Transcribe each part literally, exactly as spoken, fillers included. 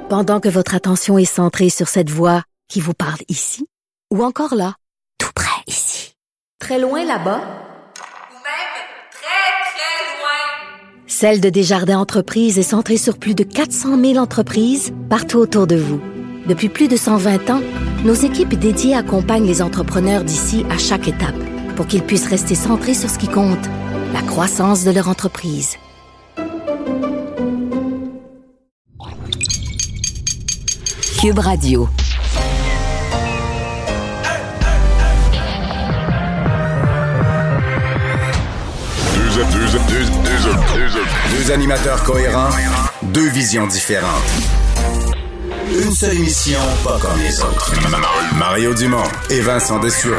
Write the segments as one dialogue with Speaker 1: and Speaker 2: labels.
Speaker 1: Pendant que votre attention est centrée sur cette voix qui vous parle ici, ou encore là, tout près ici, très loin là-bas,
Speaker 2: ou même très, très loin.
Speaker 1: Celle de Desjardins Entreprises est centrée sur plus de quatre cent mille entreprises partout autour de vous. Depuis plus de cent vingt ans, nos équipes dédiées accompagnent les entrepreneurs d'ici à chaque étape pour qu'ils puissent rester centrés sur ce qui compte, la croissance de leur entreprise.
Speaker 3: Cube Radio.
Speaker 4: Deux, deux, deux, deux, deux, deux animateurs cohérents, deux visions différentes. Une seule émission, pas comme les autres. Mario Dumont et Vincent Dessureau.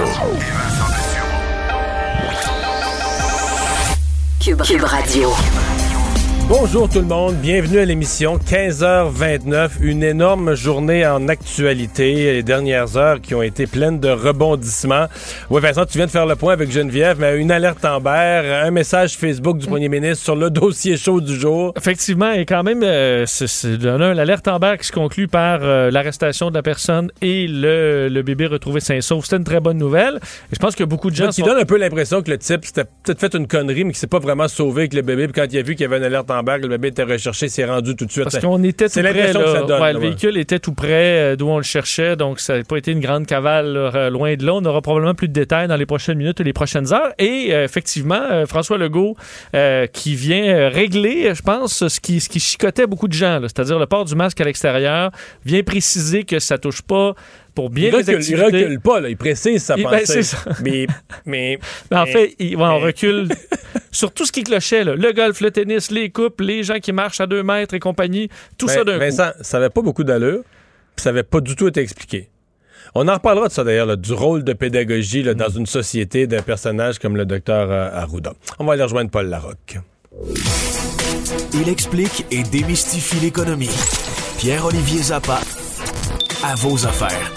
Speaker 3: Cube, Cube Radio.
Speaker 5: Bonjour tout le monde, bienvenue à l'émission quinze heures vingt-neuf, une énorme journée en actualité, les dernières heures qui ont été pleines de rebondissements. Oui Vincent, tu viens de faire le point avec Geneviève, mais une alerte Amber, un message Facebook du premier ministre sur le dossier chaud du jour.
Speaker 6: Effectivement, et quand même, euh, c'est, c'est l'alerte Amber qui se conclut par euh, l'arrestation de la personne et le, le bébé retrouvé sain et sauf. C'était une très bonne nouvelle. Et je pense que beaucoup de gens
Speaker 5: qui
Speaker 6: sont...
Speaker 5: donne un peu l'impression que le type s'était peut-être fait une connerie, mais qu'il s'est pas vraiment sauvé avec le bébé, puis quand il a vu qu'il y avait une alerte Amber, le bébé était recherché, s'est rendu tout de suite.
Speaker 6: Parce qu'on était
Speaker 5: c'est
Speaker 6: tout près, là,
Speaker 5: que ça donne,
Speaker 6: ouais,
Speaker 5: là,
Speaker 6: le véhicule ouais. était tout près d'où on le cherchait, donc ça n'a pas été une grande cavale là, loin de là. On aura probablement plus de détails dans les prochaines minutes et les prochaines heures. Et euh, effectivement, euh, François Legault euh, qui vient euh, régler, je pense, ce qui, ce qui chicotait beaucoup de gens, là, c'est-à-dire le port du masque à l'extérieur, vient préciser que ça touche pas pour bien
Speaker 5: il
Speaker 6: des
Speaker 5: recule,
Speaker 6: activités.
Speaker 5: Il recule pas, là, il précise sa
Speaker 6: il,
Speaker 5: pensée.
Speaker 6: Ben, c'est ça.
Speaker 5: Mais, mais,
Speaker 6: mais en
Speaker 5: mais,
Speaker 6: fait, il, ouais,
Speaker 5: mais...
Speaker 6: on recule sur tout ce qui clochait, là. Le golf, le tennis, les coupes, les gens qui marchent à deux mètres et compagnie, tout
Speaker 5: ben,
Speaker 6: ça d'un
Speaker 5: Vincent,
Speaker 6: coup.
Speaker 5: ça n'avait pas beaucoup d'allure, puis ça n'avait pas du tout été expliqué. On en reparlera de ça d'ailleurs, là, du rôle de pédagogie là, dans une société d'un personnage comme le docteur euh, Arruda. On va aller rejoindre Paul Larocque.
Speaker 7: Il explique et démystifie l'économie. Pierre-Olivier Zappa, à vos affaires.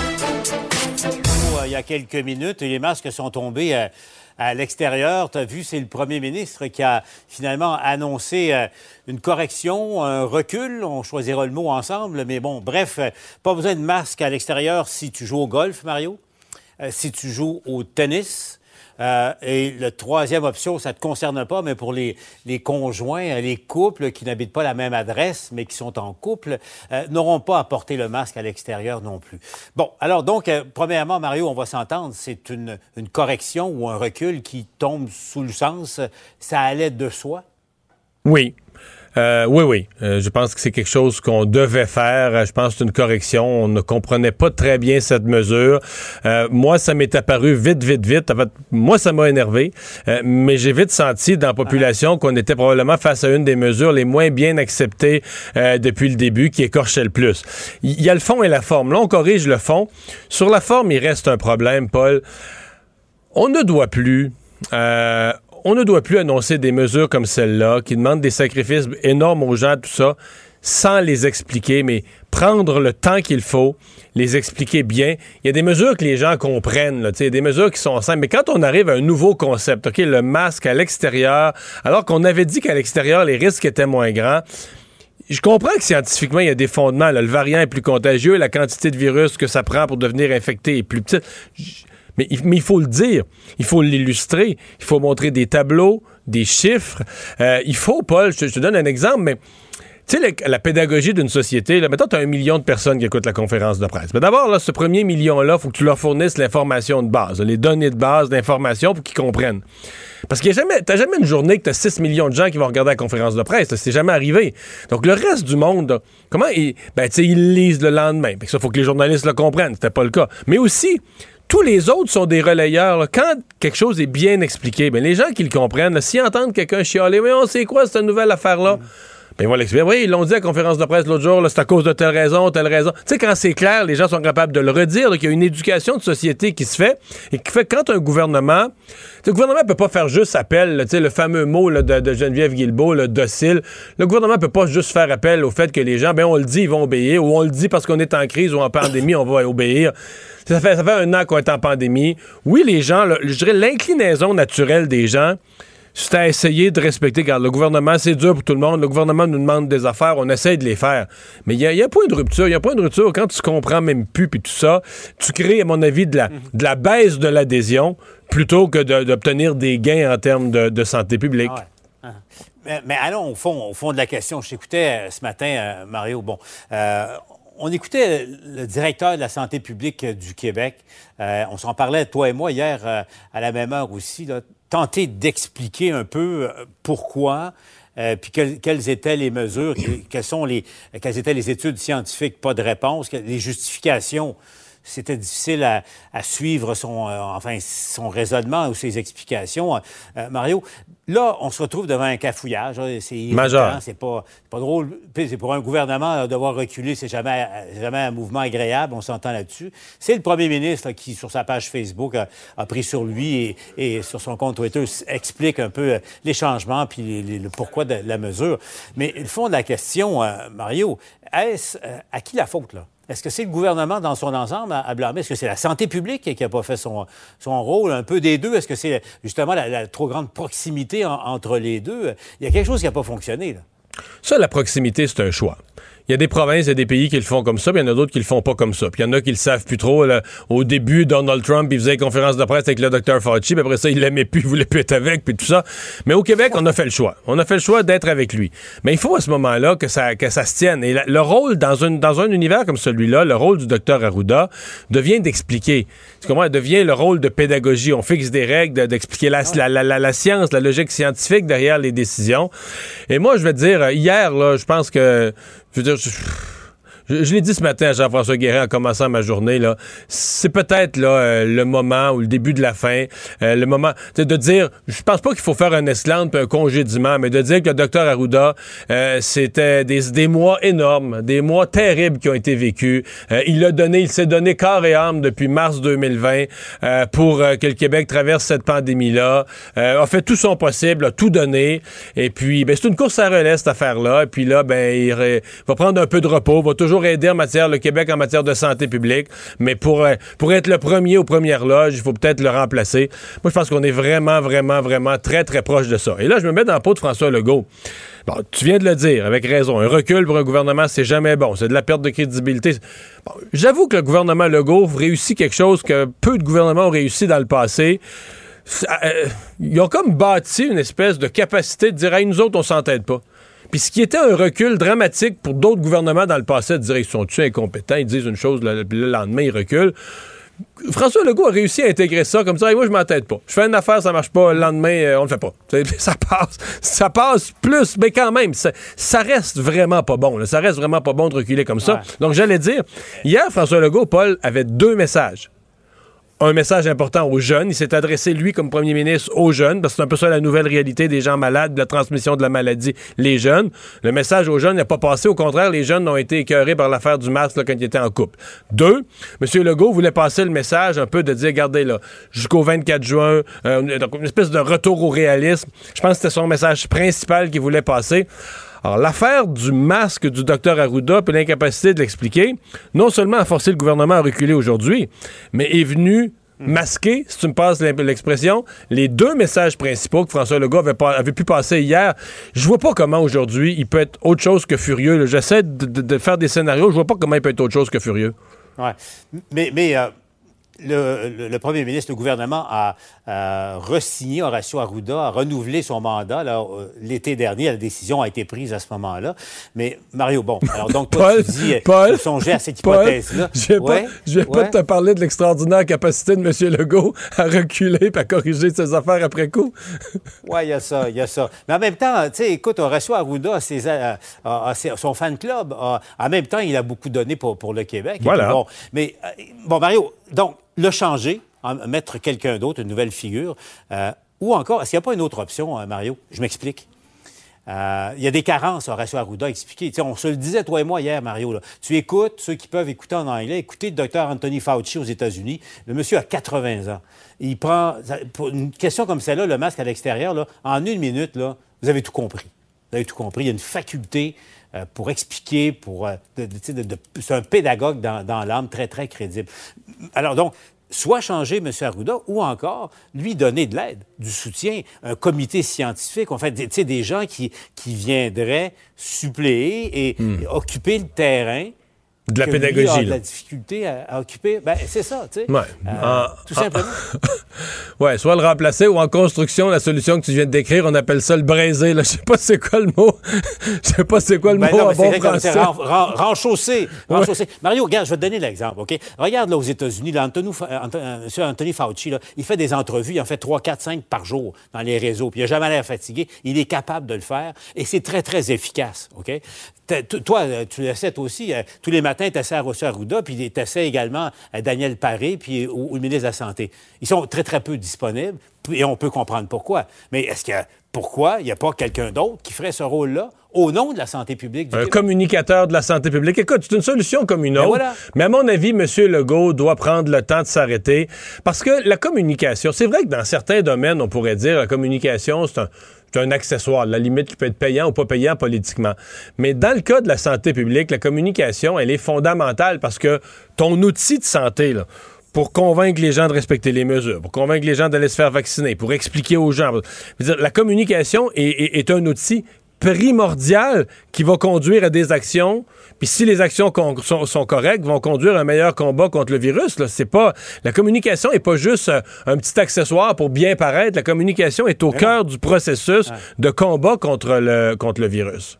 Speaker 8: Il y a quelques minutes, les masques sont tombés à, à l'extérieur. Tu as vu, c'est le premier ministre qui a finalement annoncé euh, une correction, un recul. On choisira le mot ensemble, mais bon, bref, euh, pas besoin de masque à l'extérieur si tu joues au golf, Mario, euh, si tu joues au tennis. Euh, et la troisième option, ça ne te concerne pas, mais pour les, les conjoints, les couples qui n'habitent pas la même adresse, mais qui sont en couple, euh, n'auront pas à porter le masque à l'extérieur non plus. Bon, alors donc, euh, premièrement, Mario, on va s'entendre, c'est une, une correction ou un recul qui tombe sous le sens, ça allait de soi?
Speaker 5: Oui. Euh, oui, oui. Euh, je pense que c'est quelque chose qu'on devait faire. Je pense que c'est une correction. On ne comprenait pas très bien cette mesure. Euh, moi, ça m'est apparu vite, vite, vite. En fait, moi, ça m'a énervé. Euh, mais j'ai vite senti dans la population qu'on était probablement face à une des mesures les moins bien acceptées euh, depuis le début, qui écorchait le plus. Il y a le fond et la forme. Là, on corrige le fond. Sur la forme, il reste un problème, Paul. On ne doit plus... Euh, On ne doit plus annoncer des mesures comme celle-là, qui demandent des sacrifices énormes aux gens, tout ça, sans les expliquer, mais prendre le temps qu'il faut, les expliquer bien. Il y a des mesures que les gens comprennent, là, il y a des mesures qui sont simples, mais quand on arrive à un nouveau concept, OK, le masque à l'extérieur, alors qu'on avait dit qu'à l'extérieur, les risques étaient moins grands, je comprends que scientifiquement, il y a des fondements, là, le variant est plus contagieux, la quantité de virus que ça prend pour devenir infecté est plus petite. J- Mais il, mais il faut le dire, il faut l'illustrer, il faut montrer des tableaux, des chiffres. Euh, il faut, Paul, je te, je te donne un exemple, mais tu sais, la, la pédagogie d'une société, là, mettons, tu as un million de personnes qui écoutent la conférence de presse. Mais d'abord, là, ce premier million-là, il faut que tu leur fournisses l'information de base, les données de base d'information pour qu'ils comprennent. Parce que tu n'as jamais une journée que tu as six millions de gens qui vont regarder la conférence de presse. Là, c'est jamais arrivé. Donc, le reste du monde, là, comment ils, ben, tu sais, ils lisent le lendemain. Il faut que les journalistes le comprennent. C'était pas le cas. Mais aussi... tous les autres sont des relayeurs. Là. Quand quelque chose est bien expliqué, ben les gens qui le comprennent, là, s'ils entendent quelqu'un chialer, mais on sait quoi cette nouvelle affaire-là, ben ils vont l'expliquer. Oui, ils l'ont dit à la conférence de presse l'autre jour, là, c'est à cause de telle raison, telle raison. Tu sais, quand c'est clair, les gens sont capables de le redire, là, qu'il y a une éducation de société qui se fait et qui fait quand un gouvernement... Le gouvernement ne peut pas faire juste appel, là, le fameux mot là, de, de Geneviève Guilbeault, le docile. Le gouvernement ne peut pas juste faire appel au fait que les gens, ben on le dit, ils vont obéir, ou on le dit parce qu'on est en crise ou en pandémie, on va obéir. Ça fait, ça fait un an qu'on est en pandémie. Oui, les gens, là, je dirais l'inclinaison naturelle des gens, c'est à essayer de respecter. Regarde, le gouvernement, c'est dur pour tout le monde. Le gouvernement nous demande des affaires, on essaie de les faire. Mais il y, y a un point de rupture. Il y a un point de rupture quand tu comprends même plus, puis tout ça, tu crées, à mon avis, de la, de la baisse de l'adhésion plutôt que de, d'obtenir des gains en termes de, de santé publique.
Speaker 8: Ah ouais. Ah. Mais, mais allons au fond, au fond de la question. Je t'écoutais euh, ce matin, euh, Mario. Bon, euh, on écoutait le directeur de la santé publique euh, du Québec. Euh, on s'en parlait, toi et moi, hier, euh, à la même heure aussi, là, tenter d'expliquer un peu euh, pourquoi, euh, puis que, quelles étaient les mesures, que, quelles, sont les, quelles étaient les études scientifiques, pas de réponse, que, les justifications. C'était difficile à, à suivre son, euh, enfin, son raisonnement ou ses explications. Euh, Mario, là, on se retrouve devant un cafouillage. Là, c'est
Speaker 5: majeur.
Speaker 8: C'est pas, c'est pas drôle. Puis c'est pour un gouvernement, là, devoir reculer, c'est jamais, jamais un mouvement agréable. On s'entend là-dessus. C'est le premier ministre là, qui, sur sa page Facebook, a, a pris sur lui et, et sur son compte Twitter, explique un peu les changements puis les, les, le pourquoi de la mesure. Mais le fond de la question, euh, Mario, est-ce euh, à qui la faute, là? Est-ce que c'est le gouvernement dans son ensemble à, à blâmer? Est-ce que c'est la santé publique qui n'a pas fait son, son rôle? Un peu des deux? Est-ce que c'est justement la, la trop grande proximité en, entre les deux? Il y a quelque chose qui n'a pas fonctionné, là.
Speaker 5: Ça, la proximité, c'est un choix. Il y a des provinces, il y a des pays qui le font comme ça, puis il y en a d'autres qui le font pas comme ça. Puis il y en a qui le savent plus trop. Là. Au début, Donald Trump, il faisait une conférence de presse avec le docteur Fauci, puis après ça, il l'aimait plus, il voulait plus être avec, puis tout ça. Mais au Québec, on a fait le choix. On a fait le choix d'être avec lui. Mais il faut à ce moment-là que ça, que ça se tienne. Et la, le rôle, dans, une, dans un univers comme celui-là, le rôle du docteur Arruda devient d'expliquer. Tu comprends? Devient le rôle de pédagogie. On fixe des règles, de, d'expliquer la, la, la, la, la science, la logique scientifique derrière les décisions. Et moi, je vais te dire, hier, là, je pense que, je veux dire, je, Je, je l'ai dit ce matin à Jean-François Guérin en commençant ma journée, là, c'est peut-être là euh, le moment ou le début de la fin, euh, le moment de dire, je pense pas qu'il faut faire un esclandre puis un congédiement, mais de dire que le docteur Arruda, euh, c'était des, des mois énormes, des mois terribles qui ont été vécus. Euh, il a donné, il s'est donné corps et âme depuis mars deux mille vingt euh, pour euh, que le Québec traverse cette pandémie-là, euh, a fait tout son possible, a tout donné, et puis ben, c'est une course à relais cette affaire-là, et puis là, ben il euh, va prendre un peu de repos, va toujours aider en matière, le Québec en matière de santé publique, mais pour, pour être le premier aux premières loges, il faut peut-être le remplacer. Moi, je pense qu'on est vraiment, vraiment, vraiment très, très proche de ça. Et là, je me mets dans la peau de François Legault. Bon, tu viens de le dire, avec raison. Un recul pour un gouvernement, c'est jamais bon. C'est de la perte de crédibilité. Bon, j'avoue que le gouvernement Legault réussit quelque chose que peu de gouvernements ont réussi dans le passé. Euh, ils ont comme bâti une espèce de capacité de dire « Hey, nous autres, on s'entête pas ». Puis ce qui était un recul dramatique pour d'autres gouvernements dans le passé, de dire ils sont-tu incompétents, ils disent une chose, le, le lendemain, ils reculent. François Legault a réussi à intégrer ça comme ça. Et moi, je m'entête pas. Je fais une affaire, ça marche pas. Le lendemain, euh, on le fait pas. Ça passe. Ça passe plus, mais quand même, ça, ça reste vraiment pas bon. Là. Ça reste vraiment pas bon de reculer comme ça. Ouais. Donc, j'allais dire, hier, François Legault, Paul, avait deux messages. Un message important aux jeunes. Il s'est adressé, lui, comme premier ministre, aux jeunes, parce que c'est un peu ça la nouvelle réalité des gens malades, de la transmission de la maladie, les jeunes. Le message aux jeunes n'a pas passé. Au contraire, les jeunes ont été écœurés par l'affaire du masque là, quand ils étaient en couple. Deux, M. Legault voulait passer le message un peu de dire, regardez là, jusqu'au vingt-quatre juin, euh, donc une espèce de retour au réalisme. Je pense que c'était son message principal qu'il voulait passer. Alors, l'affaire du masque du docteur Arruda puis l'incapacité de l'expliquer, non seulement a forcé le gouvernement à reculer aujourd'hui, mais est venu masquer, si tu me passes l'expression, les deux messages principaux que François Legault avait, pas, avait pu passer hier. Je vois pas comment aujourd'hui il peut être autre chose que furieux. Là. J'essaie de, de, de faire des scénarios, je vois pas comment il peut être autre chose que furieux.
Speaker 8: Ouais. Mais... mais euh... Le, le, le premier ministre, le gouvernement a, a re-signé Horacio Arruda, a renouvelé son mandat. Là, l'été dernier, la décision a été prise à ce moment-là. Mais Mario, bon, alors donc toi, Paul, tu dis,
Speaker 5: Paul,
Speaker 8: tu songeais à cette hypothèse-là.
Speaker 5: Je ne vais, ouais, vais ouais. pas te parler de l'extraordinaire capacité de M. Legault à reculer et à corriger ses affaires après coup.
Speaker 8: Oui, il y a ça, il y a ça. Mais en même temps, tu sais, écoute, Horacio Arruda a, ses, a, a, a son fan club. A, en même temps, il a beaucoup donné pour, pour le Québec.
Speaker 5: Voilà.
Speaker 8: Bon, mais, bon, Mario, donc, le changer, mettre quelqu'un d'autre, une nouvelle figure, euh, ou encore, est-ce qu'il n'y a pas une autre option, hein, Mario? Je m'explique. Euh, il y a des carences, Horacio Arruda a expliqué. T'sais, on se le disait, toi et moi, hier, Mario. Là. Tu écoutes, ceux qui peuvent écouter en anglais, écoutez le docteur Anthony Fauci aux États-Unis. Le monsieur a quatre-vingts ans. Il prend, pour une question comme celle-là, le masque à l'extérieur, là, en une minute, là, vous avez tout compris. Vous avez tout compris. Il y a une faculté euh, pour expliquer, pour, euh, de, de, de, de, c'est un pédagogue dans, dans l'âme très, très crédible. Alors donc, soit changer M. Arruda ou encore lui donner de l'aide, du soutien, un comité scientifique, en fait, tu sais, des gens qui, qui viendraient suppléer et, mmh. et occuper le terrain.
Speaker 5: De la
Speaker 8: que
Speaker 5: pédagogie.
Speaker 8: Lui a de
Speaker 5: là.
Speaker 8: la difficulté à, à occuper. Ben, c'est ça, tu sais.
Speaker 5: Ouais.
Speaker 8: Euh,
Speaker 5: en,
Speaker 8: tout simplement.
Speaker 5: ouais, soit le remplacer ou en construction, la solution que tu viens de décrire, on appelle ça le braiser. Là. Je sais pas c'est quoi le mot. Je sais pas c'est quoi le
Speaker 8: ben
Speaker 5: mot
Speaker 8: non,
Speaker 5: en bon français.
Speaker 8: Ren, ren, renchausser. renchausser. Ouais. Mario, regarde, je vais te donner l'exemple, OK? Regarde là aux États-Unis, là, Anthony, M. Anthony Fauci, là, il fait des entrevues, il en fait trois, quatre, cinq par jour dans les réseaux, puis il n'a jamais l'air fatigué. Il est capable de le faire et c'est très, très efficace, OK? Toi, tu l'essaies toi aussi. Tous les matins, tu essaies à Rousseau Arruda, puis tu essaies également à Daniel Paré, puis au, au ministre de la Santé. Ils sont très, très peu disponibles, et on peut comprendre pourquoi. Mais est-ce qu'il y a, pourquoi il n'y a pas quelqu'un d'autre qui ferait ce rôle-là au nom de la santé publique du
Speaker 5: Un
Speaker 8: Québec?
Speaker 5: communicateur de la santé publique. Écoute, c'est une solution comme une autre.
Speaker 8: Voilà.
Speaker 5: Mais à mon avis, M. Legault doit prendre le temps de s'arrêter. Parce que la communication, c'est vrai que dans certains domaines, on pourrait dire la communication, c'est un... C'est un accessoire, la limite qui peut être payant ou pas payant politiquement. Mais dans le cas de la santé publique, la communication, elle est fondamentale parce que ton outil de santé, là, pour convaincre les gens de respecter les mesures, pour convaincre les gens d'aller se faire vacciner, pour expliquer aux gens, je veux dire, la communication est, est, est un outil primordial qui va conduire à des actions. Puis si les actions con- sont, sont correctes, vont conduire à un meilleur combat contre le virus. Là. C'est pas, la communication n'est pas juste euh, un petit accessoire pour bien paraître. La communication est au Mais cœur non. du processus ouais. de combat contre le, contre le virus.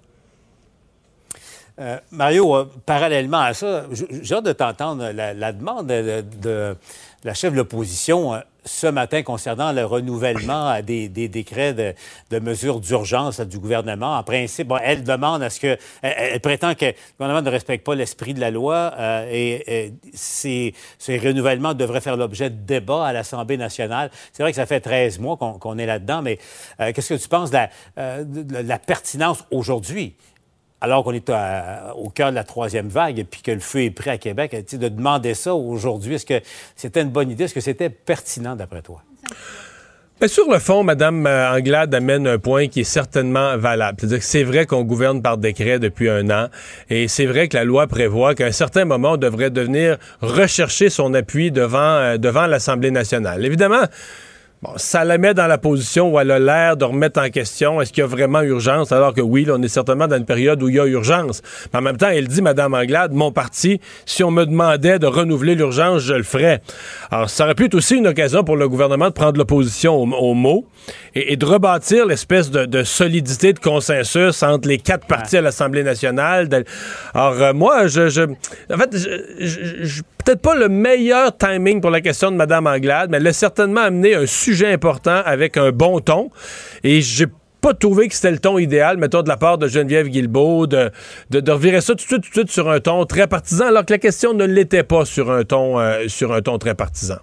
Speaker 8: Euh, Mario, euh, parallèlement à ça, j'ai hâte de t'entendre la, la demande de, de la chef de l'opposition euh, ce matin concernant le renouvellement des, des décrets de, de mesures d'urgence là, du gouvernement. En principe, bon, elle demande à ce que... Elle, elle prétend que le gouvernement ne respecte pas l'esprit de la loi euh, et, et ces, ces renouvellements devraient faire l'objet de débats à l'Assemblée nationale. C'est vrai que ça fait treize mois qu'on, qu'on est là-dedans, mais euh, qu'est-ce que tu penses de la, euh, de la pertinence aujourd'hui? Alors qu'on est à, au cœur de la troisième vague et puis que le feu est prêt à Québec, de demander ça aujourd'hui, est-ce que c'était une bonne idée? Est-ce que c'était pertinent d'après toi?
Speaker 5: Bien, sur le fond, Mme Anglade amène un point qui est certainement valable. C'est-à-dire que c'est vrai qu'on gouverne par décret depuis un an et c'est vrai que la loi prévoit qu'à un certain moment, on devrait devenir rechercher son appui devant, euh, devant l'Assemblée nationale. Évidemment, bon, ça la met dans la position où elle a l'air de remettre en question est-ce qu'il y a vraiment urgence, alors que oui, là, on est certainement dans une période où il y a urgence. Mais en même temps, elle dit, Mme Anglade, mon parti, si on me demandait de renouveler l'urgence, je le ferais. Alors, ça aurait pu être aussi une occasion pour le gouvernement de prendre l'opposition au, au mot et, et de rebâtir l'espèce de, de solidité, de consensus entre les quatre partis à l'Assemblée nationale. De... Alors, euh, moi, je, je... En fait, je, je, je... peut-être pas le meilleur timing pour la question de Mme Anglade, mais elle a certainement amené un sujet important avec un bon ton. Et j'ai pas trouvé que c'était le ton idéal, mettons, de la part de Geneviève Guilbeault, de, de, de revirer ça tout de suite, tout de suite sur un ton très partisan, alors que la question ne l'était pas sur un ton, euh, sur un ton très partisan.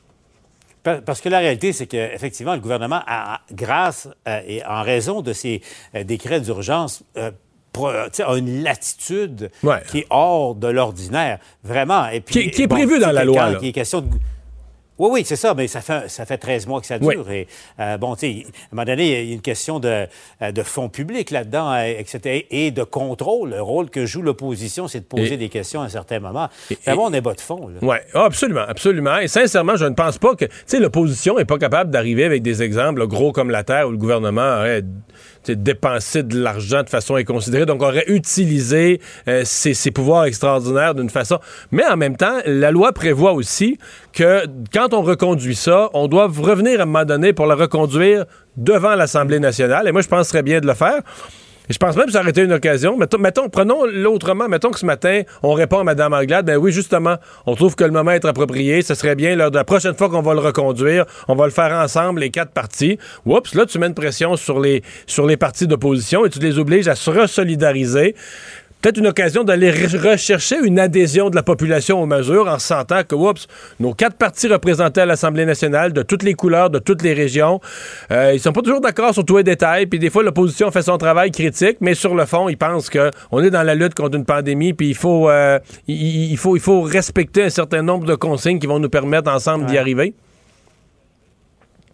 Speaker 8: Parce que la réalité, c'est qu'effectivement, le gouvernement, a, grâce euh, et en raison de ces euh, décrets d'urgence, euh, a une latitude ouais. qui est hors de l'ordinaire, vraiment. Et puis,
Speaker 5: qui, qui est
Speaker 8: bon,
Speaker 5: prévu dans la loi. Là.
Speaker 8: Qui est question de... Oui, oui, c'est ça, mais ça fait, ça fait treize mois que ça dure. Oui. Et, euh, bon, tu sais, à un moment donné, il y a une question de, de fonds publics là-dedans, et cetera, et de contrôle. Le rôle que joue l'opposition, c'est de poser et... des questions à un certain moment. C'est bon, on est bas de fond.
Speaker 5: Oui, oh, absolument, absolument. Et sincèrement, je ne pense pas que, tu sais, l'opposition n'est pas capable d'arriver avec des exemples gros comme la terre où le gouvernement aurait dépensé de l'argent de façon inconsidérée, donc aurait utilisé euh, ses, ses pouvoirs extraordinaires d'une façon. Mais en même temps, la loi prévoit aussi que quand on reconduit ça, on doit revenir à un moment donné pour la reconduire devant l'Assemblée nationale. Et moi, je pense très bien de le faire. Et je pense même que ça aurait été une occasion. Mettons, mettons prenons l'autrement. Mettons que ce matin, on répond à Mme Anglade, ben oui, justement, on trouve que le moment est approprié. Ce serait bien, lors de la prochaine fois qu'on va le reconduire, on va le faire ensemble, les quatre partis. Oups, là, tu mets une pression sur les, sur les partis d'opposition et tu les obliges à se resolidariser. Peut-être une occasion d'aller rechercher une adhésion de la population aux mesures en sentant que, oups, nos quatre partis représentés à l'Assemblée nationale, de toutes les couleurs, de toutes les régions, euh, ils sont pas toujours d'accord sur tous les détails, puis des fois, l'opposition fait son travail critique, mais sur le fond, ils pensent qu'on est dans la lutte contre une pandémie, puis il faut, euh, il, il, faut, il faut respecter un certain nombre de consignes qui vont nous permettre ensemble ouais. d'y arriver.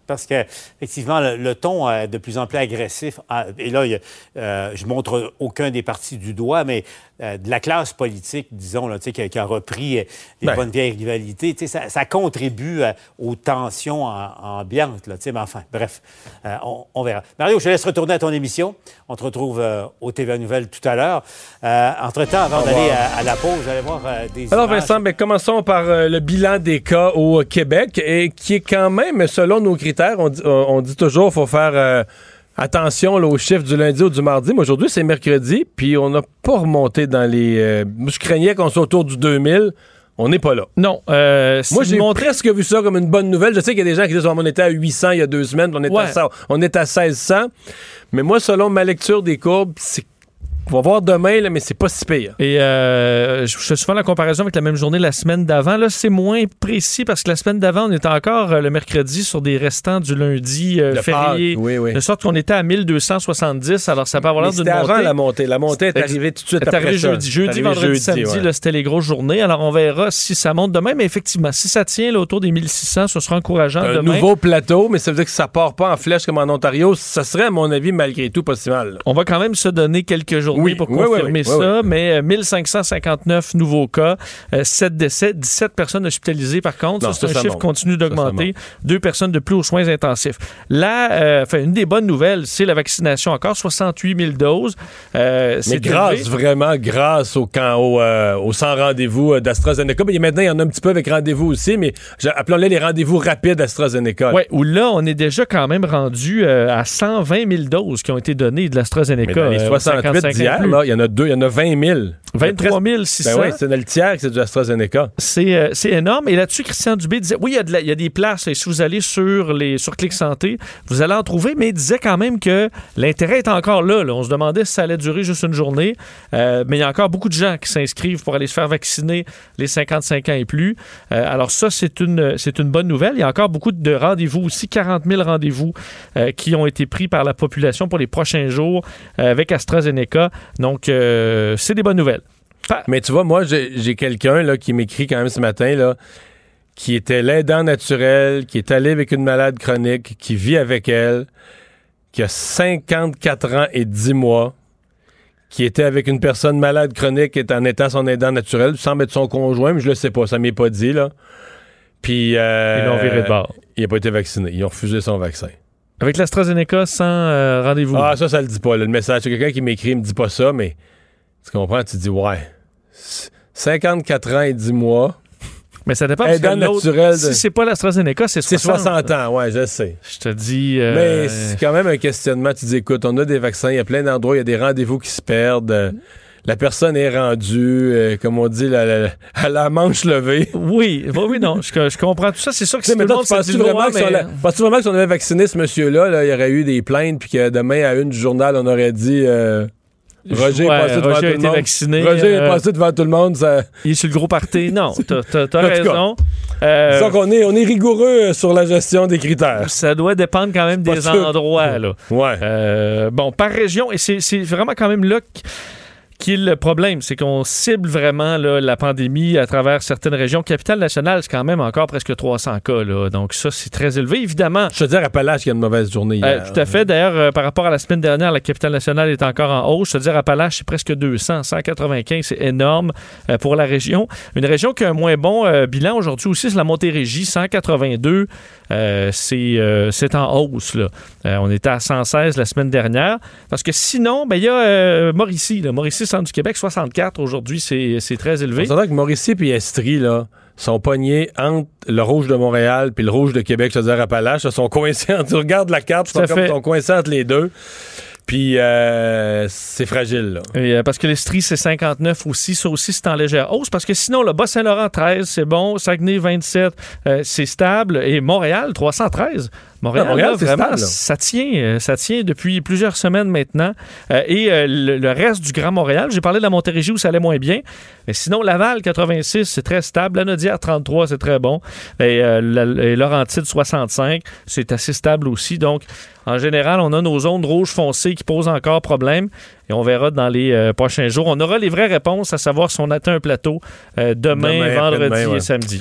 Speaker 8: parce que effectivement le, le ton est de plus en plus agressif. Et là, il y a, euh, je montre aucun des partis du doigt, mais euh, de la classe politique, disons, là, qui, a, qui a repris les ben. bonnes vieilles rivalités, ça, ça contribue euh, aux tensions en, ambiantes. Là, mais enfin, bref, euh, on, on verra. Mario, je te laisse retourner à ton émission. On te retrouve euh, au T V Nouvelles tout à l'heure. Euh, entre-temps, avant d'aller à, à la pause, vous allez voir euh, des
Speaker 5: Alors
Speaker 8: images.
Speaker 5: Vincent, ben, commençons par euh, le bilan des cas au Québec, et qui est quand même, selon nos critères, on dit, on dit toujours qu'il faut faire euh, attention là, aux chiffres du lundi ou du mardi. Mais aujourd'hui, c'est mercredi, puis on n'a pas remonté dans les... Euh, je craignais qu'on soit autour du deux mille. On n'est pas là.
Speaker 6: Non. Euh,
Speaker 5: Moi, j'ai
Speaker 6: mon...
Speaker 5: presque vu ça comme une bonne nouvelle. Je sais qu'il y a des gens qui disent on était à huit cents il y a deux semaines, on est, ouais. à, ça, on est à seize cents. Mais moi, selon ma lecture des courbes, c'est on va voir demain, là, mais c'est pas si pire.
Speaker 6: Et euh, je fais souvent la comparaison avec la même journée la semaine d'avant. Là, c'est moins précis parce que la semaine d'avant, on était encore euh, le mercredi sur des restants du lundi euh, férié.
Speaker 5: Oui, oui.
Speaker 6: De sorte qu'on était à mille deux cent soixante-dix. Alors, ça peut avoir l'air d'une
Speaker 5: montée.
Speaker 6: C'était
Speaker 5: avant la montée. La montée est arrivée tout de suite après
Speaker 6: arrivé
Speaker 5: ça.
Speaker 6: jeudi. Jeudi, vendredi,
Speaker 5: jeudi,
Speaker 6: samedi,
Speaker 5: ouais.
Speaker 6: là, c'était les grosses journées. Alors, on verra si ça monte demain. Mais effectivement, si ça tient là, autour des mille six cents, ce sera encourageant
Speaker 5: un
Speaker 6: demain.
Speaker 5: Un nouveau plateau, mais ça veut dire que ça part pas en flèche comme en Ontario. Ça serait, à mon avis, malgré tout, pas si mal. Là.
Speaker 6: On va quand même se donner quelques journées
Speaker 5: oui,
Speaker 6: pour
Speaker 5: oui,
Speaker 6: confirmer
Speaker 5: oui, oui,
Speaker 6: ça,
Speaker 5: oui, oui.
Speaker 6: mais mille cinq cent cinquanteneuf nouveaux cas, euh, sept décès, dix-sept personnes hospitalisées par contre. Non, ça, c'est ça, un ça chiffre qui continue d'augmenter. Ça, ça Deux personnes de plus aux soins intensifs. Là, euh, enfin, une des bonnes nouvelles, c'est la vaccination encore, soixante-huit mille doses. Euh,
Speaker 5: mais grâce, élevé. vraiment, grâce au, camp, au, euh, au sans rendez-vous d'AstraZeneca. Mais maintenant, il y en a un petit peu avec rendez-vous aussi, mais appelons-les les rendez-vous rapides AstraZeneca.
Speaker 6: Oui, où là, on est déjà quand même rendu euh, à cent vingt mille doses qui ont été données de l'AstraZeneca.
Speaker 5: Mais dans les soixante-huit d'hier, là, il y en a deux, il y en a vingt mille.
Speaker 6: vingt-trois mille six cents.
Speaker 5: Ben oui, c'est le tiers que c'est du AstraZeneca.
Speaker 6: C'est, euh, c'est énorme. Et là-dessus, Christian Dubé disait, oui, il y a, de la, il y a des places. Et si vous allez sur, les, sur Clic Santé, vous allez en trouver, mais il disait quand même que l'intérêt est encore là, là. On se demandait si ça allait durer juste une journée. Euh, mais il y a encore beaucoup de gens qui s'inscrivent pour aller se faire vacciner les cinquante-cinq ans et plus. Euh, alors ça, c'est une, c'est une bonne nouvelle. Il y a encore beaucoup de rendez-vous aussi, quarante mille rendez-vous euh, qui ont été pris par la population pour les prochains jours euh, avec AstraZeneca. Donc, euh, c'est des bonnes nouvelles.
Speaker 5: Mais tu vois, moi, j'ai, j'ai quelqu'un là, qui m'écrit quand même ce matin, là, qui était l'aidant naturel, qui est allé avec une malade chronique, qui vit avec elle, qui a cinquante-quatre ans et dix mois, qui était avec une personne malade chronique en étant son aidant naturel, sans mettre son conjoint, mais je le sais pas, ça m'est pas dit, là. Puis... Euh,
Speaker 6: Ils l'ont viré de bord.
Speaker 5: Il n'a pas été vacciné. Ils ont refusé son vaccin.
Speaker 6: Avec l'AstraZeneca, sans euh, rendez-vous.
Speaker 5: Ah, ça, ça le dit pas. Là, le message, c'est quelqu'un qui m'écrit, il me dit pas ça, mais tu comprends, tu dis, ouais... cinquante-quatre ans et dix mois.
Speaker 6: Mais ça dépend parce que
Speaker 5: naturel de...
Speaker 6: si c'est pas l'AstraZeneca, c'est soixante.
Speaker 5: C'est soixante ans, ouais, je sais.
Speaker 6: Je te dis... Euh...
Speaker 5: Mais c'est quand même un questionnement. Tu dis, écoute, on a des vaccins, il y a plein d'endroits, il y a des rendez-vous qui se perdent. Euh, la personne est rendue, euh, comme on dit, la, la, à la manche levée.
Speaker 6: Oui, oui, oui, non, je, je comprends tout ça. C'est sûr que c'est tout le monde
Speaker 5: penses-tu vraiment, loi, mais... la... penses-tu vraiment que si on avait vacciné ce monsieur-là, là, il y aurait eu des plaintes, puis que demain, à une du journal, on aurait dit... Euh... Roger,
Speaker 6: ouais,
Speaker 5: est passé
Speaker 6: Roger
Speaker 5: devant
Speaker 6: a
Speaker 5: tout
Speaker 6: été
Speaker 5: le monde.
Speaker 6: vacciné.
Speaker 5: Roger
Speaker 6: euh,
Speaker 5: est passé devant tout le monde. Ça...
Speaker 6: Il est sur le gros party. Non, t'as, t'as, t'as raison. Euh,
Speaker 5: Disons qu'on est, on est rigoureux sur la gestion des critères.
Speaker 6: Ça doit dépendre quand même des sûr. endroits. Là.
Speaker 5: Ouais.
Speaker 6: Euh, bon, par région, et c'est, c'est vraiment quand même là... Qu- qui est le problème, c'est qu'on cible vraiment là, la pandémie à travers certaines régions. Capitale-Nationale, c'est quand même encore presque trois cents cas. Là. Donc ça, c'est très élevé. Évidemment...
Speaker 5: Je te dis, à Appalaches, il y a une mauvaise journée hier.
Speaker 6: Euh, tout à fait. D'ailleurs, euh, par rapport à la semaine dernière, la Capitale-Nationale est encore en hausse. Je te dis, à Appalaches, c'est presque deux cents. cent quatre-vingt-quinze, c'est énorme euh, pour la région. Une région qui a un moins bon euh, bilan aujourd'hui aussi, c'est la Montérégie, cent quatre-vingt-deux. Euh, c'est, euh, c'est en hausse. Là. Euh, on était à cent seize la semaine dernière. Parce que sinon, ben, il y a euh, Mauricie. Là. Mauricie, centre du Québec, soixante-quatre. Aujourd'hui, c'est, c'est très élevé.
Speaker 5: On s'entend que Mauricie et Estrie, là, sont pognés entre le rouge de Montréal puis le rouge de Québec, c'est-à-dire Appalaches. Ils sont coincés entre, tu regardes la carte, ils sont, comme, sont coincés entre les deux. Puis, euh, c'est fragile, là.
Speaker 6: Et, euh, parce que l'Estrie, c'est cinquante-neuf aussi. Ça aussi, c'est en légère hausse. Parce que sinon, le Bas-Saint-Laurent, treize, c'est bon. Saguenay, vingt-sept, euh, c'est stable. Et Montréal, trois cent treize. Montréal, non, Montréal là, vraiment, stable, ça tient, ça tient depuis plusieurs semaines maintenant. Euh, et euh, le, le reste du Grand Montréal, j'ai parlé de la Montérégie où ça allait moins bien. Mais sinon, Laval, quatre-vingt-six, c'est très stable. Lanaudière, trente-trois, c'est très bon. Et, euh, la, et Laurentide, soixante-cinq, c'est assez stable aussi. Donc, en général, on a nos zones rouges foncées qui posent encore problème. Et on verra dans les euh, prochains jours. On aura les vraies réponses à savoir si on atteint un plateau euh, demain, demain, vendredi demain, ouais. et samedi.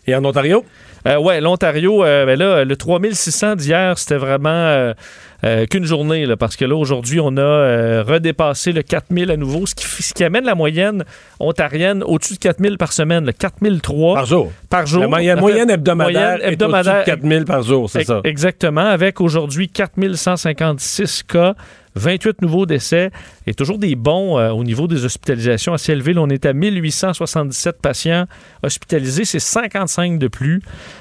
Speaker 5: Et en Ontario?
Speaker 6: Euh, oui, l'Ontario, euh, ben là, le trois mille six cents d'hier, c'était vraiment euh, euh, qu'une journée, là, parce que là, aujourd'hui, on a euh, redépassé le quatre mille à nouveau, ce qui, ce qui amène la moyenne ontarienne au-dessus de quatre mille par semaine, le quatre mille trois.
Speaker 5: Par jour.
Speaker 6: Par jour.
Speaker 5: La moyenne, moyenne hebdomadaire,
Speaker 6: moyenne hebdomadaire
Speaker 5: est au-dessus de quatre mille par jour, c'est
Speaker 6: ex-
Speaker 5: ça.
Speaker 6: Exactement, avec aujourd'hui quatre mille cent cinquante-six cas, vingt-huit nouveaux décès et toujours des bons euh, au niveau des hospitalisations assez élevés. Là, on est à mille huit cent soixante-dix-sept patients hospitalisés, c'est cinquantacinq de plus,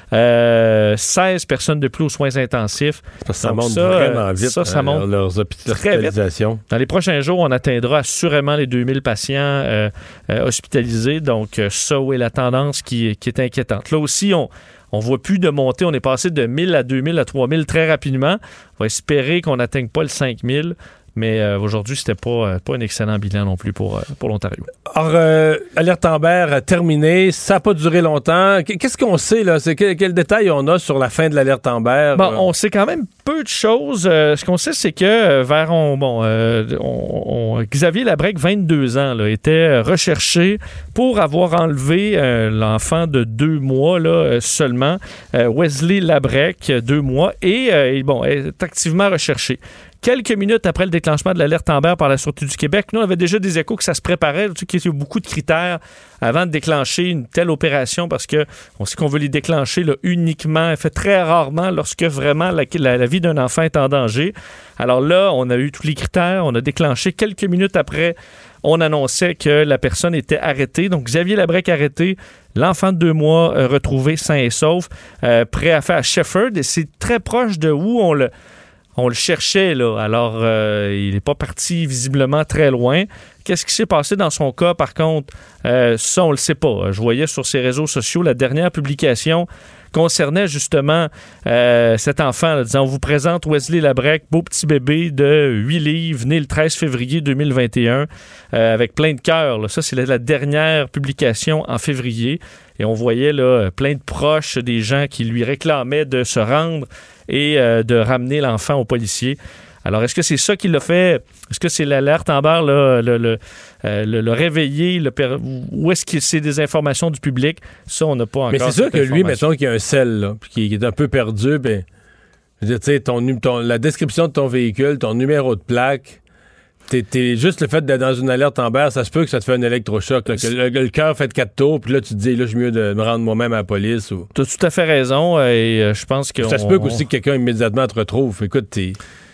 Speaker 6: euh, seize personnes de plus aux soins intensifs.
Speaker 5: Ça, ça
Speaker 6: Donc
Speaker 5: monte
Speaker 6: ça,
Speaker 5: vraiment vite,
Speaker 6: ça, ça
Speaker 5: euh,
Speaker 6: monte
Speaker 5: leurs hospitalisations.
Speaker 6: Dans les prochains jours, on atteindra assurément les deux mille patients euh, euh, hospitalisés. Donc, euh, ça, oui, la tendance qui, qui est inquiétante. Là aussi, on on ne voit plus de montée. On est passé de mille à deux mille à trois mille très rapidement. On va espérer qu'on n'atteigne pas le cinq mille. Mais euh, aujourd'hui, c'était pas, euh, pas un excellent bilan non plus pour, euh, pour l'Ontario.
Speaker 5: Alors, euh, alerte Amber euh, terminée. Ça n'a pas duré longtemps. Qu'est-ce qu'on sait, là? C'est que, quel détail on a sur la fin de l'alerte Amber?
Speaker 6: Bon, on sait quand même peu de choses. Euh, ce qu'on sait, c'est que euh, vers on, bon, euh, on, on, Xavier Labrec, vingt-deux ans, là, était recherché pour avoir enlevé euh, l'enfant de deux mois là, euh, seulement, euh, Wesley Labrec, deux mois, et, euh, et bon, est activement recherché. Quelques minutes après le déclenchement de l'alerte Amber par la Sûreté du Québec, nous, on avait déjà des échos que ça se préparait, tu sais, qu'il y a beaucoup de critères avant de déclencher une telle opération parce qu'on sait qu'on veut les déclencher là, uniquement, fait très rarement lorsque vraiment la, la, la vie d'un enfant est en danger. Alors là, on a eu tous les critères, on a déclenché quelques minutes après, on annonçait que la personne était arrêtée. Donc, Xavier Labrec arrêté, l'enfant de deux mois euh, retrouvé sain et sauf, euh, prêt à faire à Shefford, et c'est très proche de où on le... On le cherchait, là. Alors, euh, il n'est pas parti visiblement très loin. Qu'est-ce qui s'est passé dans son cas, par contre? Euh, ça, on le sait pas. Je voyais sur ses réseaux sociaux la dernière publication concernait justement euh, cet enfant, là, disant, on vous présente Wesley Labrec, beau petit bébé de huit livres, né le treize février deux mille vingt et un, euh, avec plein de cœurs. Là. Ça, c'est la, la dernière publication en février. Et on voyait là, plein de proches, des gens qui lui réclamaient de se rendre et euh, de ramener l'enfant aux policiers. Alors, est-ce que c'est ça qui l'a fait? Est-ce que c'est l'alerte Amber, là, le, le, euh, le, le réveiller? Le per... Ou est-ce que c'est des informations du public? Ça, on n'a pas encore.
Speaker 5: Mais c'est sûr que lui, mettons qu'il y a un sel, là, puis qu'il est un peu perdu, ben, je veux dire, tu sais, ton, ton, la description de ton véhicule, ton numéro de plaque, T'es, t'es, juste le fait d'être dans une alerte Amber, ça se peut que ça te fait un électrochoc, là, que le, le cœur fait quatre tours, puis là, tu te dis, là, je suis mieux de me rendre moi-même à la police. Ou...
Speaker 6: Tu as tout à fait raison, et euh, je pense que.
Speaker 5: Ça se peut aussi que quelqu'un immédiatement te retrouve. Écoute, t'es.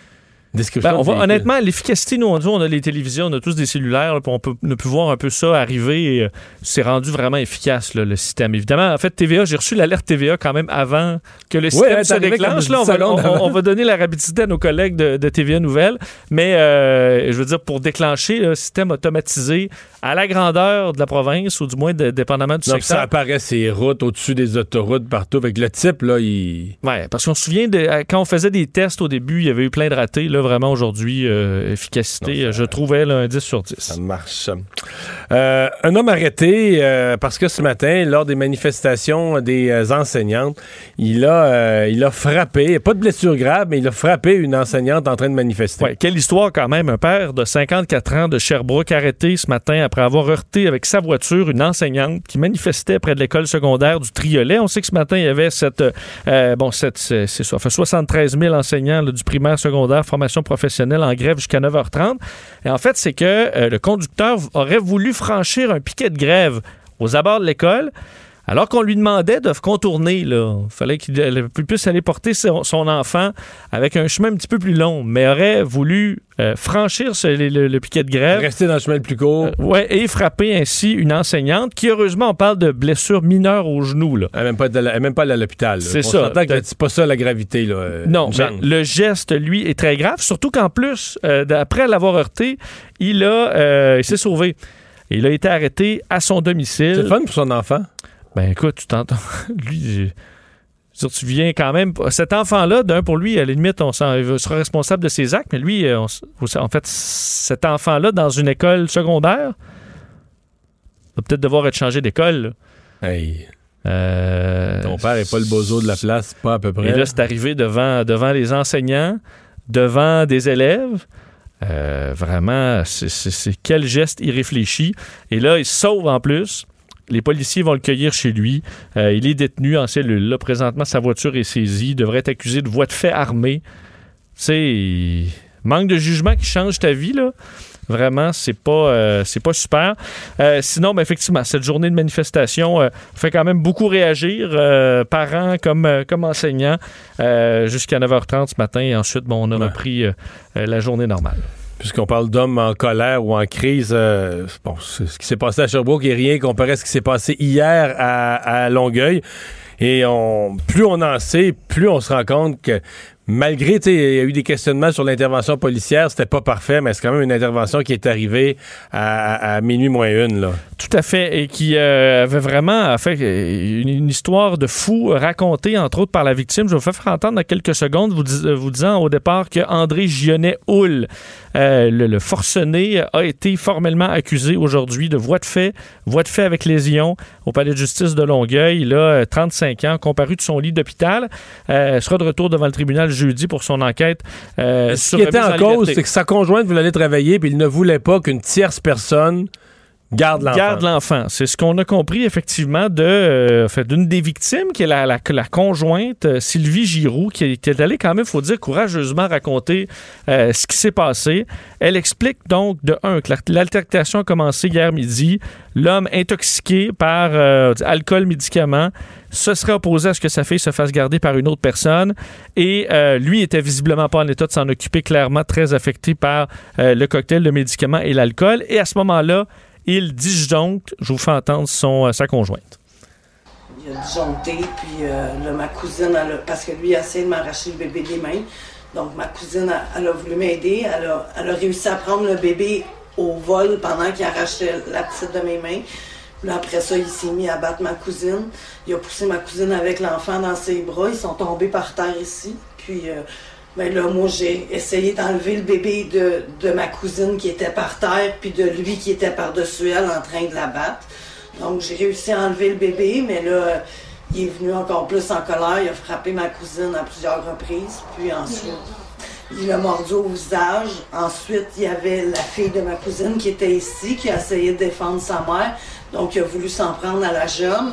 Speaker 6: Ben, on va, honnêtement, l'efficacité, nous, on, on a les télévisions, on a tous des cellulaires, là, on peut ne plus voir un peu ça arriver. Et, euh, c'est rendu vraiment efficace, là, le système. Évidemment, en fait, T V A, j'ai reçu l'alerte T V A quand même avant que le système ouais, se déclenche. Là, on, va, on, on va donner la rapidité à nos collègues de, de T V A Nouvelles. Mais, euh, je veux dire, pour déclencher le système automatisé à la grandeur de la province, ou du moins de, dépendamment du
Speaker 5: non,
Speaker 6: secteur.
Speaker 5: Ça apparaît ces routes au-dessus des autoroutes partout. Avec le type, là, il...
Speaker 6: Oui, parce qu'on se souvient, de, quand on faisait des tests au début, il y avait eu plein de ratés. Là, vraiment, aujourd'hui, euh, efficacité, non, ça, je trouvais là, un dix sur dix.
Speaker 5: Ça marche. Euh, un homme arrêté euh, parce que ce matin, lors des manifestations des euh, enseignantes, il a, euh, il a frappé, pas de blessure grave, mais il a frappé une enseignante en train de manifester.
Speaker 6: Ouais, quelle histoire quand même. Un père de cinquante-quatre ans de Sherbrooke arrêté ce matin après avoir heurté avec sa voiture une enseignante qui manifestait près de l'école secondaire du Triolet. On sait que ce matin, il y avait cette, euh, bon, cette, c'est, c'est ça, fait soixante-treize mille enseignants là, du primaire, secondaire, formation professionnelle en grève jusqu'à neuf heures trente. Et en fait, c'est que euh, le conducteur aurait voulu franchir un piquet de grève aux abords de l'école, alors qu'on lui demandait de contourner. Là. Il fallait qu'il puisse aller porter son, son enfant avec un chemin un petit peu plus long, mais aurait voulu euh, franchir ce, le, le piquet de grève.
Speaker 5: Rester dans le chemin le plus court.
Speaker 6: Euh, ouais, et frapper ainsi une enseignante qui, heureusement, on parle de blessures mineures au genou. Là.
Speaker 5: Elle n'est même pas, de la, elle est même pas à l'hôpital. Là.
Speaker 6: C'est
Speaker 5: on
Speaker 6: ça.
Speaker 5: s'entend que c'est pas ça la gravité. Là, euh,
Speaker 6: non, mais le geste, lui, est très grave, surtout qu'en plus, euh, après l'avoir heurté, il, a, euh, il s'est sauvé. Il a été arrêté à son domicile.
Speaker 5: C'est le fun pour son enfant.
Speaker 6: Ben écoute, tu t'entends. Lui, je... tu viens quand même. Cet enfant-là, d'un pour lui, à la limite, on sera responsable de ses actes, mais lui, on... en fait, cet enfant-là, dans une école secondaire, va peut-être devoir être changé d'école. Là.
Speaker 5: Hey.
Speaker 6: Euh...
Speaker 5: Ton père n'est pas le bozo de la place, pas à peu près.
Speaker 6: Et là, c'est arrivé devant, devant les enseignants, devant des élèves. Euh, vraiment, c'est, c'est, c'est quel geste irréfléchi. Et là, il se sauve en plus. Les policiers vont le cueillir chez lui. Euh, il est détenu en cellule. Là, présentement, sa voiture est saisie. Il devrait être accusé de voie de fait armée. C'est manque de jugement qui change ta vie, là. Vraiment, c'est pas, euh, c'est pas super. Euh, sinon, ben, effectivement, cette journée de manifestation euh, fait quand même beaucoup réagir, euh, parents comme, euh, comme enseignants, euh, jusqu'à neuf heures trente ce matin. Et ensuite, bon, on a ouais. repris euh, la journée normale.
Speaker 5: Puisqu'on parle d'hommes en colère ou en crise, euh, bon, ce qui s'est passé à Sherbrooke est rien comparé à ce qui s'est passé hier à, à Longueuil. Et on, plus on en sait, plus on se rend compte que malgré, tu sais, il y a eu des questionnements sur l'intervention policière, c'était pas parfait, mais c'est quand même une intervention qui est arrivée à, à, à minuit moins une, là.
Speaker 6: Tout à fait, et qui euh, avait vraiment fait une, une histoire de fou racontée, entre autres, par la victime. Je vais vous faire entendre dans quelques secondes, vous, dis, vous disant au départ que André Gionnet-Houle, euh, le, le forcené, a été formellement accusé aujourd'hui de voie de fait, voie de fait avec lésion au palais de justice de Longueuil. Il a trente-cinq ans, comparu de son lit d'hôpital, euh, sera de retour devant le tribunal jeudi pour son enquête. Euh,
Speaker 5: Ce qui était en cause, c'est que sa conjointe voulait aller travailler, puis il ne voulait pas qu'une tierce personne garde l'enfant.
Speaker 6: Garde l'enfant. C'est ce qu'on a compris, effectivement, de, euh, fait, d'une des victimes, qui est la, la, la conjointe, euh, Sylvie Giroux, qui est, qui est allée quand même, il faut dire, courageusement raconter euh, ce qui s'est passé. Elle explique donc, de un, que l'altercation a commencé hier midi. L'homme intoxiqué par euh, alcool, médicaments, se serait opposé à ce que sa fille se fasse garder par une autre personne. Et euh, lui était visiblement pas en état de s'en occuper, clairement très affecté par euh, le cocktail de médicaments et l'alcool. Et à ce moment-là, il disjoncte, je vous fais entendre son, euh, sa conjointe.
Speaker 9: Il a disjoncté, puis euh, là, ma cousine, elle a, parce que lui a essayé de m'arracher le bébé des mains. Donc ma cousine, elle, elle a voulu m'aider. Elle a, elle a réussi à prendre le bébé au vol pendant qu'il arrachait la petite de mes mains. Là, après ça, il s'est mis à battre ma cousine. Il a poussé ma cousine avec l'enfant dans ses bras. Ils sont tombés par terre ici. Puis, euh, ben là, moi, j'ai essayé d'enlever le bébé de, de ma cousine qui était par terre, puis de lui qui était par-dessus elle en train de la battre. Donc, j'ai réussi à enlever le bébé, mais là, il est venu encore plus en colère. Il a frappé ma cousine à plusieurs reprises. Puis ensuite, il l'a mordu au visage. Ensuite, il y avait la fille de ma cousine qui était ici, qui a essayé de défendre sa mère. Donc, il a voulu s'en prendre à la jambe.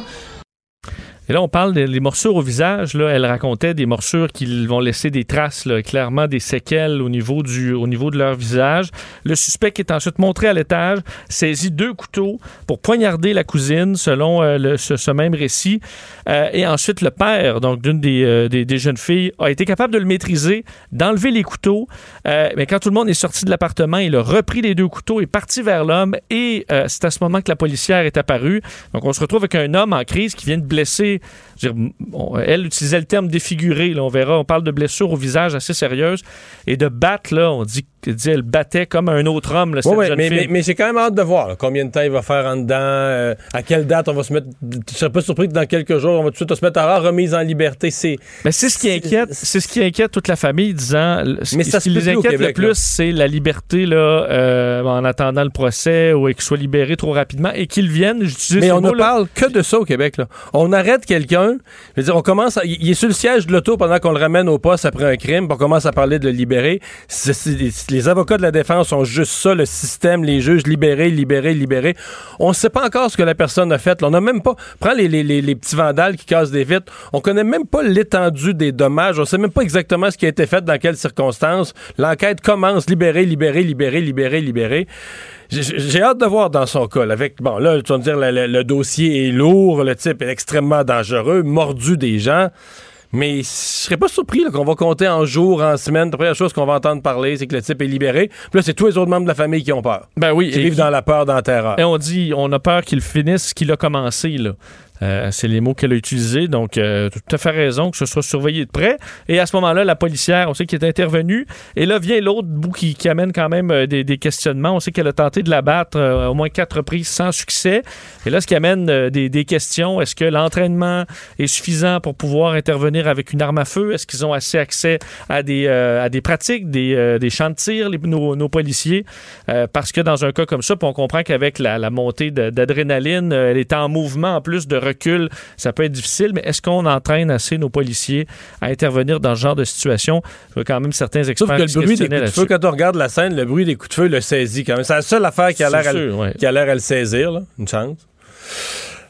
Speaker 6: Et là, on parle des morsures au visage. Là, elle racontait des morsures qui vont laisser des traces, là, clairement des séquelles au niveau, du, au niveau de leur visage. Le suspect qui est ensuite montré à l'étage saisit deux couteaux pour poignarder la cousine, selon euh, le, ce, ce même récit. Euh, et ensuite, le père, donc d'une des, euh, des, des jeunes filles, a été capable de le maîtriser, d'enlever les couteaux. Euh, mais quand tout le monde est sorti de l'appartement, il a repris les deux couteaux, est parti vers l'homme. Et euh, c'est à ce moment que la policière est apparue. Donc, on se retrouve avec un homme en crise qui vient de blesser. Je veux dire, bon, elle utilisait le terme défiguré. Là, on verra, on parle de blessures au visage assez sérieuses. Et de battre, là, on dit qu'elle battait comme un autre homme. Là, cette
Speaker 5: oui,
Speaker 6: jeune
Speaker 5: mais,
Speaker 6: fille.
Speaker 5: mais, mais j'ai quand même hâte de voir là, combien de temps il va faire en dedans, euh, à quelle date on va se mettre. Je serais pas surpris que dans quelques jours, on va tout de suite se mettre à remise en liberté. C'est,
Speaker 6: mais c'est ce qui inquiète, c'est ce qui inquiète toute la famille, disant.
Speaker 5: Mais
Speaker 6: ce
Speaker 5: ça
Speaker 6: qui
Speaker 5: se
Speaker 6: les inquiète
Speaker 5: Québec,
Speaker 6: le plus,
Speaker 5: là.
Speaker 6: c'est la liberté là, euh, en attendant le procès ou qu'il soit libéré trop rapidement et qu'il vienne.
Speaker 5: Mais on ne parle que de ça au Québec. Là. On arrête quelqu'un. Je veux dire, on commence. À, il est sur le siège de l'auto pendant qu'on le ramène au poste après un crime. Puis on commence à parler de le libérer. C'est, c'est, les avocats de la défense sont juste ça, le système, les juges libérés, libérés, libérés. On ne sait pas encore ce que la personne a fait. Là, on n'a même pas. Prends les, les, les, les petits vandales qui cassent des vitres. On connaît même pas l'étendue des dommages. On sait même pas exactement ce qui a été fait dans quelles circonstances. L'enquête commence. Libéré, libéré, libéré, libéré, libéré. J'ai, j'ai hâte de voir dans son cas. Là, avec, bon, là, tu vas me dire, le, le, le dossier est lourd, le type est extrêmement dangereux, mordu des gens. Mais je serais pas surpris là, qu'on va compter en jours, en semaines. La première chose qu'on va entendre parler, c'est que le type est libéré. Puis là, c'est tous les autres membres de la famille qui ont peur.
Speaker 6: Ben oui.
Speaker 5: Qui vivent qui... dans la peur, dans la terreur.
Speaker 6: Et on dit, on a peur qu'il finisse ce qu'il a commencé, là. Euh, c'est les mots qu'elle a utilisés, donc euh, tout à fait raison que ce soit surveillé de près. Et à ce moment-là, la policière, on sait qu'elle est intervenue. Et là vient l'autre bout qui, qui amène quand même euh, des, des questionnements. On sait qu'elle a tenté de la battre euh, au moins quatre reprises sans succès. Et là, ce qui amène euh, des, des questions, est-ce que l'entraînement est suffisant pour pouvoir intervenir avec une arme à feu? Est-ce qu'ils ont assez accès à des, euh, à des pratiques, des, euh, des champs de tir, les, nos, nos policiers? Euh, parce que dans un cas comme ça, on comprend qu'avec la, la montée de, d'adrénaline, euh, elle est en mouvement en plus de recul, ça peut être difficile, mais est-ce qu'on entraîne assez nos policiers à intervenir dans ce genre de situation? Il y a quand même certains experts
Speaker 5: Sauf que
Speaker 6: qui
Speaker 5: le bruit des coups de
Speaker 6: là-dessus.
Speaker 5: feu, quand on regarde la scène, le bruit des coups de feu le saisit quand même. C'est la seule affaire qui a l'air,
Speaker 6: sûr,
Speaker 5: à,
Speaker 6: ouais.
Speaker 5: qui a l'air à le saisir, là. Une chance.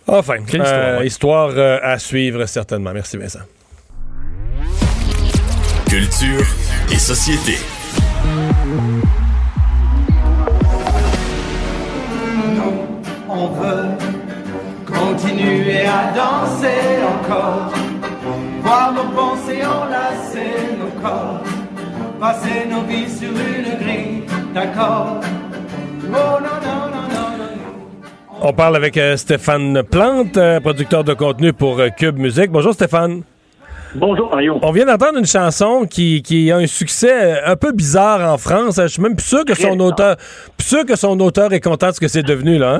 Speaker 5: Enfin,
Speaker 6: Quelle histoire,
Speaker 5: euh,
Speaker 6: ouais.
Speaker 5: histoire euh, à suivre certainement. Merci Vincent.
Speaker 7: Culture et société.
Speaker 10: On veut continuer à danser encore, voir nos pensées enlacer nos corps, passer nos vies sur une grille d'accord. Oh non, non, non, non, non.
Speaker 5: On parle avec euh, Stéphane Plante, euh, producteur de contenu pour euh, Cube Musique. Bonjour Stéphane.
Speaker 11: Bonjour Mario.
Speaker 5: On vient d'entendre une chanson qui, qui a un succès un peu bizarre en France. Je suis même plus sûr que son auteur, plus sûr que son auteur est content de ce que c'est devenu là. Hein?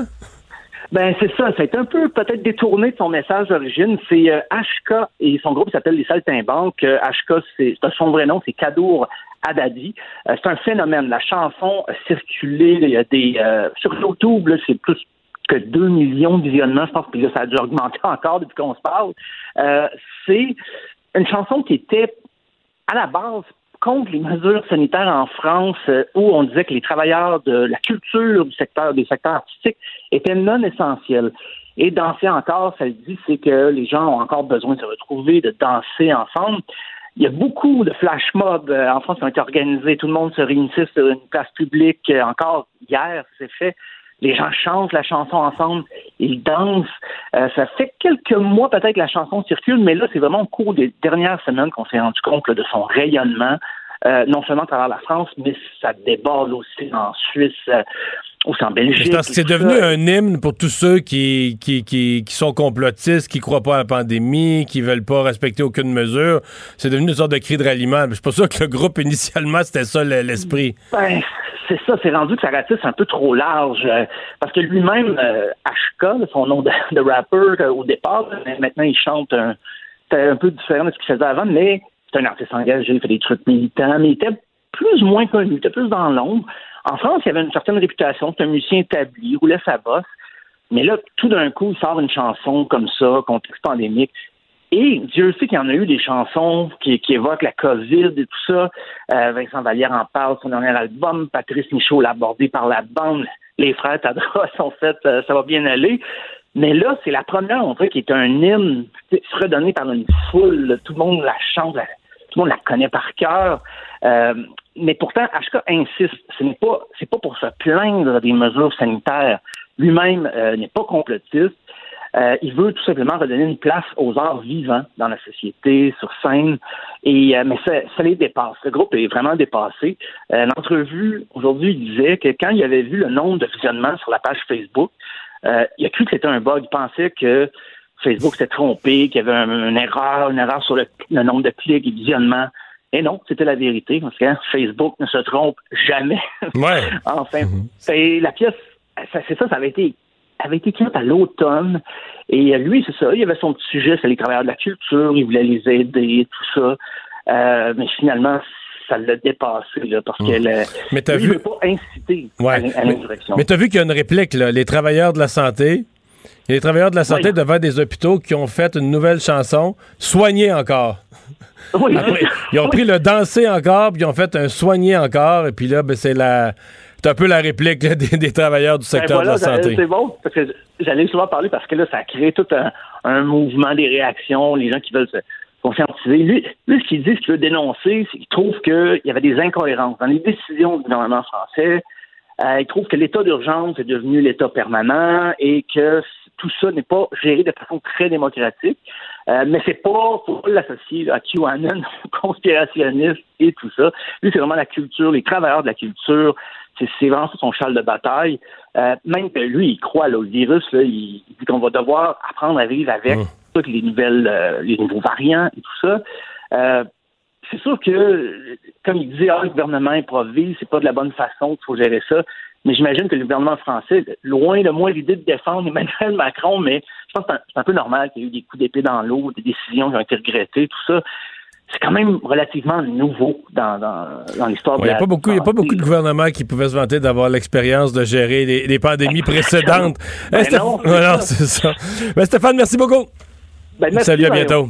Speaker 11: Ben c'est ça, c'est un peu peut-être détourné de son message d'origine. C'est euh, H K et son groupe s'appelle les Saltimbanques. Euh, H K, c'est, c'est son vrai nom, c'est Kadour Haddadi. Euh, c'est un phénomène. La chanson a circulé, il y a des euh, sur YouTube, là, c'est plus que deux millions de visionnements. Je pense que là, ça a dû augmenter encore depuis qu'on se parle. Euh, c'est une chanson qui était à la base contre les mesures sanitaires en France, euh, où on disait que les travailleurs de la culture du secteur, des secteurs artistiques étaient non essentiels. Et danser encore, ça le dit, c'est que les gens ont encore besoin de se retrouver, de danser ensemble. Il y a beaucoup de flash mobs euh, en France qui ont été organisés. Tout le monde se réunissait sur une place publique. Euh, encore hier, c'est fait. Les gens chantent la chanson ensemble, ils dansent. Euh, ça fait quelques mois peut-être que la chanson circule, mais là, c'est vraiment au cours des dernières semaines qu'on s'est rendu compte là, de son rayonnement, euh, non seulement à travers la France, mais ça déborde aussi en Suisse, euh, aussi en Belgique.
Speaker 5: Parce que c'est devenu ça. Un hymne pour tous ceux qui, qui, qui, qui sont complotistes, qui croient pas à la pandémie, qui veulent pas respecter aucune mesure. C'est devenu une sorte de cri de ralliement. Je suis pas sûr que le groupe, initialement, c'était ça l'esprit.
Speaker 11: Ben, c'est ça, c'est rendu que ça ratisse un peu trop large. Euh, parce que lui-même, euh, H K, son nom de, de rappeur euh, au départ, là, maintenant il chante un, c'était un peu différent de ce qu'il faisait avant, mais c'est un artiste engagé, il fait des trucs militants, mais il était plus ou moins connu, il était plus dans l'ombre. En France, il avait une certaine réputation, c'est un musicien établi, il roulait sa bosse, mais là, tout d'un coup, il sort une chanson comme ça, contexte pandémique. Et Dieu sait qu'il y en a eu des chansons qui, qui évoquent la COVID et tout ça. Euh, Vincent Vallière en parle, son dernier album. Patrice Michaud l'a abordé par la bande. Les frères Tadros sont fait euh, ça va bien aller. Mais là, c'est la première, on dirait, qui est un hymne fredonné par une foule. Tout le monde la chante, la, tout le monde la connaît par cœur. Euh, mais pourtant, H K insiste. Ce n'est pas, c'est pas pour se plaindre des mesures sanitaires. Lui-même euh, n'est pas complotiste. Euh, il veut tout simplement redonner une place aux arts vivants dans la société, sur scène, et euh, mais ça, ça les dépasse. Le groupe est vraiment dépassé. Euh, l'entrevue, aujourd'hui, il disait que quand il avait vu le nombre de visionnements sur la page Facebook, euh, il a cru que c'était un bug. Il pensait que Facebook s'était trompé, qu'il y avait un, une erreur, une erreur sur le, le nombre de clics et visionnements. Et non, c'était la vérité, parce que hein, Facebook ne se trompe jamais.
Speaker 5: Ouais.
Speaker 11: Enfin, mm-hmm. c'est, la pièce, ça, c'est ça, ça avait été avait été écrite à l'automne, et lui, c'est ça, il avait son petit sujet, c'est les travailleurs de la culture, il voulait les aider, tout ça, euh, mais finalement, ça l'a dépassé, là, parce mmh. qu'elle
Speaker 5: mais t'as
Speaker 11: lui,
Speaker 5: vu...
Speaker 11: veut pas inciter
Speaker 5: ouais.
Speaker 11: à, à l'insurrection.
Speaker 5: Mais, mais t'as vu qu'il y a une réplique, là, les travailleurs de la santé, il y a les travailleurs de la santé oui. devant des hôpitaux qui ont fait une nouvelle chanson, « Soigner encore ».
Speaker 11: Oui.
Speaker 5: Après, ils ont oui. pris le danser encore, puis ils ont fait un soigner encore, et puis là, ben, c'est la... C'est un peu la réplique là, des, des travailleurs du secteur ben voilà, de la santé.
Speaker 11: C'est bon, parce que j'allais souvent parler parce que là, ça a créé tout un, un mouvement, des réactions, les gens qui veulent se conscientiser. Lui, lui ce qu'il dit, ce qu'il veut dénoncer, c'est qu'il trouve qu'il y avait des incohérences dans les décisions du gouvernement français. Euh, il trouve que l'état d'urgence est devenu l'état permanent et que tout ça n'est pas géré de façon très démocratique. Euh, mais c'est pas, faut pas l'associer à QAnon, conspirationniste et tout ça. Lui, c'est vraiment la culture, les travailleurs de la culture. C'est, c'est vraiment son cheval de bataille. Euh, même que lui, il croit là, au virus, là, il, il dit qu'on va devoir apprendre à vivre avec mmh. toutes les nouvelles, euh, les nouveaux variants et tout ça. Euh, c'est sûr que, comme il disait, ah, le gouvernement improvise, c'est pas de la bonne façon qu'il faut gérer ça. Mais j'imagine que le gouvernement français, loin de moi l'idée de défendre Emmanuel Macron, mais je pense que c'est un, c'est un peu normal qu'il y ait eu des coups d'épée dans l'eau, des décisions qui ont été regrettées, tout ça. C'est quand même relativement nouveau dans, dans, dans l'histoire.
Speaker 5: Il n'y a pas beaucoup, il y a pas beaucoup de gouvernements qui pouvaient se vanter d'avoir l'expérience de gérer les, les pandémies précédentes.
Speaker 11: Ben
Speaker 5: hey,
Speaker 11: non,
Speaker 5: c'est non, c'est ça. Ben, Stéphane, merci beaucoup.
Speaker 11: Ben, merci,
Speaker 5: salut, à bientôt.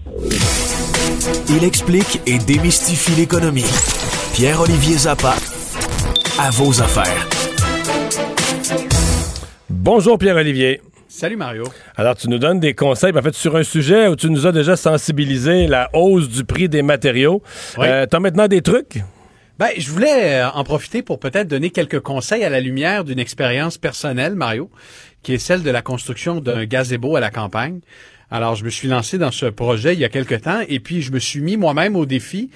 Speaker 7: Il explique et démystifie l'économie. Pierre-Olivier Zappa, à vos affaires.
Speaker 5: Bonjour Pierre-Olivier.
Speaker 12: Salut Mario.
Speaker 5: Alors, tu nous donnes des conseils, en fait, sur un sujet où tu nous as déjà sensibilisé, la hausse du prix des matériaux. Oui. Euh, t'as maintenant des trucs?
Speaker 12: Ben, je voulais en profiter pour peut-être donner quelques conseils à la lumière d'une expérience personnelle, Mario, qui est celle de la construction d'un gazebo à la campagne. Alors, je me suis lancé dans ce projet il y a quelque temps et puis je me suis mis moi-même au défi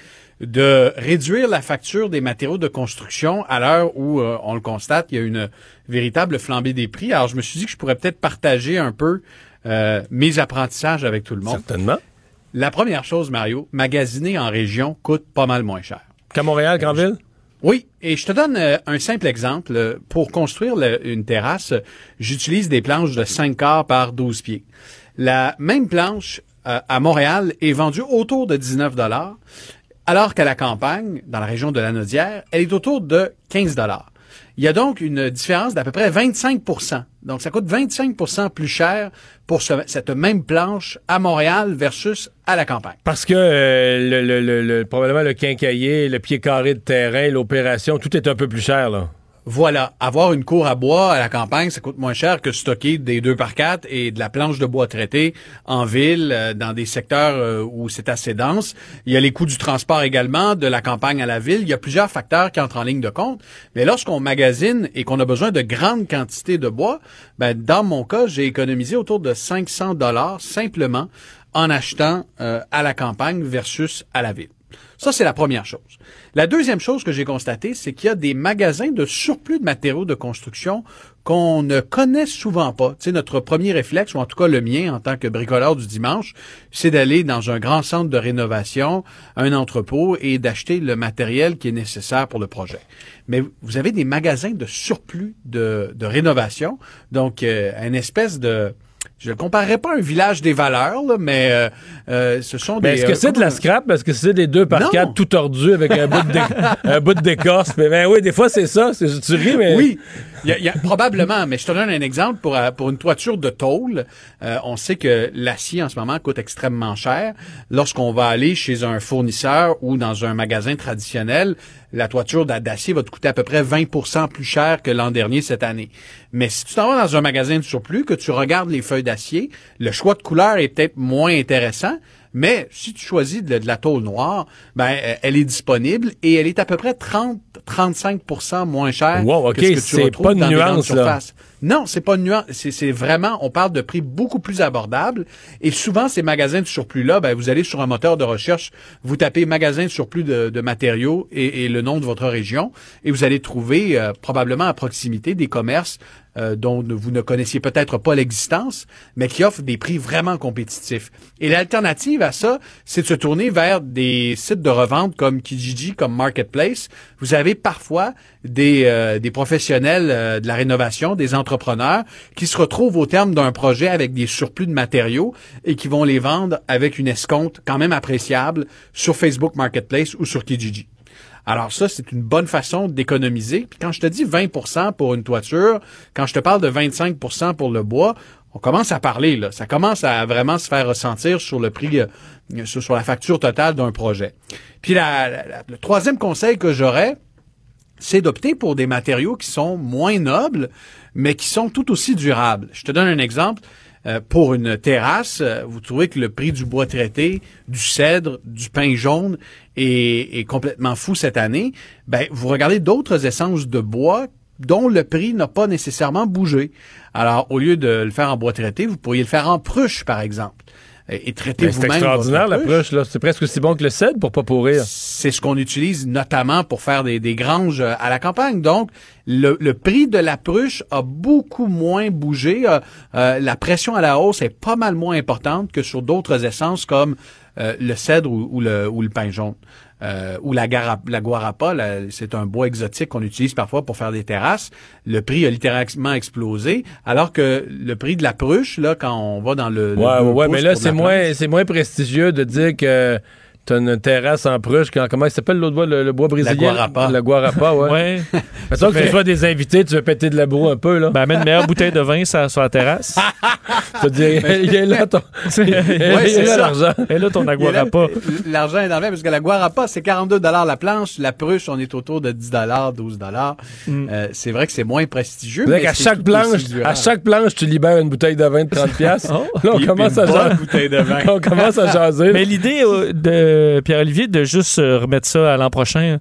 Speaker 12: de réduire la facture des matériaux de construction à l'heure où, euh, on le constate, il y a une véritable flambée des prix. Alors, je me suis dit que je pourrais peut-être partager un peu euh, mes apprentissages avec tout le monde.
Speaker 5: Certainement.
Speaker 12: La première chose, Mario, magasiner en région coûte pas mal moins cher.
Speaker 5: Qu'à Montréal, qu'en ville?
Speaker 12: Oui, et je te donne euh, un simple exemple. Pour construire le, une terrasse, j'utilise des planches de cinq quarts par douze pieds. La même planche euh, à Montréal est vendue autour de dix-neuf dollars, alors qu'à la campagne, dans la région de Lanaudière, elle est autour de quinze dollars. Il y a donc une différence d'à peu près vingt-cinq pour cent. Donc, ça coûte vingt-cinq pour cent plus cher pour ce, cette même planche à Montréal versus à la campagne.
Speaker 5: Parce que euh, le, le, le, le, probablement le quincailler, le pied carré de terrain, l'opération, tout est un peu plus cher, là.
Speaker 12: Voilà. Avoir une cour à bois à la campagne, ça coûte moins cher que stocker des deux par quatre et de la planche de bois traité en ville, euh, dans des secteurs euh, où c'est assez dense. Il y a les coûts du transport également, de la campagne à la ville. Il y a plusieurs facteurs qui entrent en ligne de compte. Mais lorsqu'on magasine et qu'on a besoin de grandes quantités de bois, ben, dans mon cas, j'ai économisé autour de cinq cents dollars simplement en achetant euh, à la campagne versus à la ville. Ça, c'est la première chose. La deuxième chose que j'ai constatée, c'est qu'il y a des magasins de surplus de matériaux de construction qu'on ne connaît souvent pas. Tu sais, notre premier réflexe, ou en tout cas le mien en tant que bricoleur du dimanche, c'est d'aller dans un grand centre de rénovation, un entrepôt, et d'acheter le matériel qui est nécessaire pour le projet. Mais vous avez des magasins de surplus de, de rénovation, donc euh, une espèce de... Je ne comparerais pas à un village des valeurs, là, mais euh, euh, ce sont
Speaker 5: mais
Speaker 12: des...
Speaker 5: est-ce que euh, c'est de la scrap? Est-ce que c'est des deux par quatre tout tordus avec un bout de, dé... un bout d'écorce? Mais ben oui, des fois, c'est ça. C'est... Tu ris, mais...
Speaker 12: Oui, il y a, y a, probablement. Mais je te donne un exemple. Pour, pour une toiture de tôle, euh, on sait que l'acier, en ce moment, coûte extrêmement cher. Lorsqu'on va aller chez un fournisseur ou dans un magasin traditionnel, la toiture d'acier va te coûter à peu près vingt pour cent plus cher que l'an dernier cette année. Mais si tu t'en vas dans un magasin de surplus, que tu regardes les feuilles d'acier, le choix de couleur est peut-être moins intéressant, mais si tu choisis de, de la tôle noire, ben elle est disponible et elle est à peu près trente à trente-cinq pour cent moins chère
Speaker 5: wow, okay,
Speaker 12: que ce que tu
Speaker 5: c'est
Speaker 12: retrouves
Speaker 5: pas une
Speaker 12: dans
Speaker 5: nuance,
Speaker 12: des grandes surfaces.
Speaker 5: Là.
Speaker 12: Non, c'est pas une nuance. C'est, c'est vraiment, on parle de prix beaucoup plus abordables. Et souvent, ces magasins de surplus-là, ben, vous allez sur un moteur de recherche, vous tapez magasin de surplus de, de matériaux et, et le nom de votre région, et vous allez trouver euh, probablement à proximité des commerces Euh, dont vous ne connaissiez peut-être pas l'existence, mais qui offrent des prix vraiment compétitifs. Et l'alternative à ça, c'est de se tourner vers des sites de revente comme Kijiji, comme Marketplace. Vous avez parfois des, euh, des professionnels euh, de la rénovation, des entrepreneurs, qui se retrouvent au terme d'un projet avec des surplus de matériaux et qui vont les vendre avec une escompte quand même appréciable sur Facebook Marketplace ou sur Kijiji. Alors ça, c'est une bonne façon d'économiser. Puis quand je te dis vingt pour cent pour une toiture, quand je te parle de vingt-cinq pour cent pour le bois, on commence à parler, là. Ça commence à vraiment se faire ressentir sur le prix, euh, sur, sur la facture totale d'un projet. Puis la, la, la, le troisième conseil que j'aurais, c'est d'opter pour des matériaux qui sont moins nobles, mais qui sont tout aussi durables. Je te donne un exemple. Euh, pour une terrasse, euh, vous trouvez que le prix du bois traité, du cèdre, du pin jaune est, est complètement fou cette année. Ben, vous regardez d'autres essences de bois dont le prix n'a pas nécessairement bougé. Alors, au lieu de le faire en bois traité, vous pourriez le faire en pruche, par exemple. Et traiter
Speaker 5: ben,
Speaker 12: vous-même.
Speaker 5: C'est extraordinaire, la pruche, là. C'est presque aussi bon que le cèdre pour pas pourrir.
Speaker 12: C'est ce qu'on utilise notamment pour faire des, des granges à la campagne. Donc, le, le prix de la pruche a beaucoup moins bougé. Euh, euh, la pression à la hausse est pas mal moins importante que sur d'autres essences comme euh, le cèdre ou, ou, le, ou le pin jaune. Euh, ou la, gara, la guarapa, là, c'est un bois exotique qu'on utilise parfois pour faire des terrasses. Le prix a littéralement explosé, alors que le prix de la pruche, là, quand on va dans le...
Speaker 5: Ouais,
Speaker 12: le
Speaker 5: ouais, mais là, c'est moins, c'est moins prestigieux de dire que T'as une terrasse en pruche. Comment il s'appelle l'autre bois, le, le bois brésilien?
Speaker 12: La guarapa.
Speaker 5: Le guarapa, ouais.
Speaker 6: Ouais.
Speaker 5: Mettons que tu reçois des invités, tu veux péter de la boue un peu, là.
Speaker 6: Ben, amène une meilleure bouteille de vin sur, sur la terrasse.
Speaker 5: Tu te dis, il est là ton... il est,
Speaker 12: Ouais,
Speaker 5: il est là
Speaker 12: ça.
Speaker 5: l'argent.
Speaker 6: Et là, ton aguarapa.
Speaker 12: L'argent est dans le vin, parce que la guarapa, c'est quarante-deux dollars la planche. La pruche, on est autour de dix dollars, douze dollars.
Speaker 6: Mm.
Speaker 12: Euh, c'est vrai que c'est moins prestigieux.
Speaker 5: C'est-à-dire
Speaker 12: mais
Speaker 5: qu'à
Speaker 12: c'est
Speaker 5: chaque
Speaker 12: tout
Speaker 5: planche,
Speaker 12: aussi durable.
Speaker 5: à chaque planche, tu libères une bouteille de vin de trente piastres.
Speaker 6: Oh.
Speaker 5: Là, on
Speaker 12: Puis
Speaker 5: commence
Speaker 12: une
Speaker 5: à
Speaker 12: bonne
Speaker 5: jaser.
Speaker 12: bouteille de vin.
Speaker 5: On commence à jaser.
Speaker 6: Mais l'idée euh, de Pierre-Olivier de juste euh, remettre ça à l'an prochain.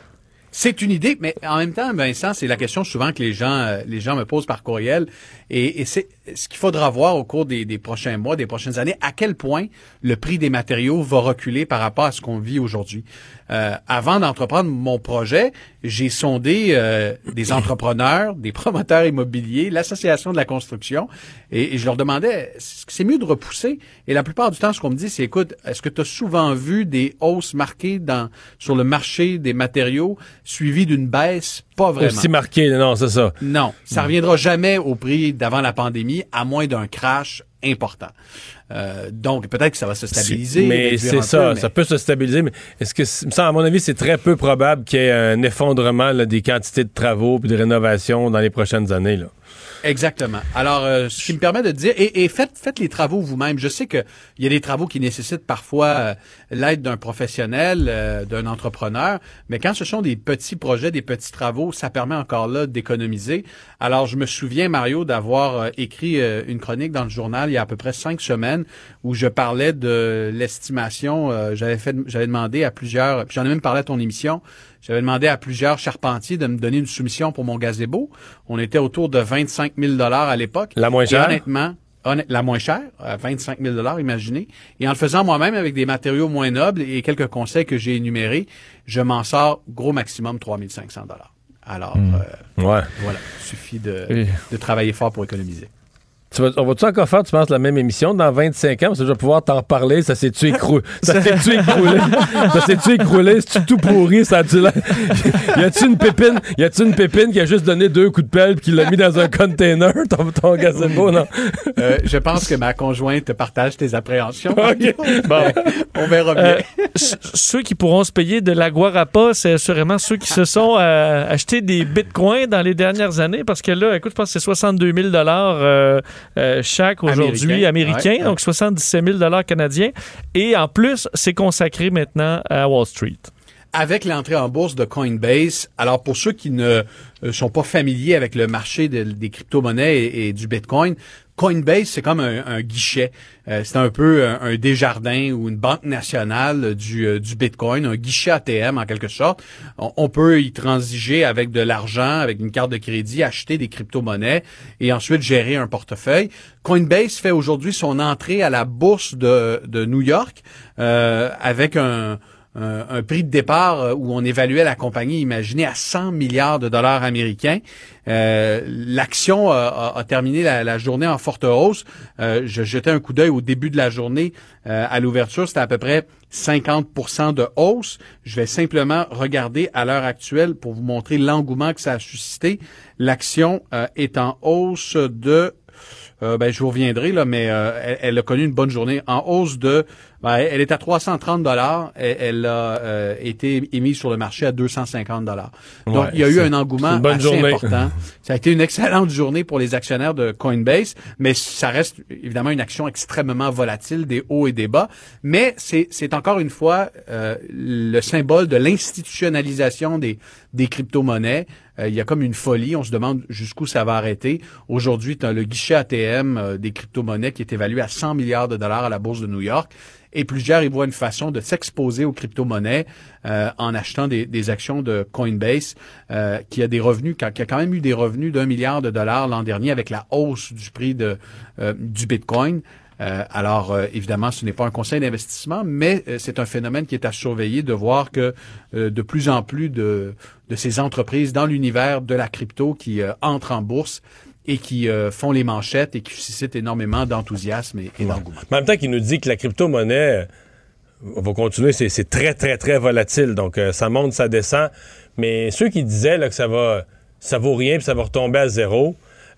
Speaker 12: C'est une idée, mais en même temps, Vincent, c'est la question souvent que les gens, euh, les gens me posent par courriel. Et, et c'est ce qu'il faudra voir au cours des, des prochains mois, des prochaines années, à quel point le prix des matériaux va reculer par rapport à ce qu'on vit aujourd'hui. Euh, avant d'entreprendre mon projet, j'ai sondé euh, des entrepreneurs, des promoteurs immobiliers, l'association de la construction, et, et je leur demandais, est-ce que c'est mieux de repousser? Et la plupart du temps, ce qu'on me dit, c'est, écoute, est-ce que tu as souvent vu des hausses marquées dans sur le marché des matériaux suivies d'une baisse? Pas vraiment.
Speaker 5: Aussi marqué, non, c'est ça.
Speaker 12: Non, ça reviendra jamais au prix d'avant la pandémie, à moins d'un crash important. Euh, donc, peut-être que ça va se stabiliser.
Speaker 5: Mais c'est
Speaker 12: un
Speaker 5: ça,
Speaker 12: peu, mais...
Speaker 5: ça peut se stabiliser, mais est-ce que, ça, à mon avis, c'est très peu probable qu'il y ait un effondrement là, des quantités de travaux et de rénovations dans les prochaines années, là.
Speaker 12: Exactement. Alors, euh, ce qui me permet de dire, et, et faites, faites les travaux vous-même. Je sais que il y a des travaux qui nécessitent parfois euh, l'aide d'un professionnel, euh, d'un entrepreneur, mais quand ce sont des petits projets, des petits travaux, ça permet encore là d'économiser. Alors, je me souviens, Mario, d'avoir euh, écrit euh, une chronique dans le journal il y a à peu près cinq semaines où je parlais de l'estimation. Euh, j'avais fait, j'avais demandé à plusieurs, puis j'en ai même parlé à ton émission. J'avais demandé à plusieurs charpentiers de me donner une soumission pour mon gazebo. On était autour de vingt-cinq mille dollars à l'époque.
Speaker 5: La moins chère?
Speaker 12: Et honnêtement, honnêt, la moins chère, à vingt-cinq mille dollars, imaginez. Et en le faisant moi-même avec des matériaux moins nobles et quelques conseils que j'ai énumérés, je m'en sors gros maximum trois mille cinq cents dollars. Alors,
Speaker 5: mmh.
Speaker 12: euh,
Speaker 5: ouais.
Speaker 12: voilà, il suffit de,
Speaker 6: oui.
Speaker 12: de travailler fort pour économiser.
Speaker 5: Tu vas, on va-tu encore faire, tu penses, la même émission dans vingt-cinq ans? Parce que je vais pouvoir t'en reparler. Ça s'est-tu écroulé? Ça s'est-tu écroulé? Ça s'est-tu écroulé? C'est-tu tout pourri? Ça a-tu l'air... Y a-tu une pépine? Y a-tu une pépine qui a juste donné deux coups de pelle puis qui l'a mis dans un container, ton, ton gazebo, non?
Speaker 12: Euh, je pense que ma conjointe partage tes appréhensions.
Speaker 5: OK. Bon.
Speaker 12: On verra bien.
Speaker 6: Euh, c- ceux qui pourront se payer de la guarapa, c'est assurément ceux qui se sont euh, achetés des bitcoins dans les dernières années, parce que là, écoute, je pense que c'est soixante-deux mille dollars euh, Euh, chaque aujourd'hui américain,
Speaker 12: ouais,
Speaker 6: donc soixante-dix-sept mille dollars canadiens. Et en plus, c'est consacré maintenant à Wall Street.
Speaker 12: Avec l'entrée en bourse de Coinbase, alors pour ceux qui ne euh, sont pas familiers avec le marché de, des crypto-monnaies et, et du Bitcoin, Coinbase, c'est comme un, un guichet. Euh, c'est un peu un, un Desjardins ou une banque nationale du, euh, du Bitcoin, un guichet A T M en quelque sorte. On, on peut y transiger avec de l'argent, avec une carte de crédit, acheter des crypto-monnaies et ensuite gérer un portefeuille. Coinbase fait aujourd'hui son entrée à la bourse de, de New York euh, avec un... Un, un prix de départ où on évaluait la compagnie, imaginez, à cent milliards de dollars américains. Euh, l'action a, a, a terminé la, la journée en forte hausse. Euh, je jetais un coup d'œil au début de la journée. Euh, à l'ouverture, c'était à peu près cinquante pour cent de hausse. Je vais simplement regarder à l'heure actuelle pour vous montrer l'engouement que ça a suscité. L'action euh, est en hausse de... Euh, ben, je vous reviendrai, là, mais euh, elle, elle a connu une bonne journée en hausse de... Ben, elle est à trois cent trente dollars. Elle, elle a euh, été émise sur le marché à deux cent cinquante dollars. Donc,
Speaker 5: ouais,
Speaker 12: il y a eu un engouement assez
Speaker 5: journée.
Speaker 12: important. Ça a été une excellente journée pour les actionnaires de Coinbase, mais ça reste évidemment une action extrêmement volatile, des hauts et des bas. Mais c'est, c'est encore une fois euh, le symbole de l'institutionnalisation des, des crypto-monnaies. Euh, il y a comme une folie. On se demande jusqu'où ça va arrêter. Aujourd'hui, tu as le guichet A T M euh, des crypto-monnaies qui est évalué à cent milliards de dollars à la bourse de New York. Et plusieurs y voient une façon de s'exposer aux crypto-monnaies euh, en achetant des, des actions de Coinbase, euh, qui a des revenus, qui a, qui a quand même eu des revenus d'un milliard de dollars l'an dernier avec la hausse du prix de euh, du Bitcoin. Euh, alors, euh, évidemment, ce n'est pas un conseil d'investissement, mais euh, c'est un phénomène qui est à surveiller, de voir que euh, de plus en plus de, de ces entreprises dans l'univers de la crypto qui euh, entrent en bourse et qui euh, font les manchettes et qui suscitent énormément d'enthousiasme et, et d'engouement.
Speaker 5: En même temps qu'il nous dit que la crypto-monnaie euh, va continuer, c'est, c'est très, très, très volatile. Donc, euh, ça monte, ça descend. Mais ceux qui disaient là, que ça va, ça vaut rien puis ça va retomber à zéro,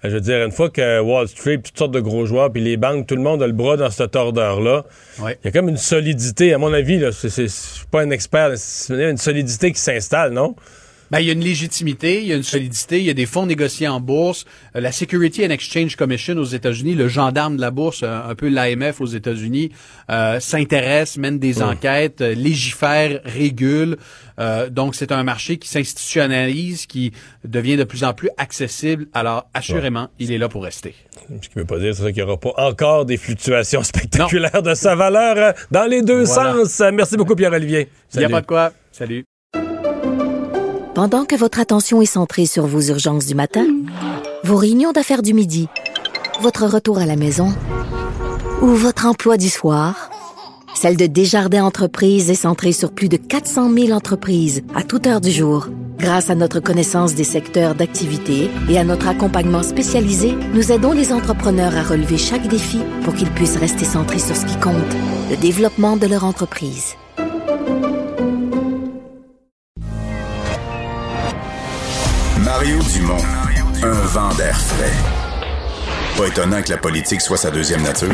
Speaker 5: Je veux dire, une fois que Wall Street, toutes sortes de gros joueurs, puis les banques, tout le monde a le bras dans cette tordeur-là, il
Speaker 12: ouais.
Speaker 5: y a comme une solidité, à mon avis, là, c'est, c'est, je suis pas un expert, c'est une solidité qui s'installe, non?
Speaker 12: Ben, il y a une légitimité, il y a une solidité, il y a des fonds négociés en bourse. Euh, la Security and Exchange Commission aux États-Unis, le gendarme de la bourse, euh, un peu l'A M F aux États-Unis, euh, s'intéresse, mène des mmh. enquêtes, euh, légifère, régule. Euh, donc, c'est un marché qui s'institutionnalise, qui devient de plus en plus accessible. Alors, assurément, ouais. il est là pour rester.
Speaker 5: Ce qui ne veut pas dire, c'est ça, qu'il n'y aura pas encore des fluctuations spectaculaires non. de sa valeur euh, dans les deux voilà. sens. Merci beaucoup, Pierre-Olivier.
Speaker 12: Il n'y a pas de quoi. Salut.
Speaker 1: Pendant que votre attention est centrée sur vos urgences du matin, vos réunions d'affaires du midi, votre retour à la maison ou votre emploi du soir, celle de Desjardins Entreprises est centrée sur plus de quatre cent mille entreprises à toute heure du jour. Grâce à notre connaissance des secteurs d'activité et à notre accompagnement spécialisé, nous aidons les entrepreneurs à relever chaque défi pour qu'ils puissent rester centrés sur ce qui compte, le développement de leur entreprise.
Speaker 4: Mario Dumont, un vent d'air frais. Pas étonnant que la politique soit sa deuxième nature.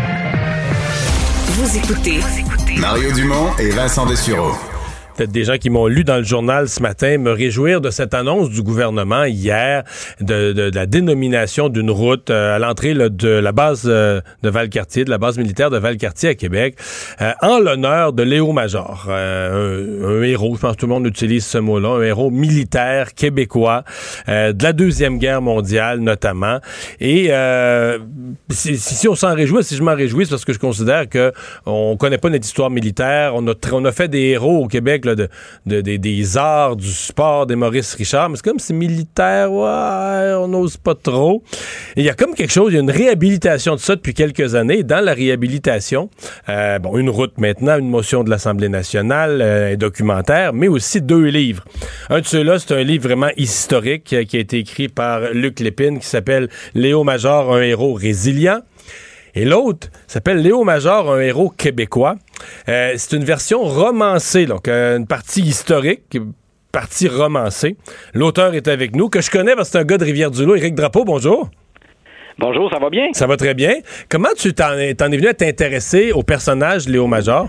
Speaker 3: Vous écoutez
Speaker 4: Mario Dumont et Vincent Dessureau.
Speaker 5: Peut-être des gens qui m'ont lu dans le journal ce matin me réjouir de cette annonce du gouvernement hier de, de, de la dénomination d'une route euh, à l'entrée là, de la base euh, de Valcartier, de la base militaire de Valcartier à Québec, euh, en l'honneur de Léo Major, euh, un, un héros, je pense que tout le monde utilise ce mot-là, un héros militaire québécois euh, de la Deuxième Guerre mondiale notamment. Et euh, si, si on s'en réjouit, si je m'en réjouis, c'est parce que je considère que on connaît pas notre histoire militaire, on a, on a fait des héros au Québec là, de, de, de, des arts, du sport, des Maurice Richard, mais c'est comme c'est militaire, ouais, on n'ose pas trop. Il y a comme quelque chose, il y a une réhabilitation de ça depuis quelques années. Dans la réhabilitation, euh, bon, une route maintenant, une motion de l'Assemblée nationale, euh, un documentaire, mais aussi deux livres. Un de ceux-là, c'est un livre vraiment historique euh, qui a été écrit par Luc Lépine, qui s'appelle Léo Major, un héros résilient. Et l'autre s'appelle Léo Major, un héros québécois. Euh, c'est une version romancée, donc euh, une partie historique, partie romancée. L'auteur est avec nous, que je connais parce que c'est un gars de Rivière-du-Loup. Éric Drapeau, bonjour.
Speaker 13: Bonjour, ça va bien?
Speaker 5: Ça va très bien. Comment tu t'en es, t'en es venu à t'intéresser au personnage Léo Major?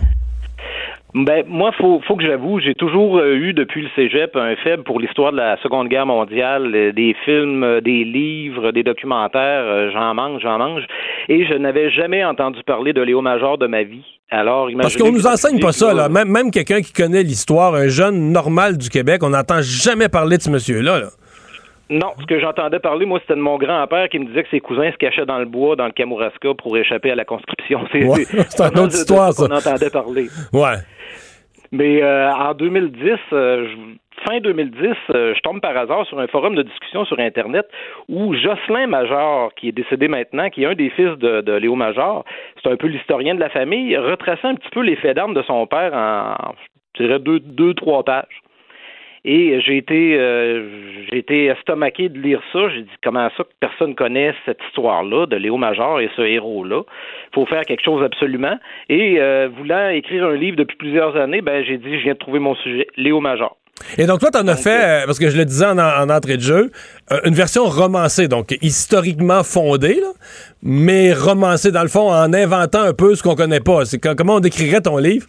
Speaker 13: Ben moi, faut faut que j'avoue, j'ai toujours euh, eu depuis le cégep un faible pour l'histoire de la Seconde Guerre mondiale, euh, des films, euh, des livres, des documentaires, euh, j'en mange, j'en mange, et je n'avais jamais entendu parler de Léo Major de ma vie. Alors,
Speaker 5: parce qu'on nous enseigne pas ça, là. Même, même quelqu'un qui connaît l'histoire, un jeune normal du Québec, on n'entend jamais parler de ce monsieur-là, là.
Speaker 13: Non, ce que j'entendais parler, moi, c'était de mon grand-père qui me disait que ses cousins se cachaient dans le bois, dans le Kamouraska, pour échapper à la conscription. C'est,
Speaker 5: ouais, c'est, c'est une autre histoire, ça.
Speaker 13: On entendait parler.
Speaker 5: Ouais.
Speaker 13: Mais euh, en deux mille dix, euh, je, fin deux mille dix, euh, je tombe par hasard sur un forum de discussion sur Internet où Jocelyn Major, qui est décédé maintenant, qui est un des fils de, de Léo Major, c'est un peu l'historien de la famille, retraçait un petit peu les faits d'armes de son père en, je dirais, deux, deux, trois pages. Et j'ai été euh, j'ai été estomaqué de lire ça. J'ai dit, comment ça que personne connaît cette histoire-là de Léo Major et ce héros-là? Il faut faire quelque chose absolument. Et euh, voulant écrire un livre depuis plusieurs années, ben j'ai dit, je viens de trouver mon sujet, Léo Major.
Speaker 5: Et donc, toi, t'en as fait, euh, parce que je le disais en, en entrée de jeu, euh, une version romancée, donc historiquement fondée, là, mais romancée, dans le fond, en inventant un peu ce qu'on connaît pas. C'est, comment on décrirait ton livre?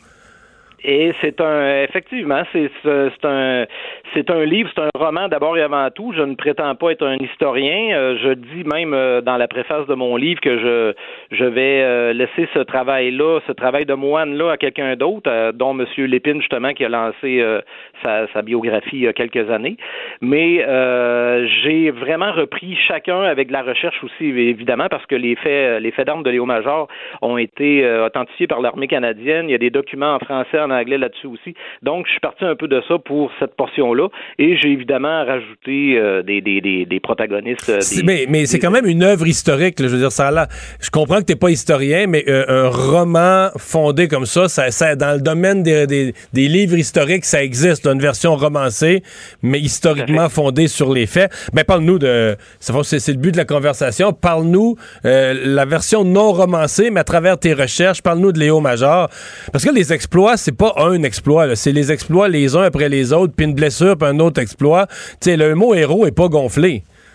Speaker 13: Et c'est un, effectivement, c'est, c'est un, c'est un livre, c'est un roman d'abord et avant tout. Je ne prétends pas être un historien. Euh, je dis même euh, dans la préface de mon livre que je, je vais euh, laisser ce travail-là, ce travail de moine-là à quelqu'un d'autre, euh, dont M. Lépine, justement, qui a lancé euh, sa, sa biographie il y a quelques années. Mais euh, j'ai vraiment repris chacun avec de la recherche aussi, évidemment, parce que les faits, les faits d'armes de Léo Major ont été euh, authentifiés par l'armée canadienne. Il y a des documents en français, en anglais là-dessus aussi. Donc, je suis parti un peu de ça pour cette portion-là et j'ai évidemment rajouté euh, des, des, des, des protagonistes. Euh, des,
Speaker 5: mais mais des, c'est quand même une œuvre historique. Là, je veux dire, ça là. Je comprends que t'es pas historien, mais euh, un roman fondé comme ça, ça, ça dans le domaine des, des, des livres historiques, ça existe. Là, une version romancée, mais historiquement fondée sur les faits. Ben, parle-nous de... C'est, c'est le but de la conversation. Parle-nous euh, la version non romancée, mais à travers tes recherches, parle-nous de Léo Major. Parce que les exploits, c'est pas un exploit, là. C'est les exploits les uns après les autres, puis une blessure, puis un autre exploit. Tu sais, le mot héros est pas gonflé.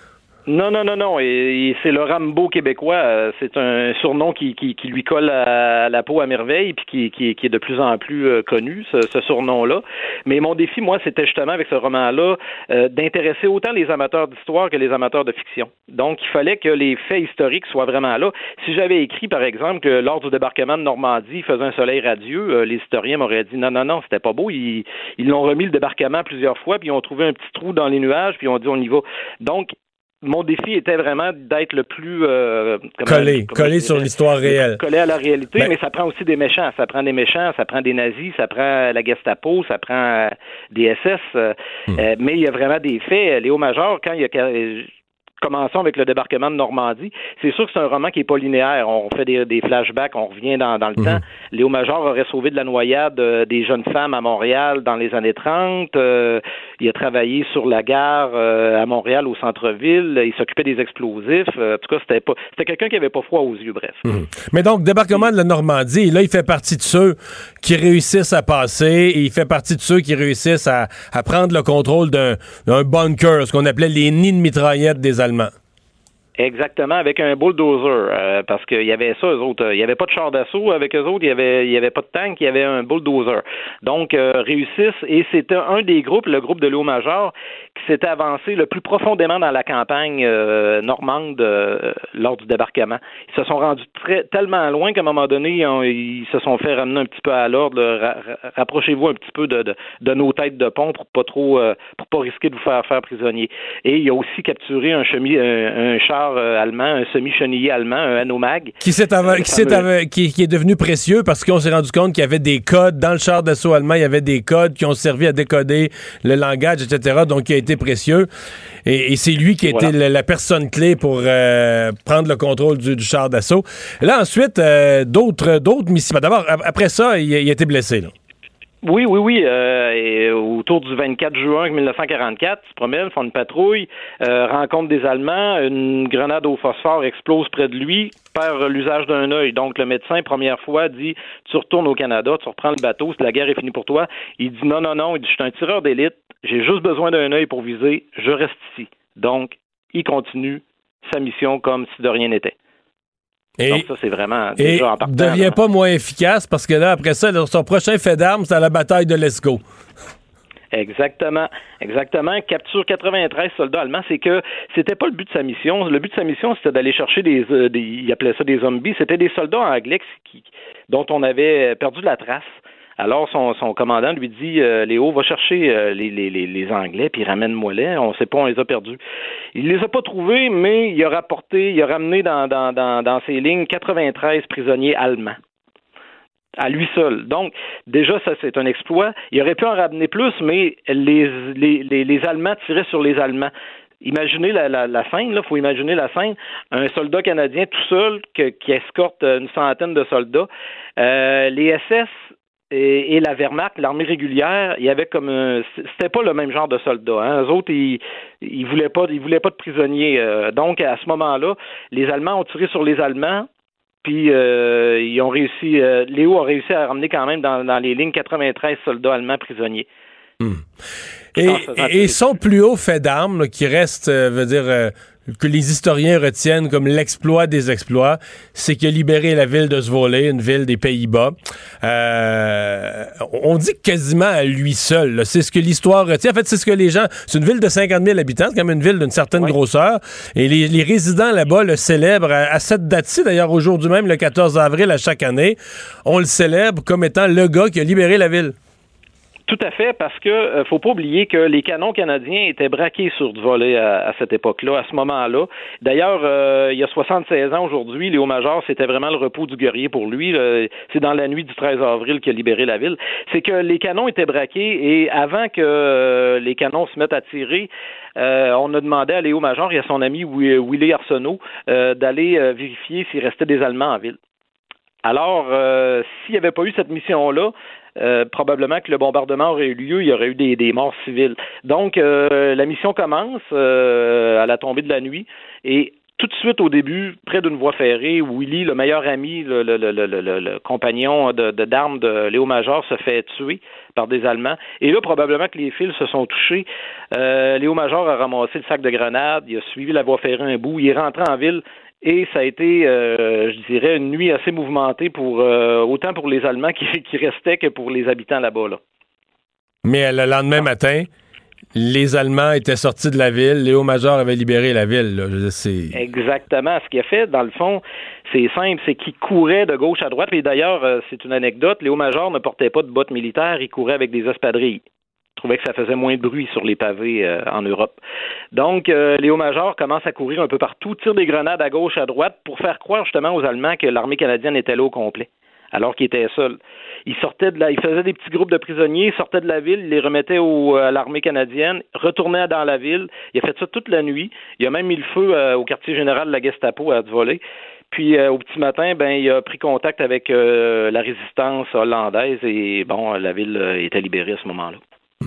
Speaker 13: Non, non, non, non. Et, et c'est le Rambo québécois. C'est un surnom qui, qui, qui lui colle à la peau à merveille, puis qui, qui, qui est de plus en plus euh, connu, ce, ce surnom-là. Mais mon défi, moi, c'était justement avec ce roman-là euh, d'intéresser autant les amateurs d'histoire que les amateurs de fiction. Donc, il fallait que les faits historiques soient vraiment là. Si j'avais écrit, par exemple, que lors du débarquement de Normandie, il faisait un soleil radieux, euh, les historiens m'auraient dit non, non, non, c'était pas beau. Ils, ils l'ont remis le débarquement plusieurs fois, puis ils ont trouvé un petit trou dans les nuages, puis ils ont dit on y va. Donc, mon défi était vraiment d'être le plus... Euh,
Speaker 5: collé, comment collé sur l'histoire réelle.
Speaker 13: Collé à la réalité,
Speaker 5: ben,
Speaker 13: mais ça prend aussi des méchants. Ça prend des méchants, ça prend des nazis, ça prend la Gestapo, ça prend euh, des S S. Euh, hmm. euh, mais il y a vraiment des faits. Léo Major, quand il y a... Euh, commençons avec le débarquement de Normandie. C'est sûr que c'est un roman qui n'est pas linéaire. On fait des, des flashbacks, on revient dans, dans le mmh. temps. Léo Major aurait sauvé de la noyade euh, des jeunes femmes à Montréal dans les années trente. Euh, il a travaillé sur la gare euh, à Montréal, au centre-ville. Il s'occupait des explosifs. Euh, en tout cas, c'était pas, c'était quelqu'un qui avait pas froid aux yeux, bref.
Speaker 5: Mmh. Mais donc, débarquement de la Normandie, là, il fait partie de ceux qui réussissent à passer et il fait partie de ceux qui réussissent à, à prendre le contrôle d'un, d'un bunker, ce qu'on appelait les nids de mitraillettes des Allemands.
Speaker 13: Exactement, avec un bulldozer, euh, parce qu'il y avait ça, eux autres. Il n'y avait pas de char d'assaut avec eux autres, il n'y avait, il y avait pas de tank, il y avait un bulldozer. Donc, euh, réussissent, et c'était un des groupes, le groupe de Léo Major, qui s'était avancé le plus profondément dans la campagne euh, normande euh, lors du débarquement. Ils se sont rendus très, tellement loin qu'à un moment donné, ils, ont, ils se sont fait ramener un petit peu à l'ordre. Ra- ra- rapprochez-vous un petit peu de, de, de nos têtes de pont pour pas trop, euh, pour pas risquer de vous faire faire prisonnier. Et il a aussi capturé un, chemin, un, un char allemand, un semi-chenillé allemand, un Hanomag.
Speaker 5: Qui, s'est av- qui, s'est av- qui, qui est devenu précieux parce qu'on s'est rendu compte qu'il y avait des codes. Dans le char d'assaut allemand, il y avait des codes qui ont servi à décoder le langage, et cetera. Donc, il a été précieux. Et, et c'est lui qui a voilà. été la, la personne clé pour euh, prendre le contrôle du, du char d'assaut. Là, ensuite, euh, d'autres, d'autres missions. D'abord, après ça, il a, il a été blessé, là.
Speaker 13: Oui, oui, oui. Euh, et autour du vingt-quatre juin mille neuf cent quarante-quatre, ils se promènent, font une patrouille, euh, rencontrent des Allemands, une grenade au phosphore explose près de lui, perd l'usage d'un œil. Donc le médecin, première fois, dit « Tu retournes au Canada, tu reprends le bateau, si la guerre est finie pour toi. » Il dit « Non, non, non. » Il dit « Je suis un tireur d'élite, j'ai juste besoin d'un œil pour viser, je reste ici. » Donc, il continue sa mission comme si de rien n'était.
Speaker 5: Et,
Speaker 13: Donc ça, c'est vraiment
Speaker 5: et
Speaker 13: déjà en partant.
Speaker 5: devient là. Pas moins efficace parce que là, après ça, son prochain fait d'armes, c'est à la bataille de l'Escaut.
Speaker 13: Exactement, exactement. Capture quatre-vingt-treize soldats allemands. C'est que c'était pas le but de sa mission. Le but de sa mission, c'était d'aller chercher des, euh, des il appelait ça des zombies. C'était des soldats anglais qui, dont on avait perdu la trace. Alors, son, son commandant lui dit euh, « Léo, va chercher euh, les, les, les Anglais, puis ramène-moi-les. On sait pas, on les a perdus. » Il les a pas trouvés, mais il a rapporté, il a ramené dans, dans, dans, dans ses lignes quatre-vingt-treize prisonniers allemands. À lui seul. Donc, déjà, ça, c'est un exploit. Il aurait pu en ramener plus, mais les, les, les, les Allemands tiraient sur les Allemands. Imaginez la, la, la scène, là, faut imaginer la scène. Un soldat canadien tout seul que, qui escorte une centaine de soldats. Euh, les S S et, et la Wehrmacht, l'armée régulière, il y avait comme un, c'était pas le même genre de soldats. Hein. Eux autres, ils, ils voulaient pas, ils voulaient pas de prisonniers. Euh, donc, à ce moment-là, les Allemands ont tiré sur les Allemands. Puis euh, ils ont réussi. Euh, Léo a réussi à ramener quand même dans, dans les lignes quatre-vingt-treize soldats allemands prisonniers.
Speaker 5: Mmh. Et, et, et son plus haut fait d'armes, là, qui reste, euh, veut dire, euh, que les historiens retiennent comme l'exploit des exploits, c'est qu'il a libéré la ville de Zwolle, une ville des Pays-Bas. Euh, on dit quasiment à lui seul. Là. C'est ce que l'histoire retient. En fait, c'est ce que les gens... C'est une ville de cinquante mille habitants, c'est quand même une ville d'une certaine oui. grosseur. Et les, les résidents là-bas le célèbrent à, à cette date-ci, d'ailleurs, aujourd'hui même, le quatorze avril, à chaque année. On le célèbre comme étant le gars qui a libéré la ville.
Speaker 13: Tout à fait, parce que euh, faut pas oublier que les canons canadiens étaient braqués sur Zwolle à, à cette époque-là, à ce moment-là. D'ailleurs, euh, il y a soixante-seize ans aujourd'hui, Léo Major, c'était vraiment le repos du guerrier pour lui. Là. C'est dans la nuit du treize avril qu'il a libéré la ville. C'est que les canons étaient braqués et avant que euh, les canons se mettent à tirer, euh, on a demandé à Léo Major et à son ami Willy Arsenault euh, d'aller euh, vérifier s'il restait des Allemands en ville. Alors, euh, s'il n'y avait pas eu cette mission-là, Euh, probablement que le bombardement aurait eu lieu, il y aurait eu des, des morts civiles. Donc, euh, la mission commence euh, à la tombée de la nuit et tout de suite au début, près d'une voie ferrée, Willy, le meilleur ami, le, le, le, le, le, le compagnon de, de, d'armes de Léo Major, se fait tuer par des Allemands. Et là, probablement que les fils se sont touchés. Euh, Léo Major a ramassé le sac de grenades, il a suivi la voie ferrée un bout, il est rentré en ville et ça a été, euh, je dirais, une nuit assez mouvementée pour euh, autant pour les Allemands qui, qui restaient que pour les habitants là-bas. Là.
Speaker 5: Mais le lendemain matin, les Allemands étaient sortis de la ville, Léo Major avait libéré la ville. Là. Je veux dire, c'est...
Speaker 13: Exactement. Ce qu'il a fait, dans le fond, c'est simple, c'est qu'il courait de gauche à droite. Et d'ailleurs, euh, c'est une anecdote, Léo Major ne portait pas de bottes militaires, il courait avec des espadrilles. Il trouvait que ça faisait moins de bruit sur les pavés euh, en Europe. Donc, euh, Léo Major commence à courir un peu partout, tire des grenades à gauche, à droite, pour faire croire justement aux Allemands que l'armée canadienne était là au complet, alors qu'il était seul. Il sortait de la, il faisait des petits groupes de prisonniers, il sortait de la ville, il les remettait au, à l'armée canadienne, retournait dans la ville. Il a fait ça toute la nuit. Il a même mis le feu euh, au quartier général de la Gestapo à Dvolé. Puis euh, au petit matin, ben il a pris contact avec euh, la résistance hollandaise et bon, la ville euh, était libérée à ce moment-là.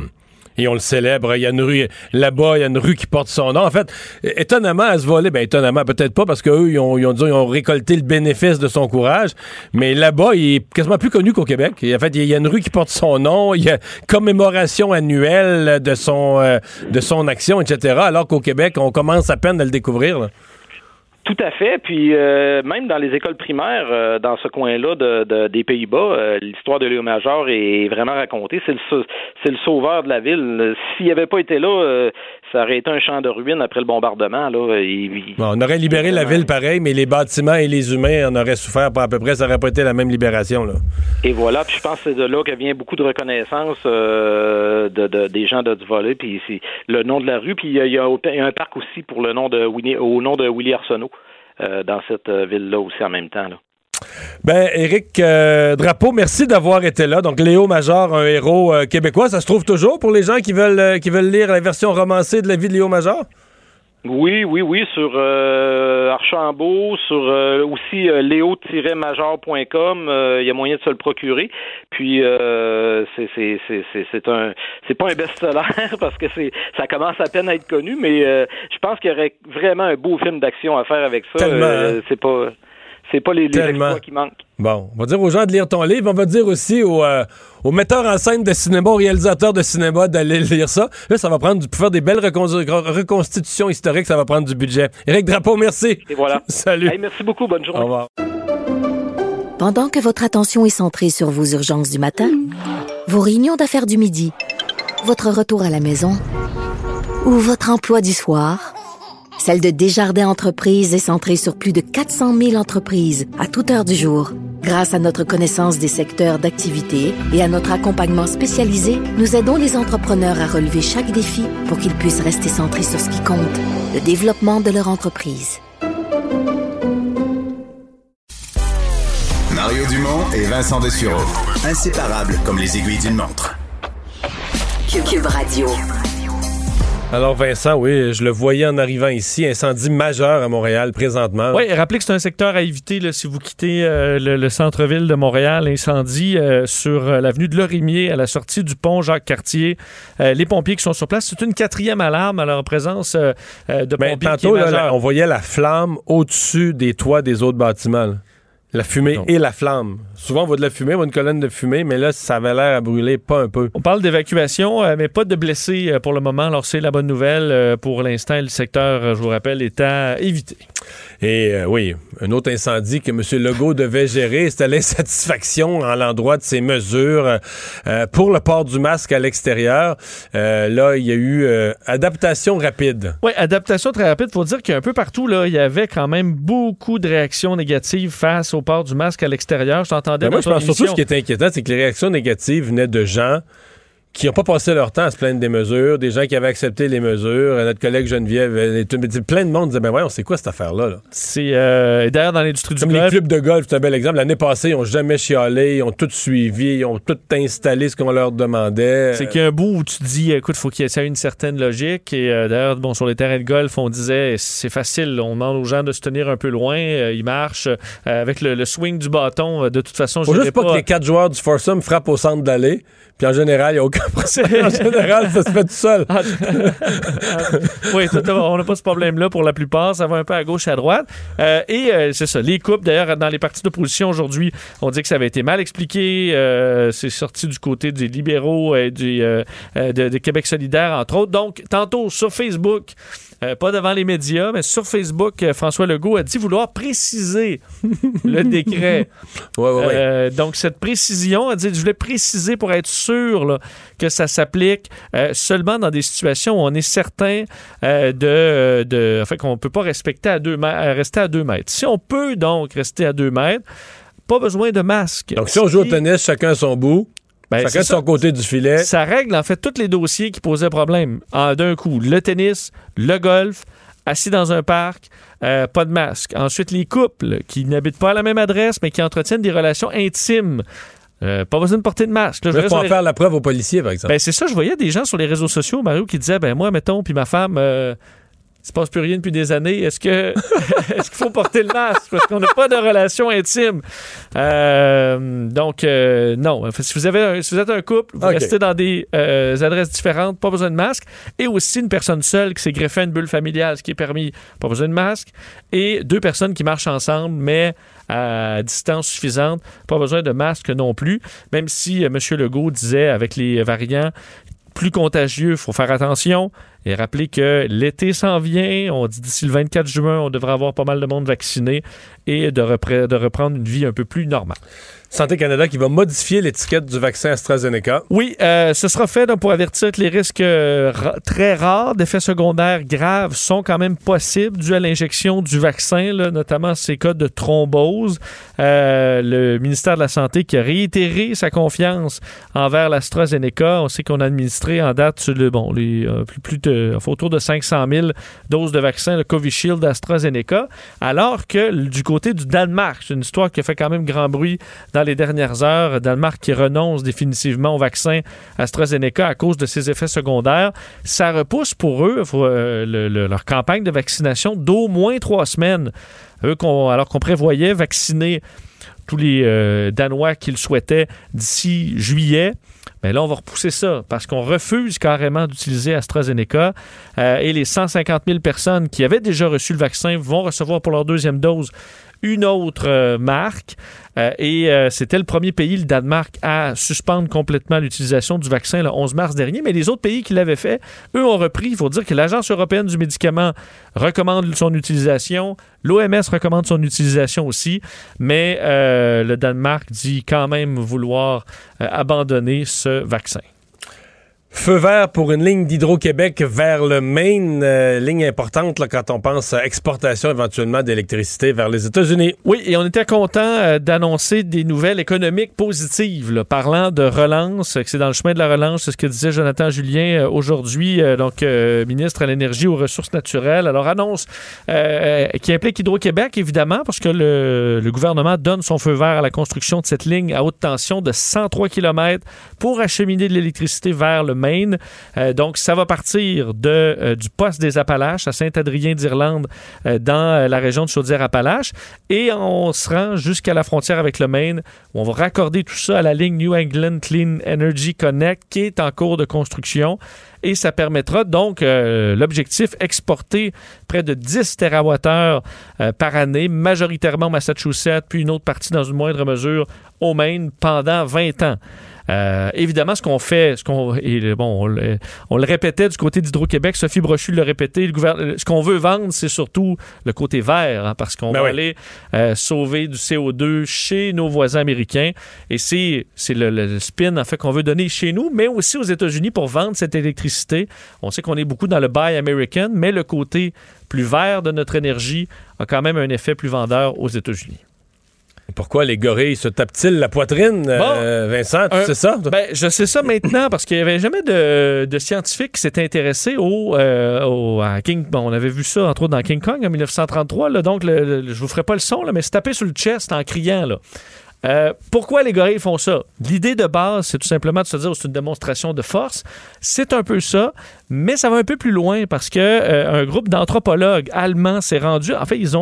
Speaker 5: Et on le célèbre. Il y a une rue, là-bas, il y a une rue qui porte son nom. En fait, étonnamment, à se voler, ben étonnamment, peut-être pas, parce qu'eux, ils ont, ils ont, disons, ils ont récolté le bénéfice de son courage, mais là-bas, il est quasiment plus connu qu'au Québec. Et en fait, il y a une rue qui porte son nom, il y a commémoration annuelle de son, euh, de son action, et cetera, alors qu'au Québec, on commence à peine à le découvrir, là.
Speaker 13: Tout à fait. Puis euh, même dans les écoles primaires, euh, dans ce coin-là de, de, des Pays-Bas, euh, l'histoire de Léo Major est vraiment racontée. C'est le, c'est le sauveur de la ville. S'il n'avait pas été là, euh, ça aurait été un champ de ruines après le bombardement. Là. Il, il,
Speaker 5: bon, on aurait libéré la ville pareil, mais les bâtiments et les humains en auraient souffert pas à peu près. Ça n'aurait pas été la même libération. Là.
Speaker 13: Et voilà. Puis je pense que c'est de là que vient beaucoup de reconnaissance euh, de, de, des gens de Dvolé. Puis c'est le nom de la rue. Puis il y a, il y a un parc aussi pour le nom de Winnie, au nom de Willie Arsenault. Euh, dans cette euh, ville-là aussi en même temps. Là.
Speaker 5: Ben, Éric euh, Drapeau, merci d'avoir été là. Donc, Léo Major, un héros euh, québécois, ça se trouve toujours pour les gens qui veulent, euh, qui veulent lire la version romancée de la vie de Léo Major?
Speaker 13: Oui, oui, oui, sur euh, Archambault, sur euh, aussi euh, léo tiret major point com, il euh, y a moyen de se le procurer. Puis euh, c'est c'est c'est c'est c'est un c'est pas un best-seller parce que c'est ça commence à peine à être connu, mais euh, je pense qu'il y aurait vraiment un beau film d'action à faire avec ça.
Speaker 5: Tellement,
Speaker 13: euh,
Speaker 5: hein?
Speaker 13: C'est pas c'est pas les, les exploits qui manquent.
Speaker 5: Bon, on va dire aux gens de lire ton livre, on va dire aussi aux, euh, aux metteurs en scène de cinéma, aux réalisateurs de cinéma d'aller lire ça. Là, ça va prendre du, pour faire des belles recon- reconstitutions historiques, ça va prendre du budget. Éric Drapeau, merci.
Speaker 13: Et voilà.
Speaker 5: Salut.
Speaker 13: Hey, merci beaucoup, bonne journée.
Speaker 5: Au revoir.
Speaker 1: Pendant que votre attention est centrée sur vos urgences du matin, vos réunions d'affaires du midi, votre retour à la maison ou votre emploi du soir, celle de Desjardins Entreprises est centrée sur plus de quatre cent mille entreprises à toute heure du jour. Grâce à notre connaissance des secteurs d'activité et à notre accompagnement spécialisé, nous aidons les entrepreneurs à relever chaque défi pour qu'ils puissent rester centrés sur ce qui compte, le développement de leur entreprise.
Speaker 4: Mario Dumont et Vincent Dessureau. Inséparables comme les aiguilles d'une montre.
Speaker 3: Cube Radio.
Speaker 5: Alors Vincent, oui, je le voyais en arrivant ici, incendie majeur à Montréal présentement.
Speaker 6: Oui, rappelez que c'est un secteur à éviter là, si vous quittez euh, le, le centre-ville de Montréal. Incendie euh, sur euh, l'avenue de Lorimier à la sortie du pont Jacques-Cartier. Euh, les pompiers qui sont sur place, c'est une quatrième alarme à leur présence euh, de
Speaker 5: Mais
Speaker 6: pompiers
Speaker 5: tantôt,
Speaker 6: qui est
Speaker 5: là, on voyait la flamme au-dessus des toits des autres bâtiments. Là. La fumée non. et la flamme. Souvent, on voit de la fumée, on voit une colonne de fumée, mais là, ça avait l'air à brûler pas un peu.
Speaker 6: On parle d'évacuation, euh, mais pas de blessés euh, pour le moment. Alors, c'est la bonne nouvelle. Euh, pour l'instant, le secteur, euh, je vous rappelle, est à éviter.
Speaker 5: Et euh, oui, un autre incendie que M. Legault devait gérer, c'était l'insatisfaction à l'endroit de ses mesures euh, pour le port du masque à l'extérieur. Euh, là, il y a eu euh, adaptation rapide.
Speaker 6: Oui, adaptation très rapide. Il faut dire qu'un peu partout, là, il y avait quand même beaucoup de réactions négatives face au port du masque à l'extérieur. Je t'entendais
Speaker 5: ben moi, je pense surtout ce qui est inquiétant, c'est que les réactions négatives venaient de gens qui n'ont pas passé leur temps à se plaindre des mesures, des gens qui avaient accepté les mesures. Notre collègue Geneviève, elle, plein de monde disait, ben voyons, c'est quoi cette affaire-là? Là?
Speaker 6: C'est euh, d'ailleurs dans l'industrie du
Speaker 5: Comme
Speaker 6: golf.
Speaker 5: les clubs de golf, c'est un bel exemple. L'année passée, ils n'ont jamais chialé, ils ont tout suivi, ils ont tout installé ce qu'on leur demandait.
Speaker 6: C'est qu'il y a un bout où tu te dis, écoute, il faut qu'il y ait une certaine logique. Et euh, d'ailleurs, bon, sur les terrains de golf, on disait, c'est facile, on demande aux gens de se tenir un peu loin, euh, ils marchent. Euh, avec le, le swing du bâton, euh, de toute façon,
Speaker 5: faut
Speaker 6: je
Speaker 5: juste pas, pas que les quatre joueurs du foursome frappent au centre d'allée. Puis en général, il n'y a aucun En général, ça se fait tout seul.
Speaker 6: Oui, on n'a pas ce problème-là pour la plupart. Ça va un peu à gauche, à droite. Euh, et euh, c'est ça. Les coupes, d'ailleurs, dans les partis d'opposition aujourd'hui, on dit que ça avait été mal expliqué. Euh, c'est sorti du côté des libéraux et du, euh, de, de Québec solidaire, entre autres. Donc, tantôt, sur Facebook, euh, pas devant les médias, mais sur Facebook, euh, François Legault a dit vouloir préciser le décret.
Speaker 5: Ouais, ouais,
Speaker 6: euh,
Speaker 5: ouais.
Speaker 6: donc, cette précision, a dit, je voulais préciser pour être sûr là, que ça s'applique euh, seulement dans des situations où on est certain euh, de, de, enfin, qu'on ne peut pas respecter à deux mètres, rester à deux mètres. Si on peut donc rester à deux mètres, pas besoin de masque.
Speaker 5: Donc, si on joue au tennis, chacun à son bout, ben, chacun de son côté du filet.
Speaker 6: Ça règle, en fait, tous les dossiers qui posaient problème. En, d'un coup, le tennis, le golf, assis dans un parc, euh, pas de masque. Ensuite, les couples qui n'habitent pas à la même adresse, mais qui entretiennent des relations intimes. Euh, pas besoin de porter de masque.
Speaker 5: Là, je vais en les... faire la preuve aux policiers, par exemple.
Speaker 6: Ben, c'est ça, je voyais des gens sur les réseaux sociaux, Mario, qui disaient, ben moi, mettons, puis ma femme... Euh, il se passe plus rien depuis des années. Est-ce que est-ce qu'il faut porter le masque? Parce qu'on n'a pas de relation intime. Euh, donc, euh, non. Si vous, avez un, si vous êtes un couple, vous okay. restez dans des euh, adresses différentes, pas besoin de masque. Et aussi une personne seule qui s'est greffée à une bulle familiale, ce qui est permis, pas besoin de masque. Et deux personnes qui marchent ensemble, mais à distance suffisante, pas besoin de masque non plus. Même si euh, M. Legault disait, avec les variants plus contagieux, il faut faire attention. Et rappeler que l'été s'en vient. On dit d'ici le vingt-quatre juin, on devrait avoir pas mal de monde vacciné et de, repre- de reprendre une vie un peu plus normale.
Speaker 5: Santé Canada qui va modifier l'étiquette du vaccin AstraZeneca.
Speaker 6: Oui, euh, ce sera fait donc, pour avertir que les risques euh, ra- très rares d'effets secondaires graves sont quand même possibles dus à l'injection du vaccin, là, notamment ces cas de thrombose. Euh, le ministère de la Santé qui a réitéré sa confiance envers l'AstraZeneca. On sait qu'on a administré en date sur le, bon, les, euh, plus, plus de, enfin, autour de cinq cent mille doses de vaccin, le Covishield d'AstraZeneca, alors que du côté du Danemark, c'est une histoire qui a fait quand même grand bruit dans les dernières heures, Danemark qui renonce définitivement au vaccin AstraZeneca à cause de ses effets secondaires. Ça repousse pour eux euh, le, le, leur campagne de vaccination d'au moins trois semaines. Eux, qu'on, alors qu'on prévoyait vacciner tous les euh, Danois qui le souhaitaient d'ici juillet. Mais là, on va repousser ça parce qu'on refuse carrément d'utiliser AstraZeneca euh, et les cent cinquante mille personnes qui avaient déjà reçu le vaccin vont recevoir pour leur deuxième dose une autre euh, marque. Euh, et euh, c'était le premier pays, le Danemark, à suspendre complètement l'utilisation du vaccin le onze mars dernier. Mais les autres pays qui l'avaient fait, eux ont repris. Il faut dire que l'Agence européenne du médicament recommande son utilisation. L'O M S recommande son utilisation aussi. Mais euh, le Danemark dit quand même vouloir euh, abandonner ce vaccin.
Speaker 5: Feu vert pour une ligne d'Hydro-Québec vers le Maine, euh, ligne importante là, quand on pense à exportation éventuellement d'électricité vers les États-Unis.
Speaker 6: Oui, et on était content euh, d'annoncer des nouvelles économiques positives, là, parlant de relance, que c'est dans le chemin de la relance, c'est ce que disait Jonathan Julien euh, aujourd'hui, euh, donc euh, ministre à l'énergie aux ressources naturelles. Alors, annonce euh, qui implique Hydro-Québec, évidemment, parce que le, le gouvernement donne son feu vert à la construction de cette ligne à haute tension de cent trois kilomètres pour acheminer de l'électricité vers le Maine. Euh, donc, ça va partir de, euh, du poste des Appalaches à Saint-Adrien-d'Irlande euh, dans euh, la région de Chaudière-Appalaches et on se rend jusqu'à la frontière avec le Maine où on va raccorder tout ça à la ligne New England Clean Energy Connect qui est en cours de construction et ça permettra donc euh, l'objectif exporter près de dix térawattheures euh, par année, majoritairement au Massachusetts, puis une autre partie dans une moindre mesure au Maine pendant vingt ans. Euh, évidemment, ce qu'on fait, ce qu'on, et bon, on le, on le répétait du côté d'Hydro-Québec, Sophie Brochu le répétait, le gouvernement, ce qu'on veut vendre, c'est surtout le côté vert, hein, parce qu'on ben va oui. aller euh, sauver du C O deux chez nos voisins américains. Et c'est, c'est le, le spin, en fait, qu'on veut donner chez nous, mais aussi aux États-Unis pour vendre cette électricité. On sait qu'on est beaucoup dans le Buy American, mais le côté plus vert de notre énergie a quand même un effet plus vendeur aux États-Unis.
Speaker 5: Pourquoi les gorilles se tapent-ils la poitrine, bon, euh, Vincent? Tu
Speaker 6: un,
Speaker 5: sais ça?
Speaker 6: Ben, je sais ça maintenant parce qu'il n'y avait jamais de, de scientifiques qui s'étaient intéressés au, euh, au à King. Bon, on avait vu ça, entre autres, dans King Kong en dix-neuf cent trente-trois. Là, donc, le, le, je vous ferai pas le son, là, mais se taper sur le chest en criant. Là. Euh, pourquoi les gorilles font ça? L'idée de base, c'est tout simplement de se dire que c'est une démonstration de force. C'est un peu ça, mais ça va un peu plus loin parce que euh, un groupe d'anthropologues allemands s'est rendu... En fait, ils ont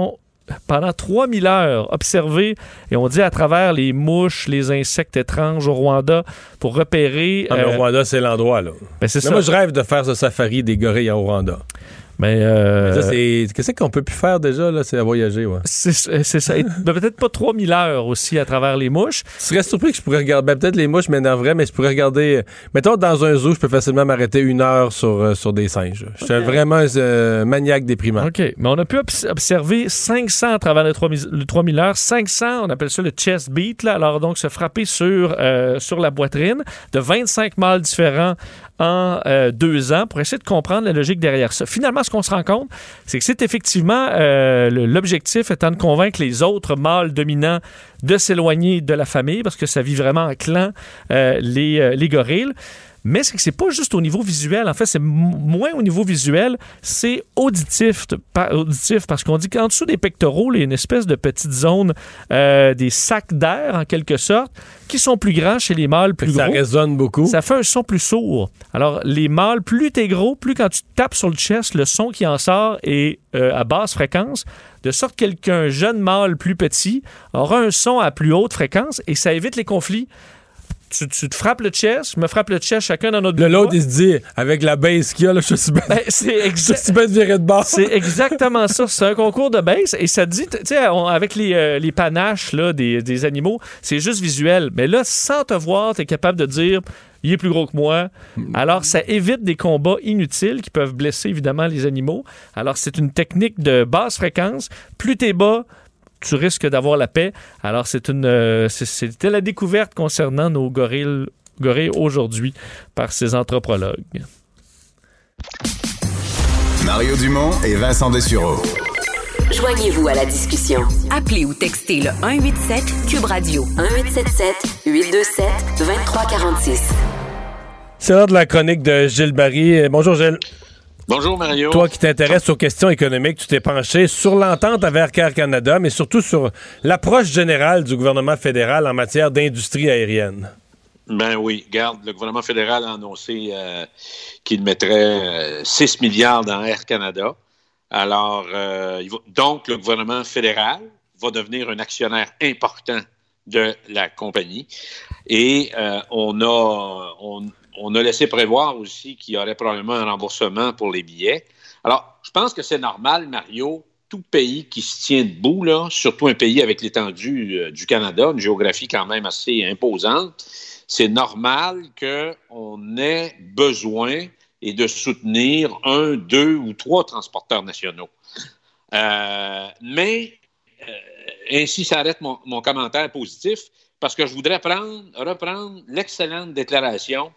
Speaker 6: pendant trois mille heures, observé, et on dit à travers les mouches, les insectes étranges au Rwanda, pour repérer...
Speaker 5: Ah, mais
Speaker 6: euh,
Speaker 5: au Rwanda, c'est l'endroit, là.
Speaker 6: Ben c'est
Speaker 5: mais
Speaker 6: ça.
Speaker 5: moi, je rêve de faire ce safari des gorilles au Rwanda.
Speaker 6: Mais, euh,
Speaker 5: mais ça, c'est... Qu'est-ce qu'on peut plus faire déjà, là? C'est à voyager, ouais.
Speaker 6: C'est, c'est ça. Ben, peut-être pas trois mille heures aussi à travers les mouches.
Speaker 5: Tu serais surpris que je pourrais regarder... Ben, peut-être les mouches, mais en vrai, mais je pourrais regarder... Mettons, dans un zoo, je peux facilement m'arrêter une heure sur, euh, sur des singes. Je suis okay. vraiment euh, maniaque déprimant.
Speaker 6: OK. Mais on a pu observer cinq cents à travers les trois mille heures. cinq cents, on appelle ça le chest beat, là. Alors, donc, se frapper sur, euh, sur la poitrine de vingt-cinq mâles différents en euh, deux ans pour essayer de comprendre la logique derrière ça. Finalement, ce qu'on se rend compte, c'est que c'est effectivement euh, l'objectif étant de convaincre les autres mâles dominants de s'éloigner de la famille parce que ça vit vraiment en clan, euh, les, euh, les gorilles. Mais c'est que c'est pas juste au niveau visuel. En fait, c'est m- moins au niveau visuel, c'est auditif, pa- auditif parce qu'on dit qu'en dessous des pectoraux, il y a une espèce de petite zone, euh, des sacs d'air en quelque sorte, qui sont plus grands chez les mâles plus
Speaker 5: ça
Speaker 6: gros.
Speaker 5: Ça résonne beaucoup.
Speaker 6: Ça fait un son plus sourd. Alors, les mâles, plus t'es gros, plus quand tu tapes sur le chest, le son qui en sort est euh, à basse fréquence, de sorte que qu'un jeune mâle plus petit aura un son à plus haute fréquence et ça évite les conflits. Tu, tu te frappes le chest, je me frappe le chest, chacun dans notre bout.
Speaker 5: L'autre, il se dit, avec la base qu'il y a, là, je suis bien
Speaker 6: ben, c'est exa-
Speaker 5: viré de bord.
Speaker 6: C'est exactement ça. C'est un concours de base et ça te dit, tu sais, avec les, euh, les panaches là, des, des animaux, c'est juste visuel. Mais là, sans te voir, tu es capable de dire, il est plus gros que moi. Alors, ça évite des combats inutiles qui peuvent blesser, évidemment, les animaux. Alors, c'est une technique de basse fréquence. Plus t'es bas, tu risques d'avoir la paix. Alors, c'est une, euh, c'est, c'était la découverte concernant nos gorilles, gorilles aujourd'hui par ces anthropologues.
Speaker 4: Mario Dumont et Vincent Dessureau.
Speaker 3: Joignez-vous à la discussion. Appelez ou textez le un huit sept Cube Radio. un huit sept sept huit deux sept deux trois quatre six.
Speaker 5: C'est l'heure de la chronique de Gilles Barry. Bonjour, Gilles.
Speaker 14: Bonjour Mario.
Speaker 5: Toi qui t'intéresses aux questions économiques, tu t'es penché sur l'entente avec Air Canada, mais surtout sur l'approche générale du gouvernement fédéral en matière d'industrie aérienne.
Speaker 14: Ben oui, regarde, le gouvernement fédéral a annoncé euh, qu'il mettrait euh, six milliards dans Air Canada. Alors, euh, il va, donc le gouvernement fédéral va devenir un actionnaire important de la compagnie. Et euh, on a... On, On a laissé prévoir aussi qu'il y aurait probablement un remboursement pour les billets. Alors, je pense que c'est normal, Mario, tout pays qui se tient debout, là, surtout un pays avec l'étendue euh, du Canada, une géographie quand même assez imposante, c'est normal qu'on ait besoin et de soutenir un, deux ou trois transporteurs nationaux. Euh, mais, euh, ainsi s'arrête mon, mon commentaire positif, parce que je voudrais prendre, reprendre l'excellente déclaration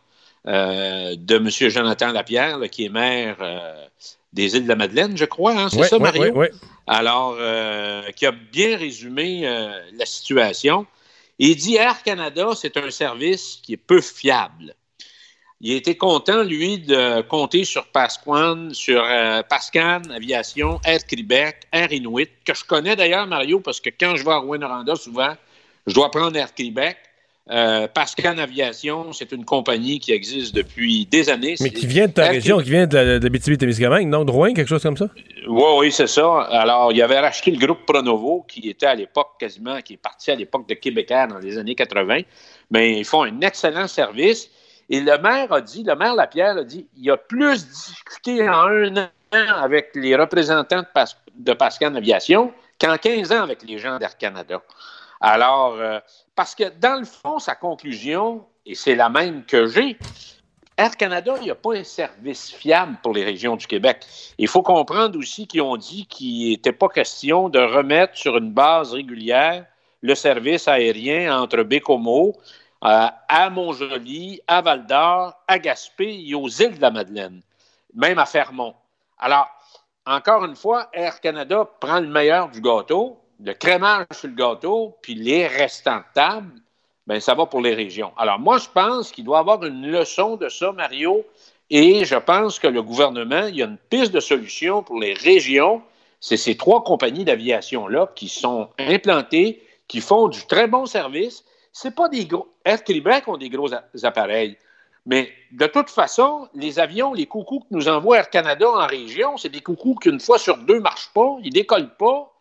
Speaker 14: Euh, de M. Jonathan Lapierre, là, qui est maire euh, des Îles-de-la-Madeleine, je crois, hein? c'est
Speaker 5: oui,
Speaker 14: ça,
Speaker 5: oui,
Speaker 14: Mario?
Speaker 5: Oui, oui.
Speaker 14: Alors, euh, qui a bien résumé euh, la situation. Il dit Air Canada, c'est un service qui est peu fiable. Il a été content, lui, de compter sur Pasquan, sur euh, Pascan Aviation, Air Québec, Air Inuit, que je connais d'ailleurs, Mario, parce que quand je vais à Rouyn-Noranda, souvent, je dois prendre Air Québec. Euh, Pascan Aviation, c'est une compagnie qui existe depuis des années.
Speaker 5: Mais qui vient de ta Air région, qui vient de, de Abitibi-Témiscamingue, non? De Rouen, quelque chose comme ça?
Speaker 14: Oui, oui, c'est ça. Alors, il avait racheté le groupe Pronovo, qui était à l'époque quasiment, qui est parti à l'époque de Québécois dans les années quatre-vingt. Mais ils font un excellent service. Et le maire a dit, le maire Lapierre a dit, il a plus discuté en un an avec les représentants de, Pas- de Pascan Aviation qu'en quinze ans avec les gens d'Air Canada. Alors, euh, parce que dans le fond, sa conclusion, et c'est la même que j'ai, Air Canada, il n'y a pas un service fiable pour les régions du Québec. Il faut comprendre aussi qu'ils ont dit qu'il n'était pas question de remettre sur une base régulière le service aérien entre Bécomo, euh, à Montjoly, à Val-d'Or, à Gaspé et aux Îles-de-la-Madeleine, même à Fermont. Alors, encore une fois, Air Canada prend le meilleur du gâteau, le crémage sur le gâteau, puis les restants de table, bien, ça va pour les régions. Alors, moi, je pense qu'il doit y avoir une leçon de ça, Mario, et je pense que le gouvernement, il y a une piste de solution pour les régions. C'est ces trois compagnies d'aviation-là qui sont implantées, qui font du très bon service. C'est pas des gros... Air Québec ont des gros a- appareils, mais de toute façon, les avions, les coucous que nous envoie Air Canada en région, c'est des coucous qui, une fois sur deux, ne marchent pas, ils ne décollent pas.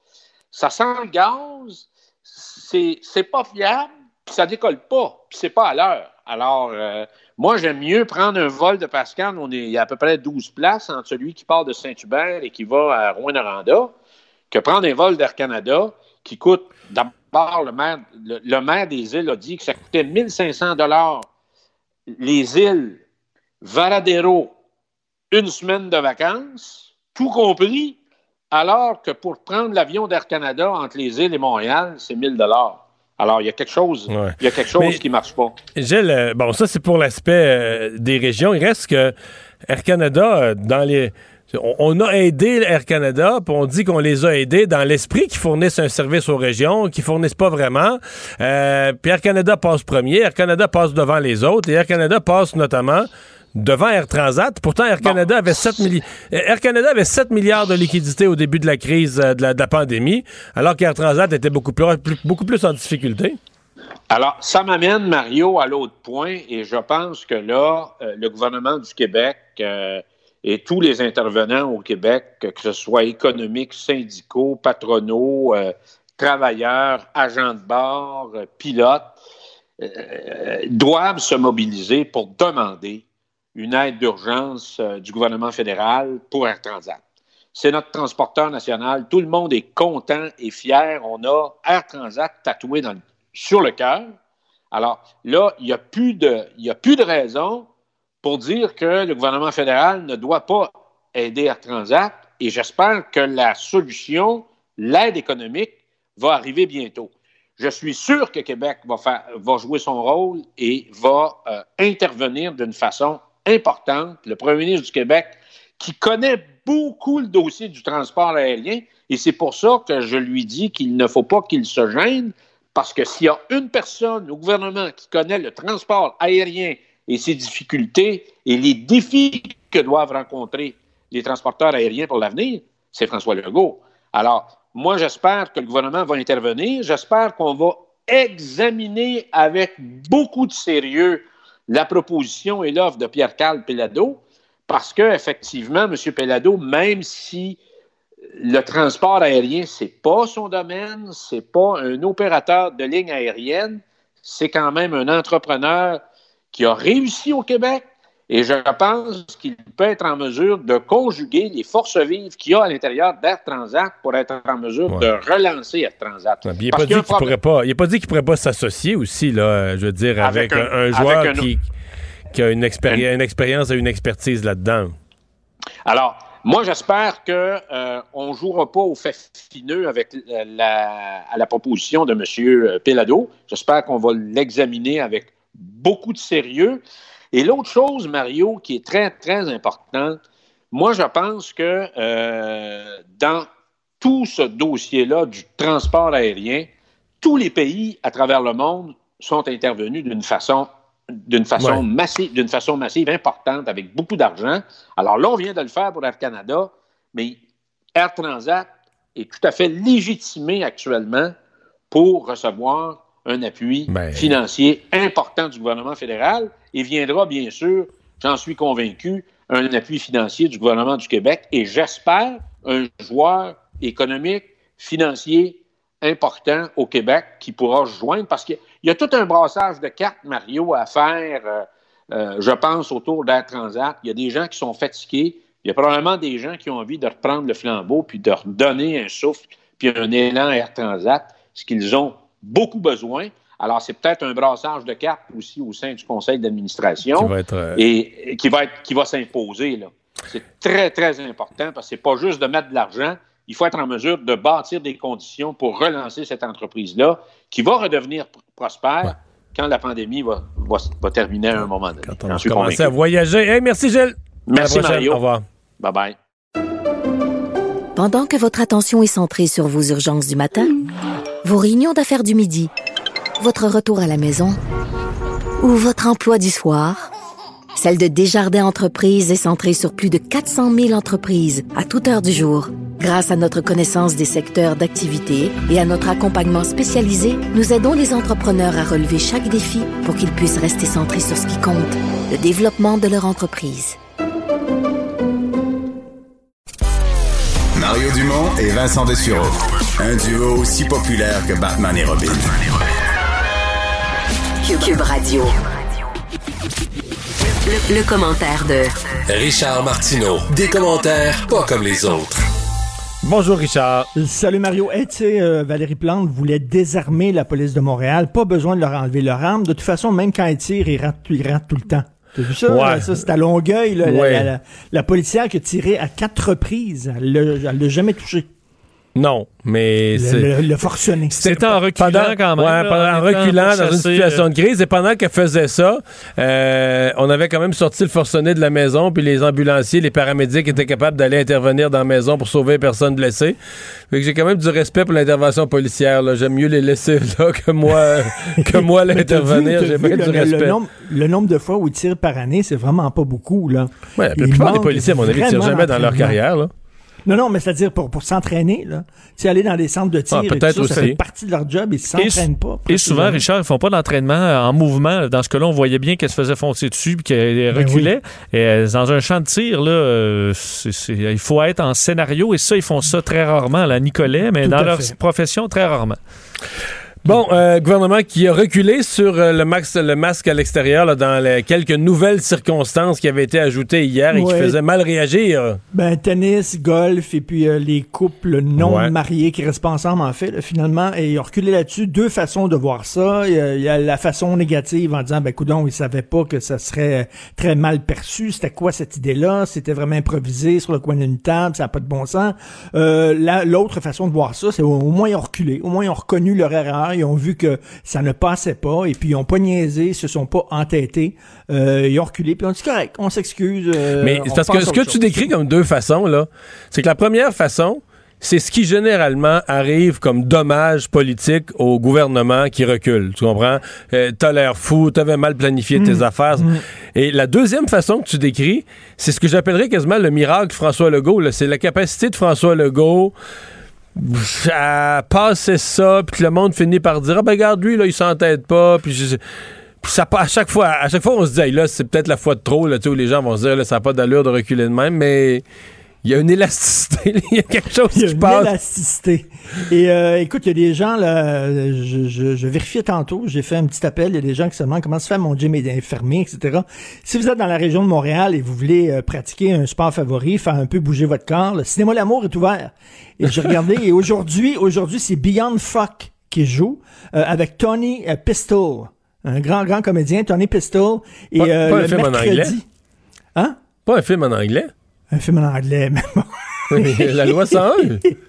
Speaker 14: ça sent le gaz, c'est, c'est pas fiable, puis ça décolle pas, puis c'est pas à l'heure. Alors, euh, moi, j'aime mieux prendre un vol de Pascal, on est, il y a à peu près douze places entre celui qui part de Saint-Hubert et qui va à Rouyn-Noranda, que prendre un vol d'Air Canada qui coûte, d'abord, le maire, le, le maire des îles a dit que ça coûtait mille cinq cents dollars les îles, Varadero, une semaine de vacances, tout compris, alors que pour prendre l'avion d'Air Canada entre les îles et Montréal, c'est mille dollars. Alors, il y a quelque chose,
Speaker 5: ouais.
Speaker 14: il y a quelque chose
Speaker 5: Mais,
Speaker 14: qui ne marche pas.
Speaker 5: Gilles, bon, ça, c'est pour l'aspect euh, des régions. Il reste que Air Canada, euh, dans les... On, on a aidé Air Canada, puis on dit qu'on les a aidés dans l'esprit qu'ils fournissent un service aux régions, qu'ils fournissent pas vraiment. Euh, puis Air Canada passe premier, Air Canada passe devant les autres, et Air Canada passe notamment devant Air Transat. Pourtant, Air Canada, bon. avait sept milli... Air Canada avait sept milliards de liquidités au début de la crise de la, de la pandémie, alors qu'Air Transat était beaucoup plus, beaucoup plus en difficulté.
Speaker 14: Alors, ça m'amène, Mario, à l'autre point, et je pense que là, euh, le gouvernement du Québec euh, et tous les intervenants au Québec, que ce soit économiques, syndicaux, patronaux, euh, travailleurs, agents de bord, euh, pilotes, euh, doivent se mobiliser pour demander une aide d'urgence euh, du gouvernement fédéral pour Air Transat. C'est notre transporteur national. Tout le monde est content et fier. On a Air Transat tatoué dans le, sur le cœur. Alors là, il n'y a plus de, il n'y a plus de raison pour dire que le gouvernement fédéral ne doit pas aider Air Transat. Et j'espère que la solution, l'aide économique, va arriver bientôt. Je suis sûr que Québec va, faire, va jouer son rôle et va euh, intervenir d'une façon importante. Le premier ministre du Québec, qui connaît beaucoup le dossier du transport aérien, et c'est pour ça que je lui dis qu'il ne faut pas qu'il se gêne, parce que s'il y a une personne au gouvernement qui connaît le transport aérien et ses difficultés et les défis que doivent rencontrer les transporteurs aériens pour l'avenir, c'est François Legault. Alors, moi, j'espère que le gouvernement va intervenir. J'espère qu'on va examiner avec beaucoup de sérieux la proposition et l'offre de Pierre-Carl Péladeau, parce qu'effectivement, M. Péladeau, même si le transport aérien, c'est pas son domaine, c'est pas un opérateur de ligne aérienne, c'est quand même un entrepreneur qui a réussi au Québec, et je pense qu'il peut être en mesure de conjuguer les forces vives qu'il y a à l'intérieur d'Air Transat pour être en mesure ouais. de relancer Air Transat.
Speaker 5: Ouais, il n'a pas, qu pas, pas dit qu'il ne pourrait pas s'associer aussi, là, je veux dire, avec, avec un, un joueur avec un... qui, qui a une, expéri... une expérience et une expertise là-dedans.
Speaker 14: Alors, moi, j'espère qu'on euh, ne jouera pas au fait fineux avec la, à la proposition de M. Péladeau. J'espère qu'on va l'examiner avec beaucoup de sérieux. Et l'autre chose, Mario, qui est très, très importante, moi, je pense que euh, dans tout ce dossier-là du transport aérien, tous les pays à travers le monde sont intervenus d'une façon, d'une façon ouais. massive, d'une façon massive, importante, avec beaucoup d'argent. Alors là, on vient de le faire pour Air Canada, mais Air Transat est tout à fait légitimé actuellement pour recevoir un appui ben... financier important du gouvernement fédéral et viendra, bien sûr, j'en suis convaincu, un appui financier du gouvernement du Québec et j'espère un joueur économique, financier important au Québec qui pourra se joindre parce qu'il y a tout un brassage de cartes, Mario, à faire, euh, euh, je pense, autour d'Air Transat. Il y a des gens qui sont fatigués. Il y a probablement des gens qui ont envie de reprendre le flambeau puis de redonner un souffle puis un élan à Air Transat, ce qu'ils ont beaucoup besoin. Alors, c'est peut-être un brassage de cartes aussi au sein du conseil d'administration
Speaker 5: qui va être, euh...
Speaker 14: et, et qui va être, qui va s'imposer, là. C'est très, très important parce que c'est pas juste de mettre de l'argent. Il faut être en mesure de bâtir des conditions pour relancer cette entreprise-là qui va redevenir prospère ouais. quand la pandémie va, va, va terminer à un moment donné.
Speaker 5: Quand on va commencer à voyager. Hey, merci, Gilles.
Speaker 14: Merci, Mario.
Speaker 5: Au revoir.
Speaker 14: Bye-bye.
Speaker 1: Pendant que votre attention est centrée sur vos urgences du matin, vos réunions d'affaires du midi, votre retour à la maison ou votre emploi du soir, celle de Desjardins Entreprises est centrée sur plus de quatre cent mille entreprises à toute heure du jour. Grâce à notre connaissance des secteurs d'activité et à notre accompagnement spécialisé, nous aidons les entrepreneurs à relever chaque défi pour qu'ils puissent rester centrés sur ce qui compte, le développement de leur entreprise.
Speaker 4: Mario Dumont et Vincent Dessureau. Un duo aussi populaire que Batman et Robin.
Speaker 3: Cube Radio. Le, le commentaire de
Speaker 15: Richard Martineau. Des commentaires pas comme les autres.
Speaker 5: Bonjour Richard.
Speaker 16: Salut Mario. Hey, tu sais, euh, Valérie Plante voulait désarmer la police de Montréal. Pas besoin de leur enlever leur arme. De toute façon, même quand ils tirent, ils ratent, ils ratent tout le temps. T'as vu ça?
Speaker 5: Ouais.
Speaker 16: Ça, c'est à Longueuil. Là,
Speaker 5: ouais.
Speaker 16: la, la, la policière qui a tiré à quatre reprises. Elle l'a, elle l'a jamais touché.
Speaker 5: Non, mais
Speaker 16: le,
Speaker 5: c'est...
Speaker 16: Le, le forcené.
Speaker 6: C'était en reculant
Speaker 5: pendant,
Speaker 6: quand même.
Speaker 5: Ouais,
Speaker 6: là,
Speaker 5: pendant, en reculant dans une situation
Speaker 6: euh...
Speaker 5: de crise. Et pendant qu'elle faisait ça, euh, on avait quand même sorti le forcené de la maison, puis les ambulanciers, les paramédics étaient capables d'aller intervenir dans la maison pour sauver personne blessée. Fait que j'ai quand même du respect pour l'intervention policière. Là. J'aime mieux les laisser là que moi, que moi l'intervenir. J'ai bien du
Speaker 16: le,
Speaker 5: respect.
Speaker 16: Le nombre, le nombre de fois où ils tirent par année, c'est vraiment pas beaucoup. Là.
Speaker 5: Ouais, la plupart des policiers, à mon avis, ne tirent jamais dans leur carrière. Là.
Speaker 16: Non, non, mais c'est-à-dire pour, pour s'entraîner, là. Tu sais, aller dans des centres de tir,
Speaker 5: ah, peut-être
Speaker 16: et tout ça,
Speaker 5: aussi.
Speaker 16: ça fait partie de leur job, ils s'entraînent pas.
Speaker 6: Et souvent, Richard, ils font pas d'entraînement en mouvement. Dans ce cas-là, on voyait bien qu'elle se faisait foncer dessus puis qu'elle reculait. Ben oui. Et dans un champ de tir, là, c'est, c'est, il faut être en scénario et ça, ils font ça très rarement, là, Nicolet, mais tout dans leur fait. profession, très rarement.
Speaker 5: Bon, euh, gouvernement qui a reculé sur euh, le, max, le masque à l'extérieur là, dans les quelques nouvelles circonstances qui avaient été ajoutées hier et ouais. qui faisaient mal réagir.
Speaker 16: Ben, tennis, golf et puis euh, les couples non ouais. mariés qui restent pas ensemble, en fait, là, finalement. Et ils ont reculé là-dessus. Deux façons de voir ça. Il y a, il y a la façon négative en disant, ben, coudonc, ils savaient pas que ça serait très mal perçu. C'était quoi cette idée-là? C'était vraiment improvisé sur le coin d'une table. Ça n'a pas de bon sens. Euh, la, l'autre façon de voir ça, c'est au, au moins ils ont reculé. Au moins ils ont reconnu leur erreur. Ils ont vu que ça ne passait pas et puis ils ont pas niaisé, ils se sont pas entêtés, euh, ils ont reculé puis on dit correct, on s'excuse. Euh,
Speaker 5: Mais c'est parce que ce que tu décris comme deux façons là, c'est que la première façon, c'est ce qui généralement arrive comme dommage politique au gouvernement qui recule. Tu comprends? Euh, t'as l'air fou, t'avais mal planifié mmh. tes affaires. Mmh. Et la deuxième façon que tu décris, c'est ce que j'appellerais quasiment le miracle François Legault. Là. C'est la capacité de François Legault à passer ça, puis que le monde finit par dire ah ben regarde lui là il s'entête pas, puis, je, puis ça à chaque fois à chaque fois on se dit hey, là c'est peut-être la fois de trop là, tu sais, où les gens vont se dire là ça n'a pas d'allure de reculer de même, mais il y a une élasticité, il y a quelque chose qui passe. Il y a une passe. élasticité.
Speaker 16: Et euh, écoute, il y a des gens, là, je, je, je vérifiais tantôt, j'ai fait un petit appel, il y a des gens qui se demandent comment se fait mon gym est fermé, et cetera. Si vous êtes dans la région de Montréal et vous voulez euh, pratiquer un sport favori, faire un peu bouger votre corps, le Cinéma L'Amour est ouvert. Et j'ai regardé, et aujourd'hui, aujourd'hui, c'est Beyond Fuck qui joue, euh, avec Tony euh, Pistol, un grand, grand comédien, Tony Pistol. Et
Speaker 5: pas,
Speaker 16: euh,
Speaker 5: pas un
Speaker 16: le
Speaker 5: film
Speaker 16: mercredi...
Speaker 5: en anglais?
Speaker 16: Hein?
Speaker 5: Pas un film en anglais?
Speaker 16: Un film en anglais, mais bon.
Speaker 5: La loi cent un.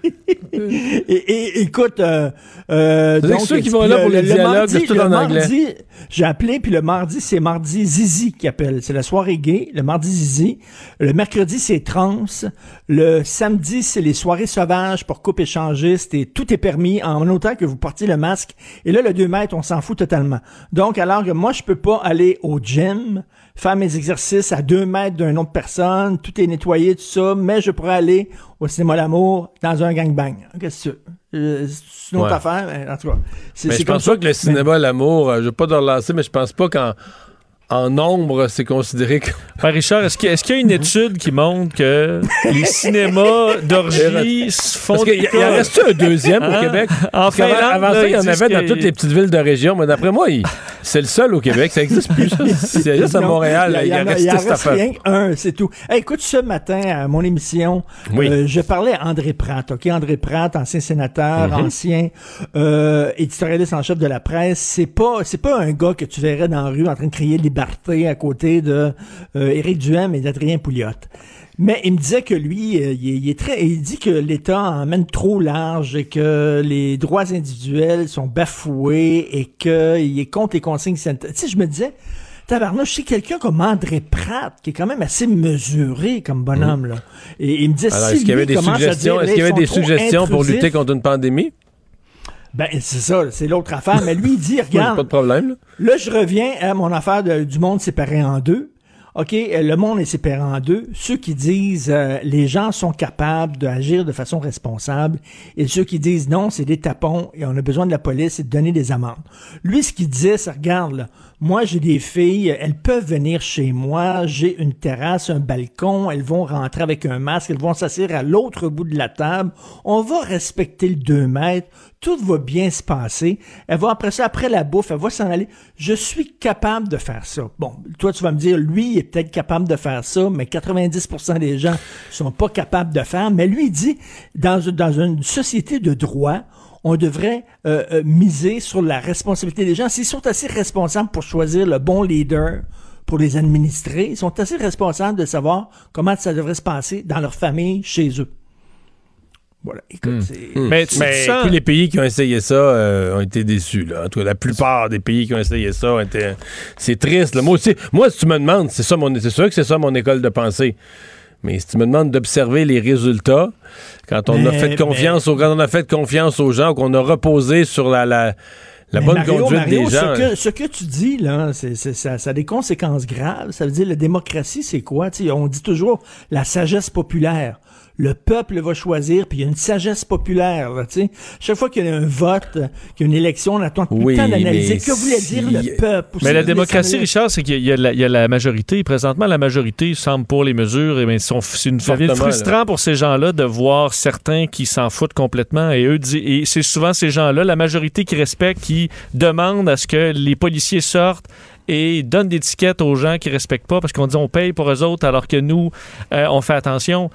Speaker 16: et, et écoute, euh, euh,
Speaker 5: c'est
Speaker 16: donc
Speaker 5: ceux qui vont là pour le, les dialogues, mardi, c'est tout en anglais.
Speaker 16: Mardi, j'ai appelé, puis le mardi, c'est mardi Zizi qui appelle. C'est la soirée gay, le mardi Zizi. Le mercredi, c'est trans. Le samedi, c'est les soirées sauvages pour couple échangiste et tout est permis en autant que vous portiez le masque. Et là, le deux mètres, on s'en fout totalement. Donc, alors que moi, je peux pas aller au gym, faire mes exercices à deux mètres d'une autre personne, tout est nettoyé, tout ça, mais je pourrais aller au Cinéma L'Amour dans un gangbang. Qu'est-ce que c'est? Euh, c'est une autre ouais. affaire, mais en tout cas. C'est,
Speaker 5: mais
Speaker 16: c'est
Speaker 5: je pense pas que le Cinéma L'Amour, euh, je veux pas te relancer, mais je pense pas qu'en en nombre, c'est considéré que...
Speaker 6: Ben Richard, est-ce qu'il, est-ce qu'il y a une étude qui montre que les cinémas d'orgie se font...
Speaker 5: Parce qu'il y, y en reste un deuxième hein? au Québec?
Speaker 6: En fait,
Speaker 5: avant, avant ça, il y en avait dans
Speaker 6: que...
Speaker 5: toutes les petites villes de région, mais d'après moi, il, c'est le seul au Québec. Ça n'existe plus. C'est juste à Montréal. Il y, y, y a resté cette affaire.
Speaker 16: Rien un, c'est tout. Hey, écoute, ce matin, à mon émission, oui. euh, je parlais à André Pratt, OK? André Pratt, ancien sénateur, mm-hmm. ancien euh, éditorialiste en chef de la presse. C'est pas, c'est pas un gars que tu verrais dans la rue en train de crier liberté à côté de euh, Éric Duhem et d'Adrien Pouliot. Mais il me disait que lui, euh, il, est, il est très, il dit que l'État emmène trop large et que les droits individuels sont bafoués et qu'il est contre les consignes sanitaires. Tu sais, je me disais, tabarnouche, c'est quelqu'un comme André Pratt, qui est quand même assez mesuré comme bonhomme, là. Et, et il me disait,
Speaker 5: alors,
Speaker 16: si
Speaker 5: est-ce qu'il y avait
Speaker 16: lui
Speaker 5: des suggestions,
Speaker 16: dire,
Speaker 5: est-ce qu'il y avait des suggestions pour
Speaker 16: intrusifs,
Speaker 5: lutter contre une pandémie?
Speaker 16: Ben, c'est ça, c'est l'autre affaire. Mais lui, il dit, regarde.
Speaker 5: Pas de problème, là.
Speaker 16: Là, je reviens à mon affaire de, du monde séparé en deux. OK, le monde est séparé en deux. Ceux qui disent euh, les gens sont capables d'agir de façon responsable et ceux qui disent non, c'est des tapons et on a besoin de la police et de donner des amendes. Lui, ce qu'il disait, c'est regarde, là, moi, j'ai des filles, elles peuvent venir chez moi, j'ai une terrasse, un balcon, elles vont rentrer avec un masque, elles vont s'asseoir à l'autre bout de la table, on va respecter le deux mètres, tout va bien se passer, elle va après ça, après la bouffe, elle va s'en aller. Je suis capable de faire ça. Bon, toi, tu vas me dire, lui, il est peut-être capable de faire ça, mais quatre-vingt-dix pour cent des gens sont pas capables de faire. Mais lui, il dit, dans, dans une société de droit, on devrait euh, euh, miser sur la responsabilité des gens. S'ils sont assez responsables pour choisir le bon leader pour les administrer, ils sont assez responsables de savoir comment ça devrait se passer dans leur famille, chez eux. Voilà, écoute,
Speaker 5: mmh.
Speaker 16: c'est...
Speaker 5: Mmh. Mais, mais tous les pays qui ont essayé ça euh, ont été déçus, là. En tout cas, la plupart des pays qui ont essayé ça ont été... C'est triste, là. Moi aussi, moi, si tu me demandes, c'est ça mon... c'est sûr que c'est ça mon école de pensée. Mais si tu me demandes d'observer les résultats, quand on mais, a fait confiance mais... aux, quand on a fait confiance aux gens, qu'on a reposé sur la, la, la bonne
Speaker 16: Mario,
Speaker 5: conduite
Speaker 16: Mario,
Speaker 5: des gens.
Speaker 16: Ce que, ce que tu dis, là, c'est, c'est, ça, ça a des conséquences graves. Ça veut dire, la démocratie, c'est quoi? T'sais, on dit toujours la sagesse populaire. Le peuple va choisir, puis il y a une sagesse populaire, là, tu sais. Chaque fois qu'il y a un vote, qu'il y a une élection, on attend tout oui, le temps d'analyser que voulait si... dire le peuple.
Speaker 6: Mais la démocratie, Richard, c'est qu'il y a, la, il y a la majorité. Présentement, la majorité semble pour les mesures. Et bien, sont, c'est une ça devient frustrant là. Pour ces gens-là de voir certains qui s'en foutent complètement. Et eux, et c'est souvent ces gens-là, la majorité qui respecte, qui demandent à ce que les policiers sortent et donnent des tickets aux gens qui respectent pas parce qu'on dit on paye pour eux autres alors que nous, euh, on fait attention.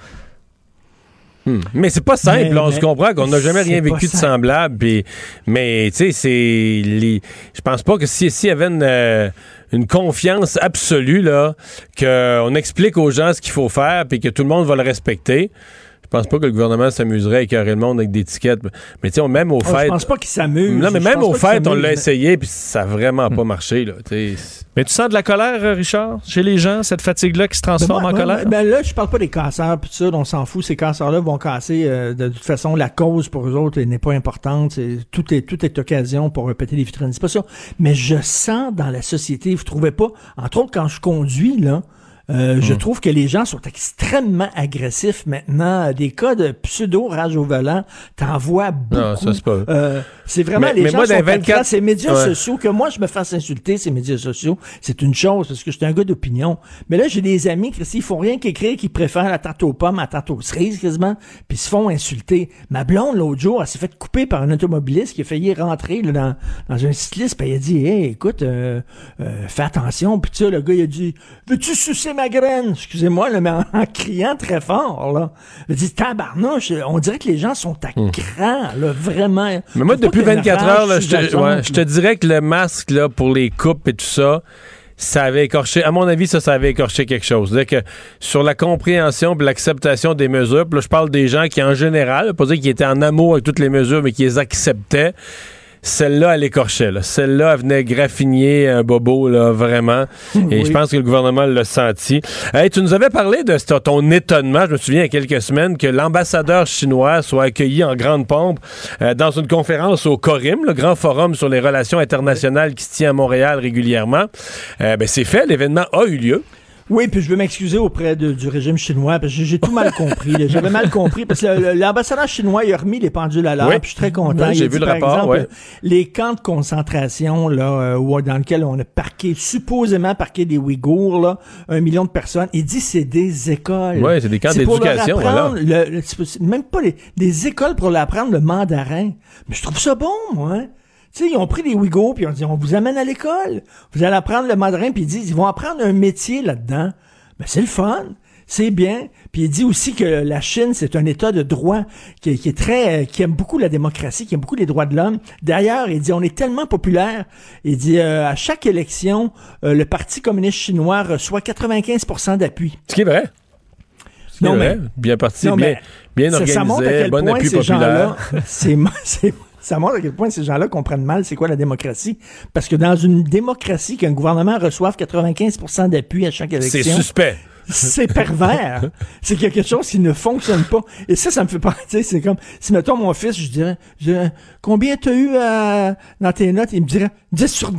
Speaker 5: Hmm. Mais c'est pas simple, mais, là, on mais, se comprend qu'on n'a jamais rien vécu de semblable. Pis, mais tu sais, c'est les. Je pense pas que s'il si y avait une, euh, une confiance absolue là, qu'on explique aux gens ce qu'il faut faire, puis que tout le monde va le respecter. Je pense pas que le gouvernement s'amuserait à écœurer le monde avec des étiquettes. Mais tu sais, même aux
Speaker 16: oh,
Speaker 5: fêtes...
Speaker 16: Je pense pas qu'il s'amuse.
Speaker 5: Non, mais même aux fêtes, on l'a
Speaker 16: mais...
Speaker 5: essayé, puis ça a vraiment pas marché, là. T'sais.
Speaker 6: Mais tu sens de la colère, Richard, chez les gens, cette fatigue-là qui se transforme
Speaker 16: ben,
Speaker 6: en
Speaker 16: ben,
Speaker 6: colère?
Speaker 16: Ben là, je parle pas des casseurs, puis ça, on s'en fout. Ces casseurs-là vont casser. Euh, de toute façon, la cause pour eux autres n'est pas importante. C'est, tout, est, tout est occasion pour péter les vitrines. C'est pas ça. Mais je sens dans la société, vous trouvez pas, entre autres quand je conduis, là, Euh, mmh. Je trouve que les gens sont extrêmement agressifs maintenant. Des cas de pseudo-rage au volant, t'en vois beaucoup. Non, ça, c'est pas... Euh, c'est vraiment, mais, les mais gens moi, sont vingt-quatre... Ces médias ouais. sociaux, que moi, je me fasse insulter, ces médias sociaux, c'est une chose, parce que je suis un gars d'opinion. Mais là, j'ai des amis qui, s'ils font rien qu'écrire, qui préfèrent la tarte aux pommes à la tarte aux cerises, quasiment, puis se font insulter. Ma blonde, l'autre jour, elle s'est fait couper par un automobiliste qui a failli rentrer là, dans, dans un cycliste, puis elle a dit, hey, écoute, euh, euh, fais attention. Puis tu sais, le gars, il a dit, veux-tu sucer ma graine? Excusez-moi, là, mais en, en criant très fort, là. Il dit, tabarnouche, on dirait que les gens sont à mmh. cran, là, vraiment.
Speaker 5: Mais moi, depuis vingt-quatre heures, là, je, te, ouais, je te dirais que le masque, là, pour les coupes et tout ça, ça avait écorché, à mon avis, ça, ça avait écorché quelque chose. C'est-à-dire que sur la compréhension et l'acceptation des mesures, puis là, je parle des gens qui, en général, pas dire qu'ils étaient en amour avec toutes les mesures, mais qui les acceptaient. Celle-là, elle écorchait. Là. Celle-là, elle venait graffiner un bobo, là, vraiment. Et oui. Je pense que le gouvernement l'a senti. Hey, tu nous avais parlé de ton étonnement, je me souviens, il y a quelques semaines, que l'ambassadeur chinois soit accueilli en grande pompe euh, dans une conférence au CORIM, le grand forum sur les relations internationales qui se tient à Montréal régulièrement. Euh, ben, c'est fait, l'événement a eu lieu.
Speaker 16: Oui, puis je veux m'excuser auprès de, du régime chinois, parce que j'ai tout mal compris. Là. J'avais mal compris, parce que le, l'ambassadeur chinois, il a remis les pendules à l'heure, oui. Puis je suis très content.
Speaker 5: Oui, j'ai
Speaker 16: il
Speaker 5: vu
Speaker 16: dit,
Speaker 5: le
Speaker 16: par
Speaker 5: rapport,
Speaker 16: exemple,
Speaker 5: ouais.
Speaker 16: les camps de concentration là, euh, dans lesquels on a parqué, supposément parqué des Ouïghours, là, un million de personnes, il dit c'est des écoles.
Speaker 5: Oui, c'est des camps c'est d'éducation.
Speaker 16: Pour leur apprendre le, le, même pas les, des écoles pour leur apprendre le mandarin. Mais je trouve ça bon, moi. Hein? Tu sais, ils ont pris les Ouïghours, puis on dit, on vous amène à l'école. Vous allez apprendre le mandarin, puis ils disent, ils vont apprendre un métier là-dedans. Ben, c'est le fun, c'est bien. Puis il dit aussi que la Chine, c'est un État de droit qui, qui est très, qui aime beaucoup la démocratie, qui aime beaucoup les droits de l'homme. D'ailleurs, il dit, on est tellement populaire. Il dit, euh, à chaque élection, euh, le Parti communiste chinois reçoit quatre-vingt-quinze pour cent d'appui.
Speaker 5: Ce qui est vrai. Ce qui non, est vrai. Mais, bien parti, non, bien, bien organisé, ça montre à quel bon point appui ces populaire.
Speaker 16: Gens-là, c'est, c'est Ça montre à quel point ces gens-là comprennent mal c'est quoi la démocratie. Parce que dans une démocratie, qu'un gouvernement reçoive quatre-vingt-quinze pour cent d'appui à chaque élection...
Speaker 5: C'est suspect.
Speaker 16: C'est pervers. C'est qu'il y a quelque chose qui ne fonctionne pas. Et ça, ça me fait pas... Tu sais, c'est comme... Si, mettons, mon fils, je dirais... Je dirais combien t'as eu euh, dans tes notes? Il me dirait dix sur dix.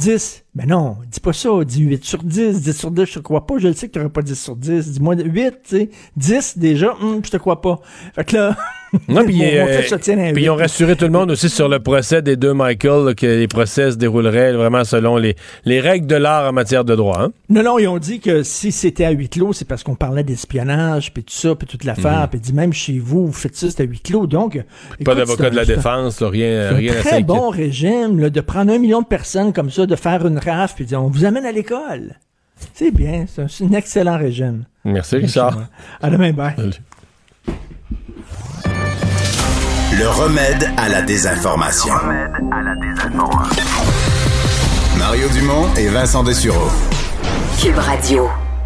Speaker 16: Ben non, dis pas ça, dis huit sur dix, dix sur dix, je te crois pas, je le sais que tu n'auras pas dix sur dix, dis-moi huit, tu sais, dix déjà, hum, je te crois pas. Fait que là,
Speaker 5: non, puis,
Speaker 16: mon,
Speaker 5: euh,
Speaker 16: mon fait se tient à
Speaker 5: puis
Speaker 16: huit.
Speaker 5: ils ont rassuré tout le monde aussi sur le procès des deux Michael, là, que les procès se dérouleraient vraiment selon les, les règles de l'art en matière de droit. Hein?
Speaker 16: Non, non, ils ont dit que si c'était à huis clos, c'est parce qu'on parlait d'espionnage, puis tout ça, puis toute l'affaire, puis dit même chez vous, vous faites ça, c'est à huis clos, donc...
Speaker 5: Écoute, pas d'avocat de la défense, là, rien, rien à
Speaker 16: s'inquiéter. C'est un très bon régime, là, de prendre un million de personnes comme ça, de faire une rafle, puis de dire, on vous amène à l'école. C'est bien, c'est un, c'est un excellent régime.
Speaker 5: Merci, Richard.
Speaker 16: À demain, bye.
Speaker 5: Salut.
Speaker 4: Le remède à la désinformation. Le remède à la désinformation. Mario Dumont et Vincent Dessureau.
Speaker 3: Cube Radio.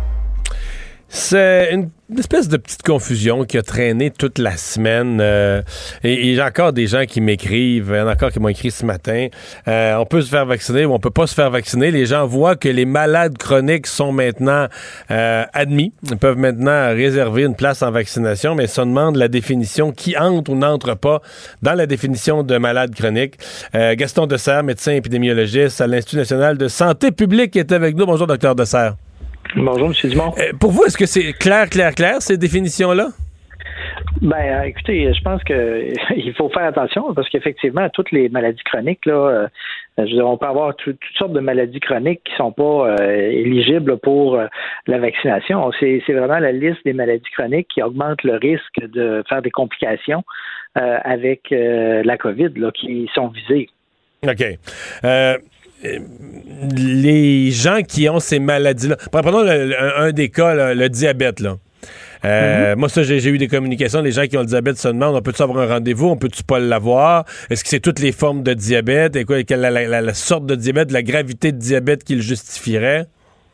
Speaker 5: C'est une, une espèce de petite confusion qui a traîné toute la semaine. Euh, et il y a encore des gens qui m'écrivent. Il y en a encore qui m'ont écrit ce matin. Euh, on peut se faire vacciner ou on peut pas se faire vacciner. Les gens voient que les malades chroniques sont maintenant euh, admis. Ils peuvent maintenant réserver une place en vaccination, mais ça demande la définition qui entre ou n'entre pas dans la définition de malade chronique. Euh, Gaston Dessert, médecin épidémiologiste à l'Institut national de santé publique, est avec nous. Bonjour, docteur Dessert.
Speaker 17: Bonjour, M. Dumont.
Speaker 5: Euh, pour vous, est-ce que c'est clair, clair, clair, ces définitions-là?
Speaker 17: Ben, euh, écoutez, je pense que il faut faire attention parce qu'effectivement, toutes les maladies chroniques, là, euh, je veux dire, on peut avoir tout, toutes sortes de maladies chroniques qui sont pas euh, éligibles pour euh, la vaccination. C'est, c'est vraiment la liste des maladies chroniques qui augmente le risque de faire des complications euh, avec euh, la COVID, là, qui sont visées.
Speaker 5: OK. Euh... Les gens qui ont ces maladies-là, prenons le, le, un, un des cas, là, le diabète, là. Euh, mm-hmm. Moi, ça, j'ai, j'ai eu des communications. Les gens qui ont le diabète se demandent, on peut-tu avoir un rendez-vous? On peut-tu pas l'avoir? Est-ce que c'est toutes les formes de diabète? Et quoi, la, la, la, la sorte de diabète, la gravité de diabète qui le justifierait?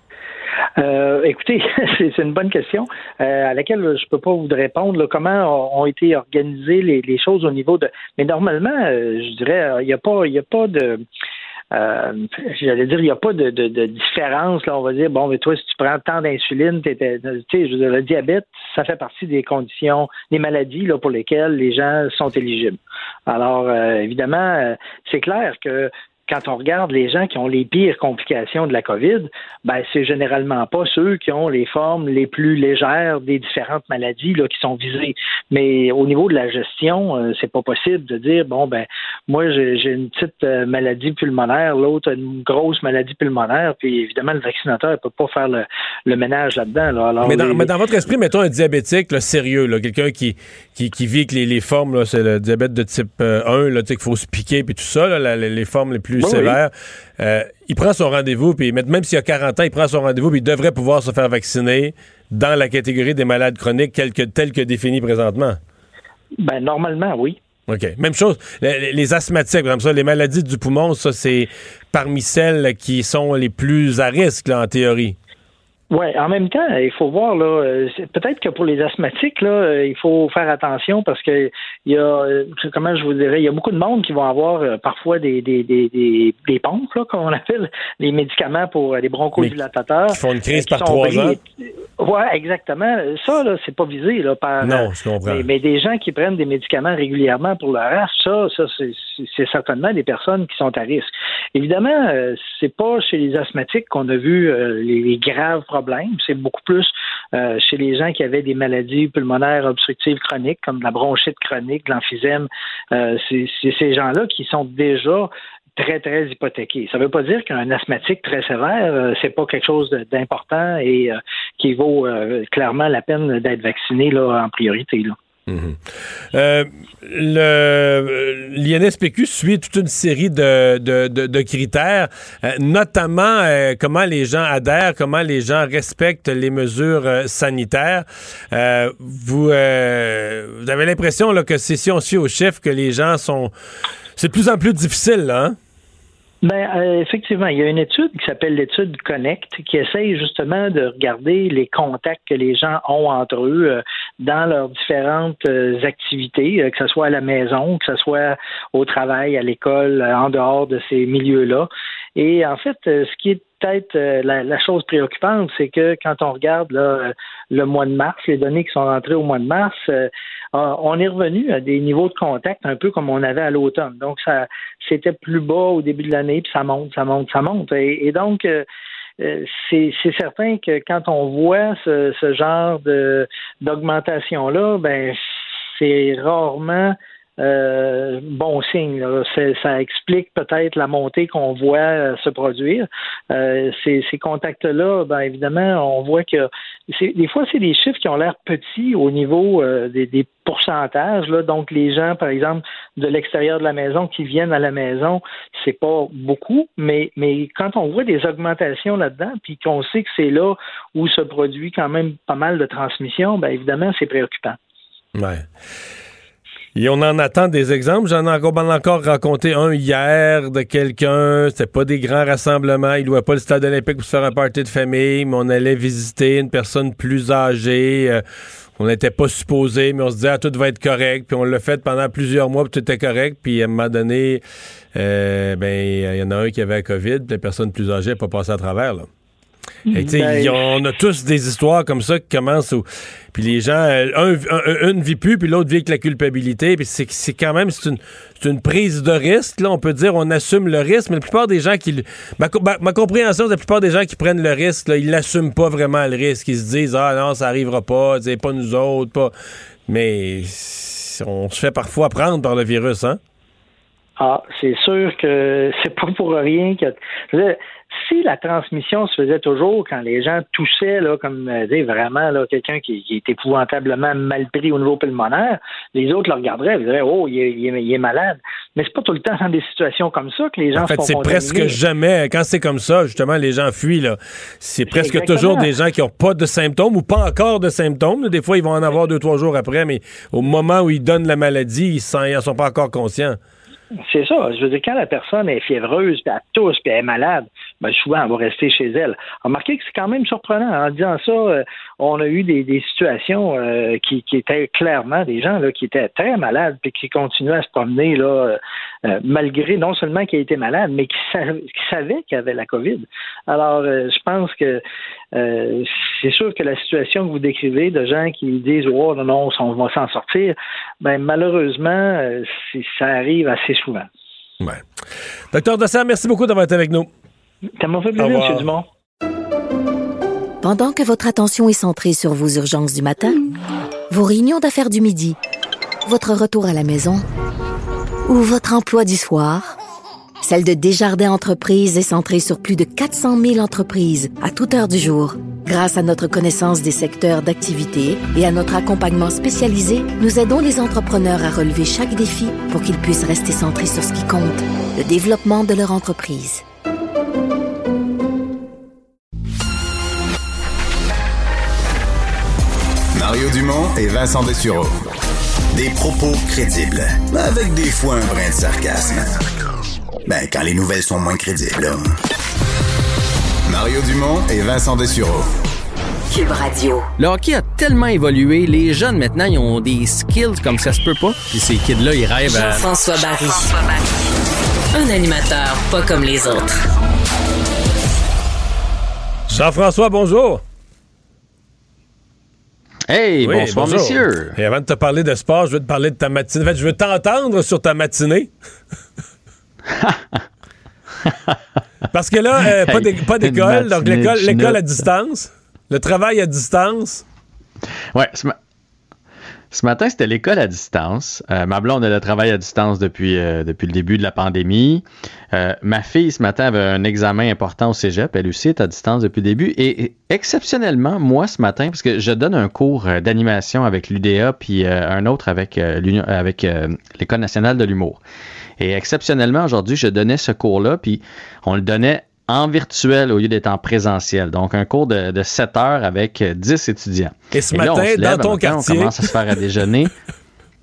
Speaker 17: Euh, écoutez, c'est, c'est une bonne question euh, à laquelle je peux pas vous répondre. Là, comment ont été organisées les, les choses au niveau de... Mais normalement, euh, je dirais, il n'y a pas, il y a pas de... Euh, j'allais dire, il n'y a pas de, de, de différence. Là, on va dire, bon, mais toi, si tu prends tant d'insuline, tu sais, je veux dire, le diabète, ça fait partie des conditions, des maladies là, pour lesquelles les gens sont éligibles. Alors, euh, évidemment, euh, c'est clair que quand on regarde les gens qui ont les pires complications de la COVID, ben c'est généralement pas ceux qui ont les formes les plus légères des différentes maladies là, qui sont visées. Mais au niveau de la gestion, euh, c'est pas possible de dire bon ben moi j'ai, j'ai une petite euh, maladie pulmonaire, l'autre a une grosse maladie pulmonaire, puis évidemment le vaccinateur ne peut pas faire le, le ménage là-dedans. Là. Alors,
Speaker 5: mais, dans,
Speaker 17: les,
Speaker 5: mais dans votre esprit, mettons un diabétique là, sérieux, là, quelqu'un qui, qui, qui vit avec les, les formes, là, c'est le diabète de type euh, un, là, qu'il faut se piquer, puis tout ça, là, la, les, les formes les plus
Speaker 17: oui,
Speaker 5: sévère.
Speaker 17: Oui.
Speaker 5: Euh, il prend son rendez-vous, puis même s'il a quarante ans, il prend son rendez-vous, puis il devrait pouvoir se faire vacciner dans la catégorie des malades chroniques telle que, telle que définie présentement.
Speaker 17: Ben, normalement, oui.
Speaker 5: OK. Même chose, les, les asthmatiques, comme ça, les maladies du poumon, ça, c'est parmi celles qui sont les plus à risque, là, en théorie.
Speaker 17: Oui, en même temps, il faut voir, là, c'est, peut-être que pour les asthmatiques, là, il faut faire attention parce que il y a, comment je vous dirais, il y a beaucoup de monde qui vont avoir euh, parfois des, des, des, des, des pompes, là, comme on appelle, les médicaments pour les bronchodilatateurs.
Speaker 5: Qui font une crise par trois ans.
Speaker 17: Oui, exactement. Ça, là, c'est pas visé, là, par.
Speaker 5: Non, je comprends.
Speaker 17: Mais, mais des gens qui prennent des médicaments régulièrement pour leur asthme, ça, ça, c'est, c'est certainement des personnes qui sont à risque. Évidemment, euh, c'est pas chez les asthmatiques qu'on a vu euh, les, les graves problèmes. C'est beaucoup plus euh, chez les gens qui avaient des maladies pulmonaires obstructives chroniques, comme de la bronchite chronique, de l'emphysème. Euh, c'est, c'est ces gens-là qui sont déjà très, très hypothéqués. Ça ne veut pas dire qu'un asthmatique très sévère, euh, c'est pas quelque chose de, d'important et euh, qui vaut euh, clairement la peine d'être vacciné là, en priorité, là.
Speaker 5: Mmh. Euh, le, l'I N S P Q suit toute une série de, de, de, de critères, euh, notamment euh, comment les gens adhèrent, comment les gens respectent les mesures euh, sanitaires. Euh, vous, euh, vous avez l'impression là, que c'est si on suit aux chiffres que les gens sont... C'est de plus en plus difficile, là, hein?
Speaker 17: Ben euh, effectivement, il y a une étude qui s'appelle l'étude Connect qui essaye justement de regarder les contacts que les gens ont entre eux euh, dans leurs différentes euh, activités, euh, que ce soit à la maison, que ce soit au travail, à l'école, euh, en dehors de ces milieux-là. Et en fait, euh, ce qui est peut-être euh, la, la chose préoccupante, c'est que quand on regarde là, le mois de mars, les données qui sont rentrées au mois de mars, euh, on est revenu à des niveaux de contact un peu comme on avait à l'automne. Donc, ça, c'était plus bas au début de l'année, puis ça monte, ça monte, ça monte. Et, et donc, euh, c'est, c'est certain que quand on voit ce, ce genre de, d'augmentation-là, ben, c'est rarement Euh, bon signe. Là. C'est, ça explique peut-être la montée qu'on voit euh, se produire. Euh, ces, ces contacts-là, ben évidemment, on voit que c'est, des fois, c'est des chiffres qui ont l'air petits au niveau euh, des, des pourcentages. Là. Donc, les gens, par exemple, de l'extérieur de la maison qui viennent à la maison, c'est pas beaucoup, mais, mais quand on voit des augmentations là-dedans, puis qu'on sait que c'est là où se produit quand même pas mal de transmission, ben évidemment, c'est préoccupant.
Speaker 5: Ouais. Et on en attend des exemples. J'en ai encore, encore raconté un hier de quelqu'un. C'était pas des grands rassemblements. Il louait pas le stade olympique pour se faire un party de famille, mais on allait visiter une personne plus âgée. Euh, on n'était pas supposé, mais on se disait, ah, tout va être correct. Puis on l'a fait pendant plusieurs mois, puis tout était correct. Puis à un moment donné, euh, ben, il y en a un qui avait la COVID, puis la personne plus âgée n'a pas passé à travers, là. Et ben, on a tous des histoires comme ça qui commencent où, puis les gens, un, un, une vit plus, puis l'autre vit avec la culpabilité, puis c'est, c'est quand même c'est une, c'est une prise de risque. Là, on peut dire on assume le risque, mais la plupart des gens qui, ma, ma, ma compréhension, la plupart des gens qui prennent le risque, là, ils l'assument pas vraiment le risque. Ils se disent ah non, ça arrivera pas, c'est pas nous autres, pas. Mais on se fait parfois prendre par le virus, hein.
Speaker 17: Ah, c'est sûr que c'est pas pour rien que. Si la transmission se faisait toujours quand les gens toussaient, là, comme euh, vraiment là, quelqu'un qui, qui est épouvantablement mal pris au niveau pulmonaire, les autres le regarderaient et diraient oh, il est, il, est, il est malade. Mais c'est pas tout le temps dans des situations comme ça que les gens
Speaker 5: en fait,
Speaker 17: se font
Speaker 5: c'est
Speaker 17: contaminer.
Speaker 5: Presque jamais. Quand c'est comme ça, justement, les gens fuient. Là. C'est presque
Speaker 17: Exactement.
Speaker 5: toujours des gens qui n'ont pas de symptômes ou pas encore de symptômes. Des fois, ils vont en avoir deux, trois jours après, mais au moment où ils donnent la maladie, ils n'en sont pas encore conscients.
Speaker 17: C'est ça. Je veux dire, quand la personne est fiévreuse, puis elle tousse, puis elle est malade, ben souvent, elle va rester chez elle. Remarquez que c'est quand même surprenant. En disant ça, euh, on a eu des, des situations euh, qui, qui étaient clairement des gens là, qui étaient très malades, puis qui continuaient à se promener là, euh, malgré non seulement qu'ils étaient malades, mais qui, sa- qui savaient qu'ils avaient la COVID. Alors, euh, je pense que euh, c'est sûr que la situation que vous décrivez de gens qui disent « Oh non, non, on va s'en sortir », ben malheureusement, euh, ça arrive assez souvent.
Speaker 5: Ouais. Docteur Dossard, merci beaucoup d'avoir été avec nous.
Speaker 17: Ça m'a fait plaisir, M. Dumont.
Speaker 1: Pendant que votre attention est centrée sur vos urgences du matin, vos réunions d'affaires du midi, votre retour à la maison ou votre emploi du soir, celle de Desjardins Entreprises est centrée sur plus de quatre cent mille entreprises à toute heure du jour. Grâce à notre connaissance des secteurs d'activité et à notre accompagnement spécialisé, nous aidons les entrepreneurs à relever chaque défi pour qu'ils puissent rester centrés sur ce qui compte, le développement de leur entreprise.
Speaker 4: Mario Dumont et Vincent Dessureau. Des propos crédibles, avec des fois un brin de sarcasme. Ben, quand les nouvelles sont moins crédibles, là. Mario Dumont et Vincent Dessureau.
Speaker 3: Cube Radio.
Speaker 18: Le hockey a tellement évolué, les jeunes maintenant, ils ont des skills comme ça se peut pas. Puis ces kids-là, ils rêvent à...
Speaker 3: Jean-François Barry. Un animateur pas comme les autres.
Speaker 5: Jean-François, bonjour.
Speaker 18: Hey,
Speaker 5: oui,
Speaker 18: bonsoir,
Speaker 5: bonjour.
Speaker 18: messieurs.
Speaker 5: Et avant de te parler de sport, je veux te parler de ta matinée. En fait, je veux t'entendre sur ta matinée. Parce que là, euh, pas, d'é- pas d'école, donc l'école, l'école à distance, le travail à distance.
Speaker 19: Ouais, ce, ma- ce matin, c'était l'école à distance. Euh, ma blonde, elle a travaillé à distance depuis, euh, depuis le début de la pandémie. Euh, ma fille, ce matin, avait un examen important au cégep. Elle aussi est à distance depuis le début. Et, et exceptionnellement, moi, ce matin, parce que je donne un cours euh, d'animation avec l'U D A, puis euh, un autre avec, euh, l'Union, avec euh, l'École nationale de l'humour. Et exceptionnellement, aujourd'hui, je donnais ce cours-là, puis on le donnait en virtuel au lieu d'être en présentiel. Donc, un cours de, de sept heures avec dix étudiants.
Speaker 5: Et ce
Speaker 19: Et là,
Speaker 5: matin,
Speaker 19: on se lève,
Speaker 5: dans ton
Speaker 19: matin,
Speaker 5: quartier...
Speaker 19: on commence à se faire à déjeuner.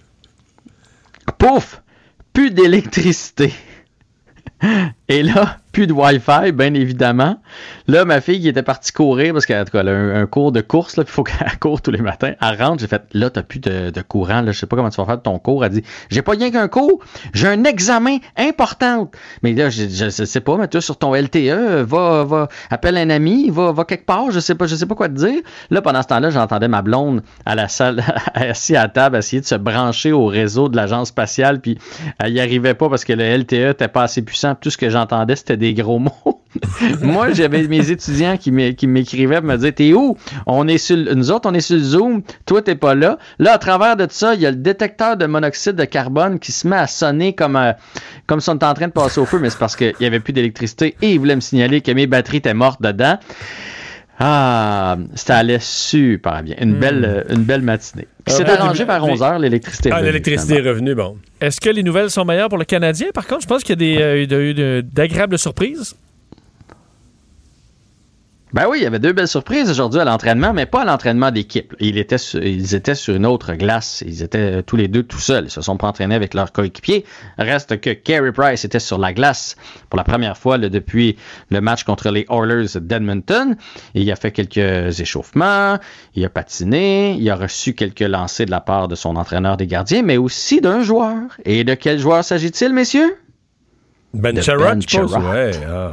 Speaker 19: Pouf! Plus d'électricité. Et là, plus de Wi-Fi, bien évidemment. Là, ma fille qui était partie courir, parce qu'en tout cas, elle a un, un cours de course, là, puis il faut qu'elle court tous les matins. Elle rentre, j'ai fait, là, t'as plus de, de courant, là, je sais pas comment tu vas faire de ton cours. Elle dit, j'ai pas rien qu'un cours, j'ai un examen important. Mais là, je, je, je sais pas, mais toi, sur ton L T E, va, va, appelle un ami, va, va quelque part, je sais pas, je sais pas quoi te dire. Là, pendant ce temps-là, j'entendais ma blonde à la salle, assise à la table, essayer de se brancher au réseau de l'agence spatiale, puis elle y arrivait pas parce que le L T E n'était pas assez puissant. Tout ce que j'entendais, c'était des gros mots. Moi, j'avais mes étudiants qui m'écrivaient pour me dire, t'es où? On est sur, nous autres, on est sur le Zoom, toi, t'es pas là. Là, à travers de tout ça, il y a le détecteur de monoxyde de carbone qui se met à sonner comme, euh, comme si on était en train de passer au feu, mais c'est parce qu'il n'y avait plus d'électricité et il voulait me signaler que mes batteries étaient mortes dedans. Ah, ça allait super bien. Une, mmh. belle, une belle matinée. Puis c'est arrangé vers onze heures, l'électricité est revenue.
Speaker 5: Ah, l'électricité est revenue, bon.
Speaker 6: Est-ce que les nouvelles sont meilleures pour le Canadien? Par contre, je pense qu'il y a des, euh, de, de, d'agréables surprises.
Speaker 19: Ben oui, il y avait deux belles surprises aujourd'hui à l'entraînement, mais pas à l'entraînement d'équipe. Ils étaient, sur, ils étaient sur une autre glace. Ils étaient tous les deux tout seuls. Ils se sont pas entraînés avec leurs coéquipiers. Reste que Carey Price était sur la glace pour la première fois là, depuis le match contre les Oilers d'Edmonton. Il a fait quelques échauffements, il a patiné, il a reçu quelques lancers de la part de son entraîneur des gardiens, mais aussi d'un joueur. Et de quel joueur s'agit-il, messieurs?
Speaker 5: Ben Sherratt, je pense. Ouais, ah.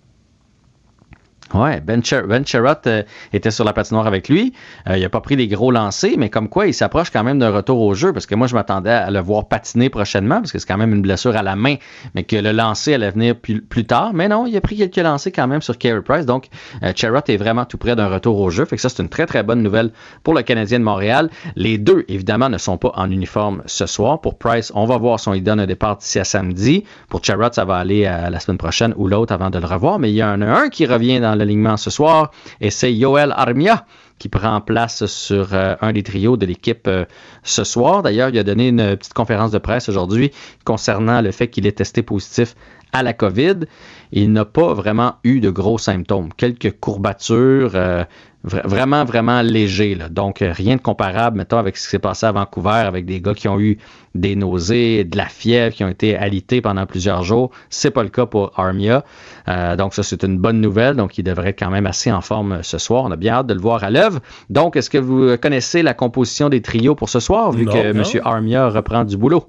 Speaker 19: Ouais, Ben, Cher- Ben Sherratt euh, était sur la patinoire avec lui. Euh, il n'a pas pris des gros lancers, mais comme quoi, il s'approche quand même d'un retour au jeu, parce que moi, je m'attendais à le voir patiner prochainement, parce que c'est quand même une blessure à la main, mais que le lancer allait venir plus, plus tard. Mais non, il a pris quelques lancers quand même sur Carey Price, donc euh, Sherratt est vraiment tout près d'un retour au jeu. Fait que ça, c'est une très, très bonne nouvelle pour le Canadien de Montréal. Les deux, évidemment, ne sont pas en uniforme ce soir. Pour Price, on va voir son il donne un départ d'ici à samedi. Pour Sherratt, ça va aller à la semaine prochaine ou l'autre avant de le revoir, mais il y en a un qui revient dans l'alignement ce soir, et c'est Yoel Armia qui prend place sur euh, un des trios de l'équipe euh, ce soir. D'ailleurs, il a donné une petite conférence de presse aujourd'hui concernant le fait qu'il est testé positif à la COVID. Il n'a pas vraiment eu de gros symptômes. Quelques courbatures, euh, vra- vraiment, vraiment légers. Là. Donc, euh, rien de comparable, mettons, avec ce qui s'est passé à Vancouver, avec des gars qui ont eu des nausées, de la fièvre, qui ont été alités pendant plusieurs jours. C'est pas le cas pour Armia. Euh, donc, ça, c'est une bonne nouvelle. Donc, il devrait être quand même assez en forme ce soir. On a bien hâte de le voir à l'œuvre. Donc, est-ce que vous connaissez la composition des trios pour ce soir, vu non, que non. M. Armia reprend du boulot?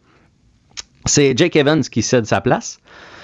Speaker 19: C'est Jake Evans qui cède sa place.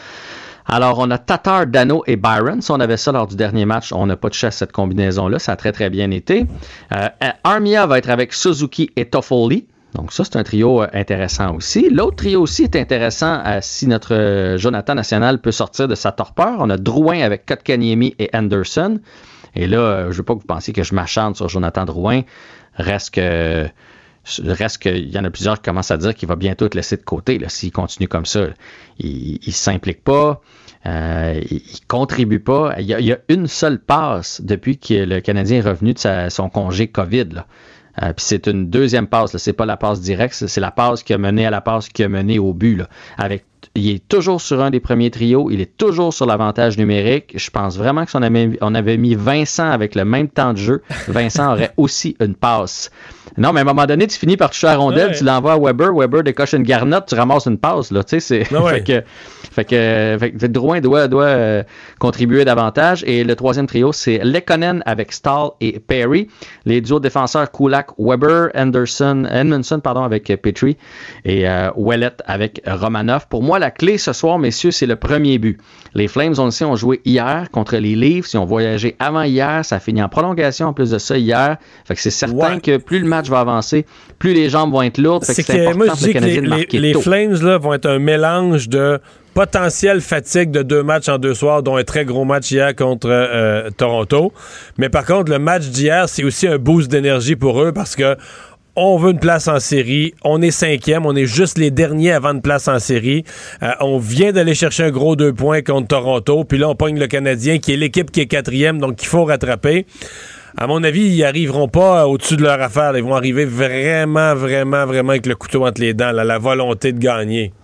Speaker 19: Alors, on a Tatar, Dano et Byron. Si on avait ça lors du dernier match, on n'a pas touché à cette combinaison-là. Ça a très, très bien été. Euh, Armia va être avec Suzuki et Toffoli. Donc, ça, c'est un trio intéressant aussi. L'autre trio aussi est intéressant euh, si notre euh, Jonathan National peut sortir de sa torpeur. On a Drouin avec Kotkaniemi et Anderson. Et là, euh, je ne veux pas que vous pensiez que je m'acharne sur Jonathan Drouin. Reste que... Reste qu'il y en a plusieurs qui commencent à dire qu'il va bientôt être laissé de côté. Là, s'il continue comme ça, il ne s'implique pas, euh, il ne contribue pas. Il y, a, il y a une seule passe depuis que le Canadien est revenu de sa, son congé COVID. Là. Euh, puis c'est une deuxième passe. Ce n'est pas la passe directe, c'est la passe qui a mené à la passe qui a mené au but. Là. Avec, il est toujours sur un des premiers trios. Il est toujours sur l'avantage numérique. Je pense vraiment que si on avait, on avait mis Vincent avec le même temps de jeu, Vincent aurait aussi une passe. Non, mais à un moment donné, tu finis par toucher la rondelle, ouais. Tu l'envoies à Weber, Weber décoche une garnotte, tu ramasses une passe, là, tu sais, c'est... Ouais. fait que, fait que, fait que Drouin doit, doit euh, contribuer davantage. Et le troisième trio, c'est Lekkonen avec Stahl et Perry. Les duos défenseurs Kulak, Weber, Anderson, Edmondson, pardon, avec Petrie et euh, Ouellet avec Romanov. Pour moi, la clé ce soir, messieurs, c'est le premier but. Les Flames, on le sait, ont joué hier contre les Leafs. Ils ont voyagé avant hier. Ça a fini en prolongation en plus de ça hier. Fait que c'est certain ouais. que plus le match va avancer, plus les jambes vont être lourdes. Fait que c'est, c'est important pour le Canadien de marquer
Speaker 5: les,
Speaker 19: tôt.
Speaker 5: Les Flames là, vont être un mélange de potentielle fatigue de deux matchs en deux soirs, dont un très gros match hier contre euh, Toronto. Mais par contre, le match d'hier, c'est aussi un boost d'énergie pour eux parce que on veut une place en série. On est cinquième. On est juste les derniers avant une place en série. Euh, on vient d'aller chercher un gros deux points contre Toronto. Puis là, on pogne le Canadien, qui est l'équipe qui est quatrième, donc il faut rattraper. À mon avis, ils n'arriveront pas au-dessus de leur affaire. Ils vont arriver vraiment, vraiment, vraiment avec le couteau entre les dents, là, la volonté de gagner.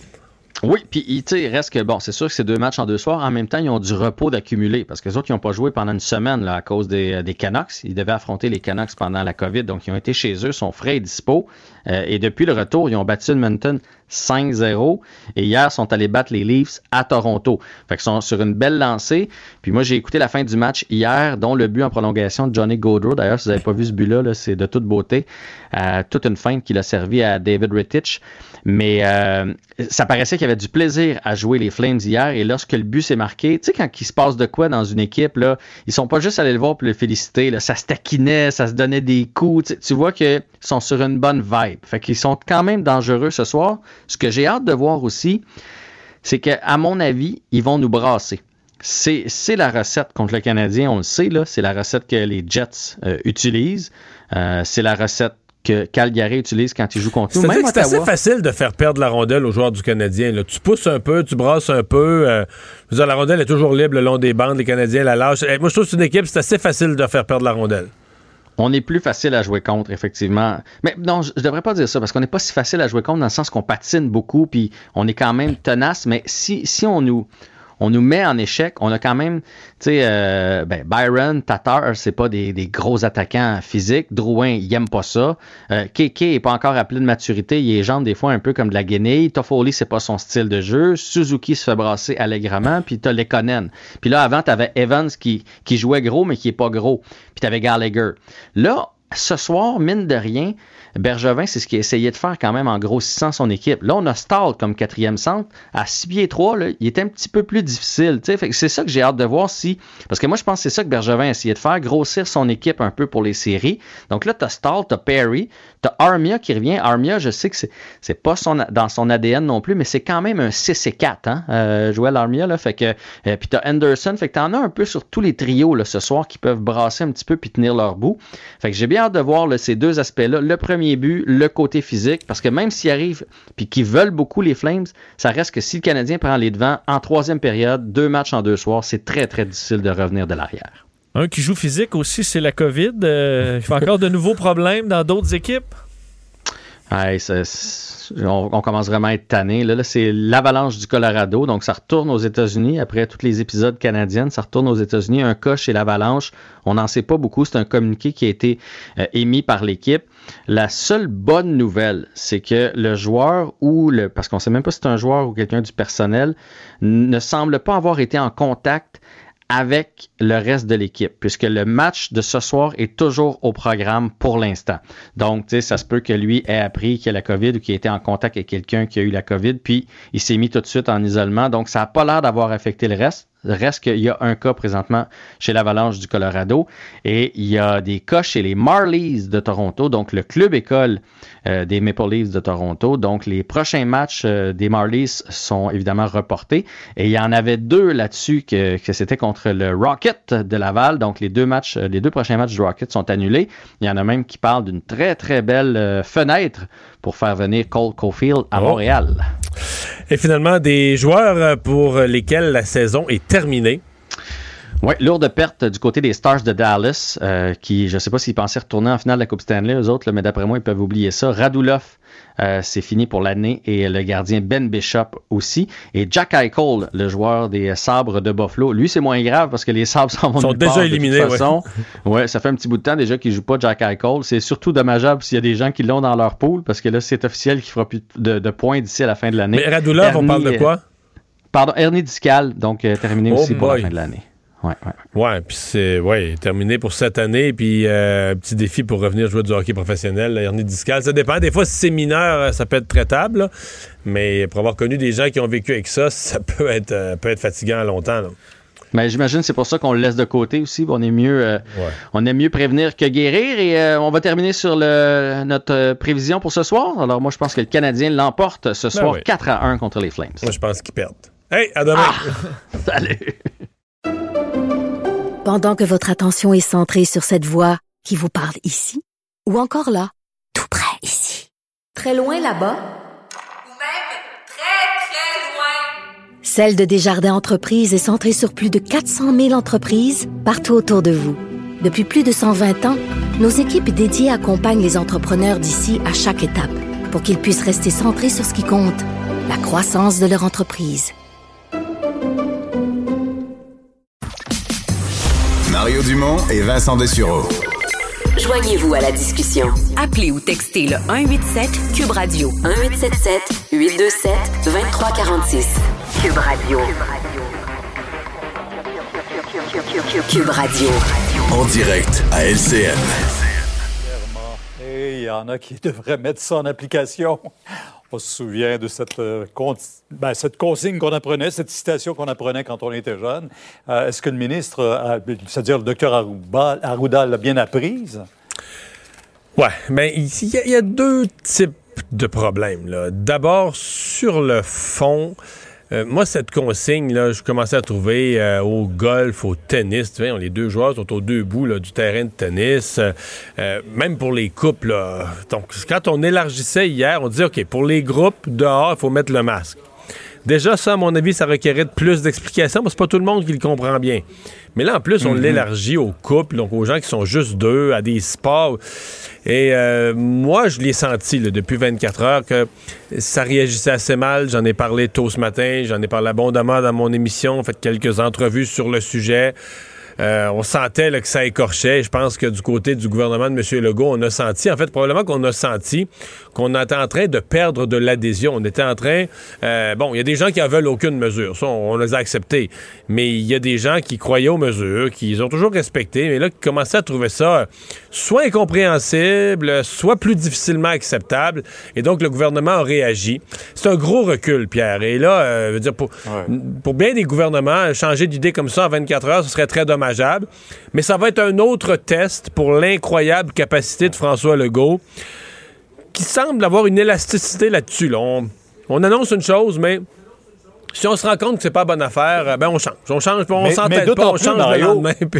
Speaker 19: Oui, puis tu sais, il reste que, bon, c'est sûr que c'est deux matchs en deux soirs. En même temps, ils ont du repos d'accumuler parce que les autres, ils n'ont pas joué pendant une semaine là, à cause des, des Canucks. Ils devaient affronter les Canucks pendant la COVID, donc ils ont été chez eux, sont frais et dispo. Euh, et depuis le retour, ils ont battu Edmonton cinq zéro. Et hier, ils sont allés battre les Leafs à Toronto. Fait qu'ils sont sur une belle lancée. Puis moi, j'ai écouté la fin du match hier, dont le but en prolongation de Johnny Gaudreau. D'ailleurs, si vous n'avez pas vu ce but-là, là, c'est de toute beauté. Euh, toute une feinte qu'il a servi à David Rittich. Mais euh, ça paraissait qu'il y avait du plaisir à jouer les Flames hier. Et lorsque le but s'est marqué, tu sais, quand il se passe de quoi dans une équipe, là, ils sont pas juste allés le voir pour le féliciter. Là, ça se taquinait, ça se donnait des coups. Tu, tu vois qu'ils sont sur une bonne vibe. Fait qu'ils sont quand même dangereux ce soir. Ce que j'ai hâte de voir aussi, c'est qu'à mon avis, ils vont nous brasser. C'est, c'est la recette contre le Canadien, on le sait, là. C'est la recette que les Jets euh, utilisent. Euh, c'est la recette que Calgary utilise quand il joue contre nous.
Speaker 5: C'est-à-dire que c'est assez facile de faire perdre la rondelle aux joueurs du Canadien. Là. Tu pousses un peu, tu brasses un peu. Euh, je veux dire, la rondelle est toujours libre le long des bandes. Les Canadiens la lâchent. Et moi, je trouve que c'est une équipe, c'est assez facile de faire perdre la rondelle.
Speaker 19: On est plus facile à jouer contre, effectivement. Mais non, je, je devrais pas dire ça, parce qu'on n'est pas si facile à jouer contre dans le sens qu'on patine beaucoup, puis on est quand même tenace. Mais si, si on nous... on nous met en échec. On a quand même, tu sais, euh, ben Byron, Tatar, c'est pas des, des gros attaquants physiques. Drouin, il aime pas ça. Euh, Keke est pas encore appelé de maturité. Il est jambes des fois un peu comme de la guenille. Toffoli, c'est pas son style de jeu. Suzuki se fait brasser allègrement. Puis t'as Lekonen. Puis là, avant, t'avais Evans qui, qui jouait gros, mais qui est pas gros. Puis t'avais Gallagher. Là, ce soir, mine de rien, Bergevin, c'est ce qu'il a essayé de faire quand même en grossissant son équipe. Là, on a Stahl comme quatrième centre. À six pieds trois, là, il est un petit peu plus difficile. Fait que c'est ça que j'ai hâte de voir si... Parce que moi, je pense que c'est ça que Bergevin a essayé de faire, grossir son équipe un peu pour les séries. Donc là, t'as Stahl, t'as Perry, t'as Armia qui revient. Armia, je sais que c'est, c'est pas son, dans son A D N non plus, mais c'est quand même un six et quatre, hein, euh, Joel Armia. Là, fait que, euh, puis t'as Anderson. Fait que t'en as un peu sur tous les trios là, ce soir qui peuvent brasser un petit peu puis tenir leur bout. Fait que j'ai bien hâte de voir là, ces deux aspects-là. Le premier but, le côté physique, parce que même s'ils arrivent puis qu'ils veulent beaucoup les Flames, ça reste que si le Canadien prend les devants en troisième période, deux matchs en deux soirs, c'est très, très difficile de revenir de l'arrière.
Speaker 6: Un qui joue physique aussi, c'est la COVID. Euh, il fait encore de nouveaux problèmes dans d'autres équipes?
Speaker 19: Ouais, c'est, c'est, on, on commence vraiment à être tanné. Là, là, c'est l'Avalanche du Colorado. Donc, ça retourne aux États-Unis. Après tous les épisodes canadiens, ça retourne aux États-Unis. Un cas chez l'Avalanche. On n'en sait pas beaucoup. C'est un communiqué qui a été euh, émis par l'équipe. La seule bonne nouvelle, c'est que le joueur ou le... Parce qu'on ne sait même pas si c'est un joueur ou quelqu'un du personnel, ne semble pas avoir été en contact avec le reste de l'équipe, puisque le match de ce soir est toujours au programme pour l'instant. Donc, tu sais, ça se peut que lui ait appris qu'il a la COVID ou qu'il a été en contact avec quelqu'un qui a eu la COVID, puis il s'est mis tout de suite en isolement. Donc, ça n'a pas l'air d'avoir affecté le reste. Reste qu'il y a un cas présentement chez l'Avalanche du Colorado et il y a des cas chez les Marlies de Toronto, donc le club école euh, des Maple Leafs de Toronto. Donc les prochains matchs euh, des Marlies sont évidemment reportés et il y en avait deux là-dessus que, que c'était contre le Rocket de Laval. Donc les deux matchs, les deux prochains matchs du Rocket sont annulés. Il y en a même qui parlent d'une très très belle euh, fenêtre pour faire venir Cole Caulfield à oh. Montréal.
Speaker 5: Et finalement, des joueurs pour lesquels la saison est terminée.
Speaker 19: Oui, lourde perte du côté des Stars de Dallas, euh, qui, je ne sais pas s'ils pensaient retourner en finale de la Coupe Stanley, eux autres, là, mais d'après moi, ils peuvent oublier ça. Radulov, euh, c'est fini pour l'année, et le gardien Ben Bishop aussi. Et Jack Eichel, le joueur des Sabres de Buffalo, lui, c'est moins grave parce que les Sabres s'en vont
Speaker 5: Ils sont déjà part, éliminés,
Speaker 19: de toute façon. Ouais. ouais, ça fait un petit bout de temps déjà qu'ils ne jouent pas Jack Eichel. C'est surtout dommageable s'il y a des gens qui l'ont dans leur pool, parce que là, c'est officiel qu'il ne fera plus de, de points d'ici à la fin de l'année.
Speaker 5: Mais Radulov, Ernie, on parle de quoi?
Speaker 19: Pardon, hernie discale, donc euh, terminé
Speaker 5: oh
Speaker 19: aussi
Speaker 5: boy.
Speaker 19: pour la fin de l'année. Ouais, ouais.
Speaker 5: Ouais, puis c'est ouais, terminé pour cette année, puis euh, petit défi pour revenir jouer du hockey professionnel, la hernie discale. Ça dépend. Des fois, si c'est mineur, ça peut être traitable, là. Mais pour avoir connu des gens qui ont vécu avec ça, ça peut être, euh, peut être fatigant longtemps, là.
Speaker 19: Mais j'imagine que c'est pour ça qu'on le laisse de côté aussi. On est mieux, euh, ouais. on aime mieux prévenir que guérir. Et euh, on va terminer sur le, notre euh, prévision pour ce soir. Alors moi, je pense que le Canadien l'emporte ce soir ben oui. quatre à un contre les Flames.
Speaker 5: Moi, je pense qu'ils perdent. Hey, à demain!
Speaker 19: Ah! Salut!
Speaker 1: Pendant que votre attention est centrée sur cette voix qui vous parle ici, ou encore là, tout près ici, très loin là-bas,
Speaker 2: ou même très, très loin,
Speaker 1: Celle de Desjardins Entreprises est centrée sur plus de quatre cent mille entreprises partout autour de vous. Depuis plus de cent vingt ans, nos équipes dédiées accompagnent les entrepreneurs d'ici à chaque étape pour qu'ils puissent rester centrés sur ce qui compte, la croissance de leur entreprise.
Speaker 4: Mario Dumont et Vincent Dessureau.
Speaker 3: Joignez-vous à la discussion. Appelez ou textez le un huit sept Cube Radio. un huit sept sept huit deux sept deux trois quatre six. Cube Radio. Cube Radio.
Speaker 15: En direct à L C N.
Speaker 20: Et il y en a qui devraient mettre ça en application. On se souvient de cette, euh, con... ben, cette consigne qu'on apprenait, cette citation qu'on apprenait quand on était jeune. Euh, est-ce que le ministre, a... c'est-à-dire le docteur Arruda, Arruda l'a bien apprise?
Speaker 5: Ouais, mais il y, y a deux types de problèmes, là. D'abord, sur le fond, euh, moi, cette consigne, là, je commençais à trouver euh, au golf, au tennis, tu vois, les deux joueurs sont aux deux bouts là, du terrain de tennis, euh, même pour les couples. Là. Donc, quand on élargissait hier, on disait, OK, pour les groupes, dehors, il faut mettre le masque. Déjà, ça, à mon avis, ça requérait de plus d'explications, parce que c'est pas tout le monde qui le comprend bien. Mais là, en plus, on mm-hmm. l'élargit aux couples, donc aux gens qui sont juste deux, à des sports. Et euh, moi, je l'ai senti là, depuis vingt-quatre heures que ça réagissait assez mal. J'en ai parlé tôt ce matin, j'en ai parlé abondamment dans mon émission, fait quelques entrevues sur le sujet. Euh, on sentait là, que ça écorchait. Je pense que du côté du gouvernement de M. Legault, on a senti, en fait, probablement qu'on a senti qu'on était en train de perdre de l'adhésion. On était en train... Euh, bon, il y a des gens qui en veulent aucune mesure. Ça, on, on les a acceptés. Mais il y a des gens qui croyaient aux mesures, qui les ont toujours respectées, mais là, qui commençaient à trouver ça soit incompréhensible, soit plus difficilement acceptable. Et donc, le gouvernement a réagi. C'est un gros recul, Pierre. Et là, euh, je veux dire, pour, ouais. pour bien des gouvernements, changer d'idée comme ça en vingt-quatre heures, ce serait très dommage. Mais ça va être un autre test pour l'incroyable capacité de François Legault, qui semble avoir une élasticité là-dessus. Là. On, on annonce une chose, mais si on se rend compte que c'est pas bonne affaire, ben on change. On change, on mais, s'entête mais pas, on change Mario, le lendemain. Puis...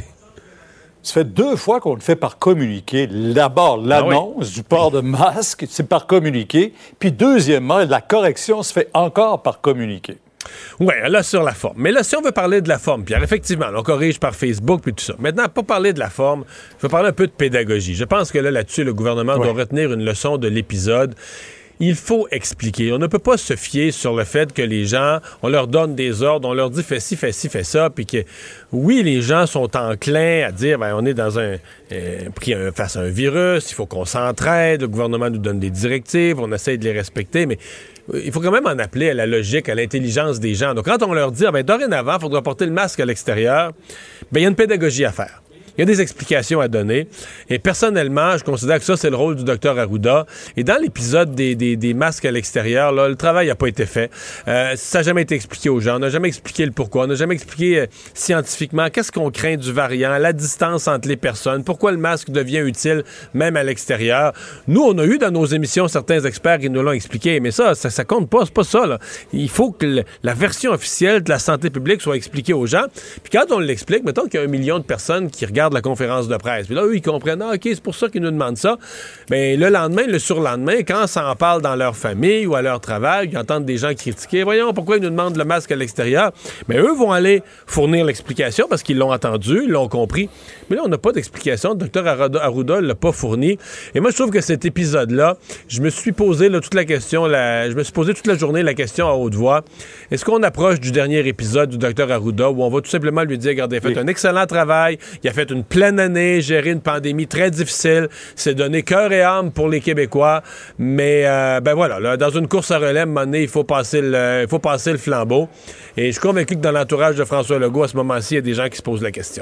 Speaker 20: Ça fait deux fois qu'on le fait par communiqué. D'abord, l'annonce ah oui. du port de masque, c'est par communiqué. Puis deuxièmement, la correction se fait encore par communiqué.
Speaker 5: Oui, là, sur la forme. Mais là, si on veut parler de la forme, Pierre, effectivement, on corrige par Facebook puis tout ça. Maintenant, pour parler de la forme, je veux parler un peu de pédagogie. Je pense que là, là-dessus, le gouvernement oui. doit retenir une leçon de l'épisode. Il faut expliquer. On ne peut pas se fier sur le fait que les gens, on leur donne des ordres, on leur dit fais ci, fais ci, fais ça, puis que, oui, les gens sont enclins à dire, ben, on est dans un, euh, pris un, face à un virus, il faut qu'on s'entraide, le gouvernement nous donne des directives, on essaie de les respecter, mais il faut quand même en appeler à la logique, à l'intelligence des gens. Donc, quand on leur dit, ah ben, dorénavant, il faudra porter le masque à l'extérieur, ben, il y a une pédagogie à faire. Il y a des explications à donner. Et personnellement, je considère que ça, c'est le rôle du docteur Arruda. Et dans l'épisode des, des, des masques à l'extérieur, là, le travail n'a pas été fait. Euh, ça n'a jamais été expliqué aux gens. On n'a jamais expliqué le pourquoi. On n'a jamais expliqué euh, scientifiquement qu'est-ce qu'on craint du variant, la distance entre les personnes, pourquoi le masque devient utile même à l'extérieur. Nous, on a eu dans nos émissions certains experts qui nous l'ont expliqué, mais ça, ça, ça compte pas. C'est pas ça, là. Il faut que le, la version officielle de la santé publique soit expliquée aux gens. Puis quand on l'explique, mettons qu'il y a un million de personnes qui regardent de la conférence de presse. Puis là, eux, ils comprennent, ah, OK, c'est pour ça qu'ils nous demandent ça. Bien, le lendemain, le surlendemain, quand ça en parle dans leur famille ou à leur travail, ils entendent des gens critiquer, voyons, pourquoi ils nous demandent le masque à l'extérieur? Mais eux vont aller fournir l'explication parce qu'ils l'ont entendu, ils l'ont compris. Mais là, on n'a pas d'explication. Le docteur Arruda ne l'a pas fourni. Et moi, je trouve que cet épisode-là, je me suis posé là, toute la question, la, je me suis posé toute la journée la question à haute voix. Est-ce qu'on approche du dernier épisode du docteur Arruda où on va tout simplement lui dire, regardez, il a fait oui. un excellent travail, il a fait une une pleine année, gérer une pandémie très difficile, c'est donner cœur et âme pour les Québécois, mais euh, ben voilà, là, dans une course à relais, à un moment donné, il faut passer le, il faut passer le flambeau. Et je suis convaincu que dans l'entourage de François Legault, à ce moment-ci, il y a des gens qui se posent la question.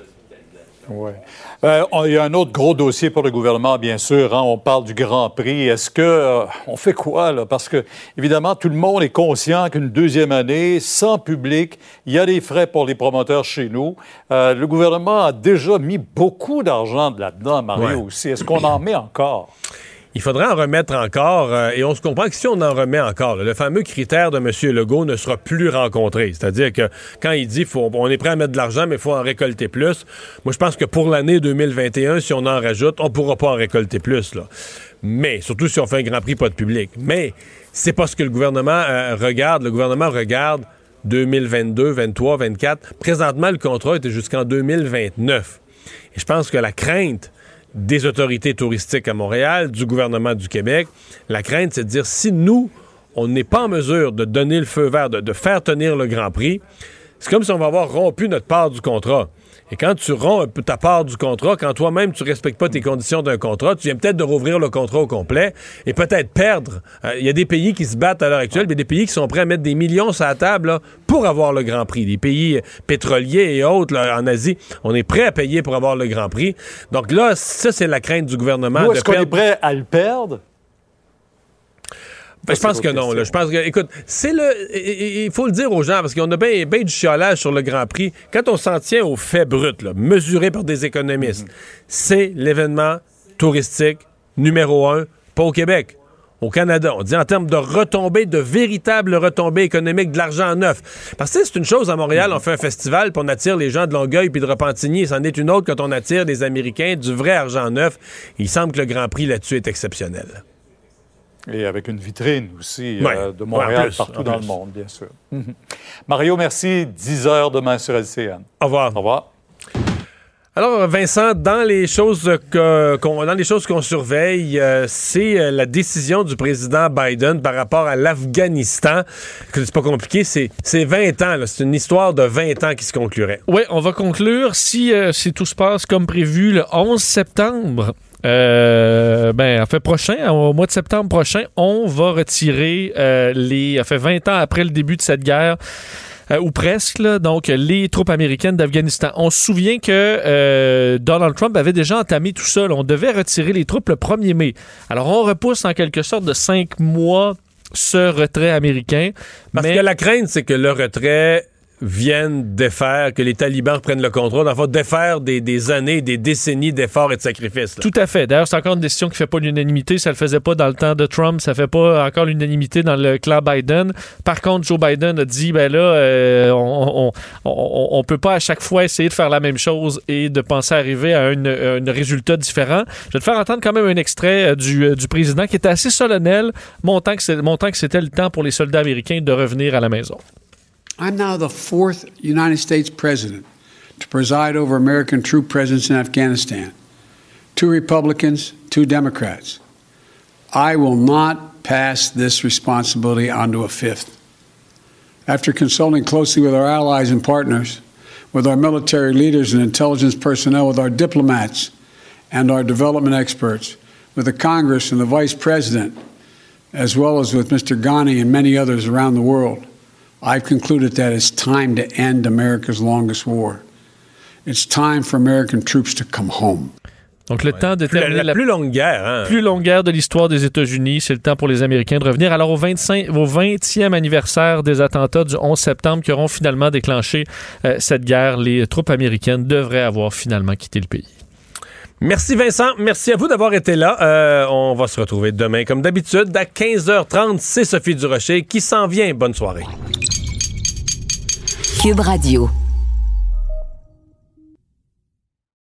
Speaker 20: Oui. Euh, il y a un autre gros dossier pour le gouvernement, bien sûr. Hein, on parle du Grand Prix. Est-ce que euh, on fait quoi, là? Parce que, évidemment, tout le monde est conscient qu'une deuxième année, sans public, il y a des frais pour les promoteurs chez nous. Euh, le gouvernement a déjà mis beaucoup d'argent là-dedans, Mario, ouais. aussi. Est-ce qu'on en met encore?
Speaker 5: Il faudrait en remettre encore, euh, et on se comprend que si on en remet encore, là, le fameux critère de M. Legault ne sera plus rencontré. C'est-à-dire que quand il dit faut, on est prêt à mettre de l'argent, mais il faut en récolter plus, moi je pense que pour l'année deux mille vingt et un, si on en rajoute, on ne pourra pas en récolter plus. Là. Mais, surtout si on fait un Grand Prix pas de public. Mais c'est pas ce que le gouvernement euh, regarde. Le gouvernement regarde deux mille vingt-deux, vingt-trois, vingt-quatre. Présentement, le contrat était jusqu'en deux mille vingt-neuf. Et je pense que la crainte des autorités touristiques à Montréal, du gouvernement du Québec, la crainte, c'est de dire, si nous, on n'est pas en mesure de donner le feu vert, de, de faire tenir le Grand Prix, c'est comme si on va avoir rompu notre part du contrat. Et quand tu romps un peu ta part du contrat, quand toi-même tu respectes pas tes conditions d'un contrat, tu viens peut-être de rouvrir le contrat au complet et peut-être perdre. Il euh, y a des pays qui se battent à l'heure actuelle, mais des pays qui sont prêts à mettre des millions sur la table là, pour avoir le Grand Prix. Des pays pétroliers et autres là, en Asie, on est prêt à payer pour avoir le Grand Prix. Donc là, ça, c'est la crainte du gouvernement.
Speaker 20: Nous, est-ce
Speaker 5: de
Speaker 20: qu'on
Speaker 5: perdre...
Speaker 20: est prêt à le perdre?
Speaker 5: Ben, je pense que non. Là. Je pense que, écoute, c'est le. Il faut le dire aux gens, parce qu'on a bien ben du chiolage sur le Grand Prix. Quand on s'en tient aux faits bruts, là, mesurés par des économistes, mm-hmm. c'est l'événement touristique numéro un, pas au Québec. Au Canada, on dit en termes de retombées, de véritables retombées économiques, de l'argent neuf. Parce que c'est une chose, à Montréal, on fait un festival, puis on attire les gens de Longueuil puis de Repentigny. C'en est une autre quand on attire des Américains, du vrai argent neuf. Il semble que le Grand Prix là-dessus est exceptionnel.
Speaker 20: Et avec une vitrine aussi
Speaker 5: ouais.
Speaker 20: euh, de Montréal
Speaker 5: ouais, plus,
Speaker 20: partout dans
Speaker 5: plus.
Speaker 20: le monde, bien sûr. Mm-hmm. Mario, merci. dix heures demain sur L C N.
Speaker 5: Au revoir.
Speaker 20: Au revoir.
Speaker 5: Alors, Vincent, dans les choses que, qu'on, dans les choses qu'on surveille, euh, c'est euh, la décision du président Biden par rapport à l'Afghanistan. C'est pas compliqué, c'est, c'est vingt ans. Là, c'est une histoire de vingt ans qui se conclurait.
Speaker 6: Oui, on va conclure si, euh, si tout se passe comme prévu le onze septembre. Euh, ben, en fait, prochain, au mois de septembre prochain, on va retirer euh, les. En fait, vingt ans après le début de cette guerre. Euh, ou presque, là, donc les troupes américaines d'Afghanistan. On se souvient que euh, Donald Trump avait déjà entamé tout ça. Là. On devait retirer les troupes le premier mai. Alors, on repousse en quelque sorte de cinq mois ce retrait américain.
Speaker 5: Parce
Speaker 6: mais...
Speaker 5: que la crainte, c'est que le retrait viennent défaire, que les talibans reprennent le contrôle, enfin défaire des, des années, des décennies d'efforts et de sacrifices. Là.
Speaker 6: Tout à fait. D'ailleurs, c'est encore une décision qui ne fait pas l'unanimité. Ça ne le faisait pas dans le temps de Trump. Ça ne fait pas encore l'unanimité dans le clan Biden. Par contre, Joe Biden a dit, ben là, euh, on on ne peut pas à chaque fois essayer de faire la même chose et de penser arriver à un, un résultat différent. Je vais te faire entendre quand même un extrait du, du président qui était assez solennel, montrant que, c'est, montrant que c'était le temps pour les soldats américains de revenir à la maison.
Speaker 21: I'm now the fourth United States president to preside over American troop presence in Afghanistan. Two Republicans, two Democrats. I will not pass this responsibility on to a fifth. After consulting closely with our allies and partners, with our military leaders and intelligence personnel, with our diplomats and our development experts, with the Congress and the Vice President, as well as with Mister Ghani and many others around the world, I've concluded that it's time to end America's longest war. It's time for American troops to come home.
Speaker 6: Donc, le ouais. temps de terminer
Speaker 5: la, la plus longue guerre. Hein?
Speaker 6: plus longue guerre de l'histoire des États-Unis. C'est le temps pour les Américains de revenir. Alors, au, vingt-cinq, au vingtième anniversaire des attentats du onze septembre qui auront finalement déclenché euh, cette guerre, les troupes américaines devraient avoir finalement quitté le pays.
Speaker 5: Merci Vincent, merci à vous d'avoir été là. Euh, on va se retrouver demain comme d'habitude à quinze heures trente. C'est Sophie Durocher qui s'en vient. Bonne soirée.
Speaker 3: Cube Radio.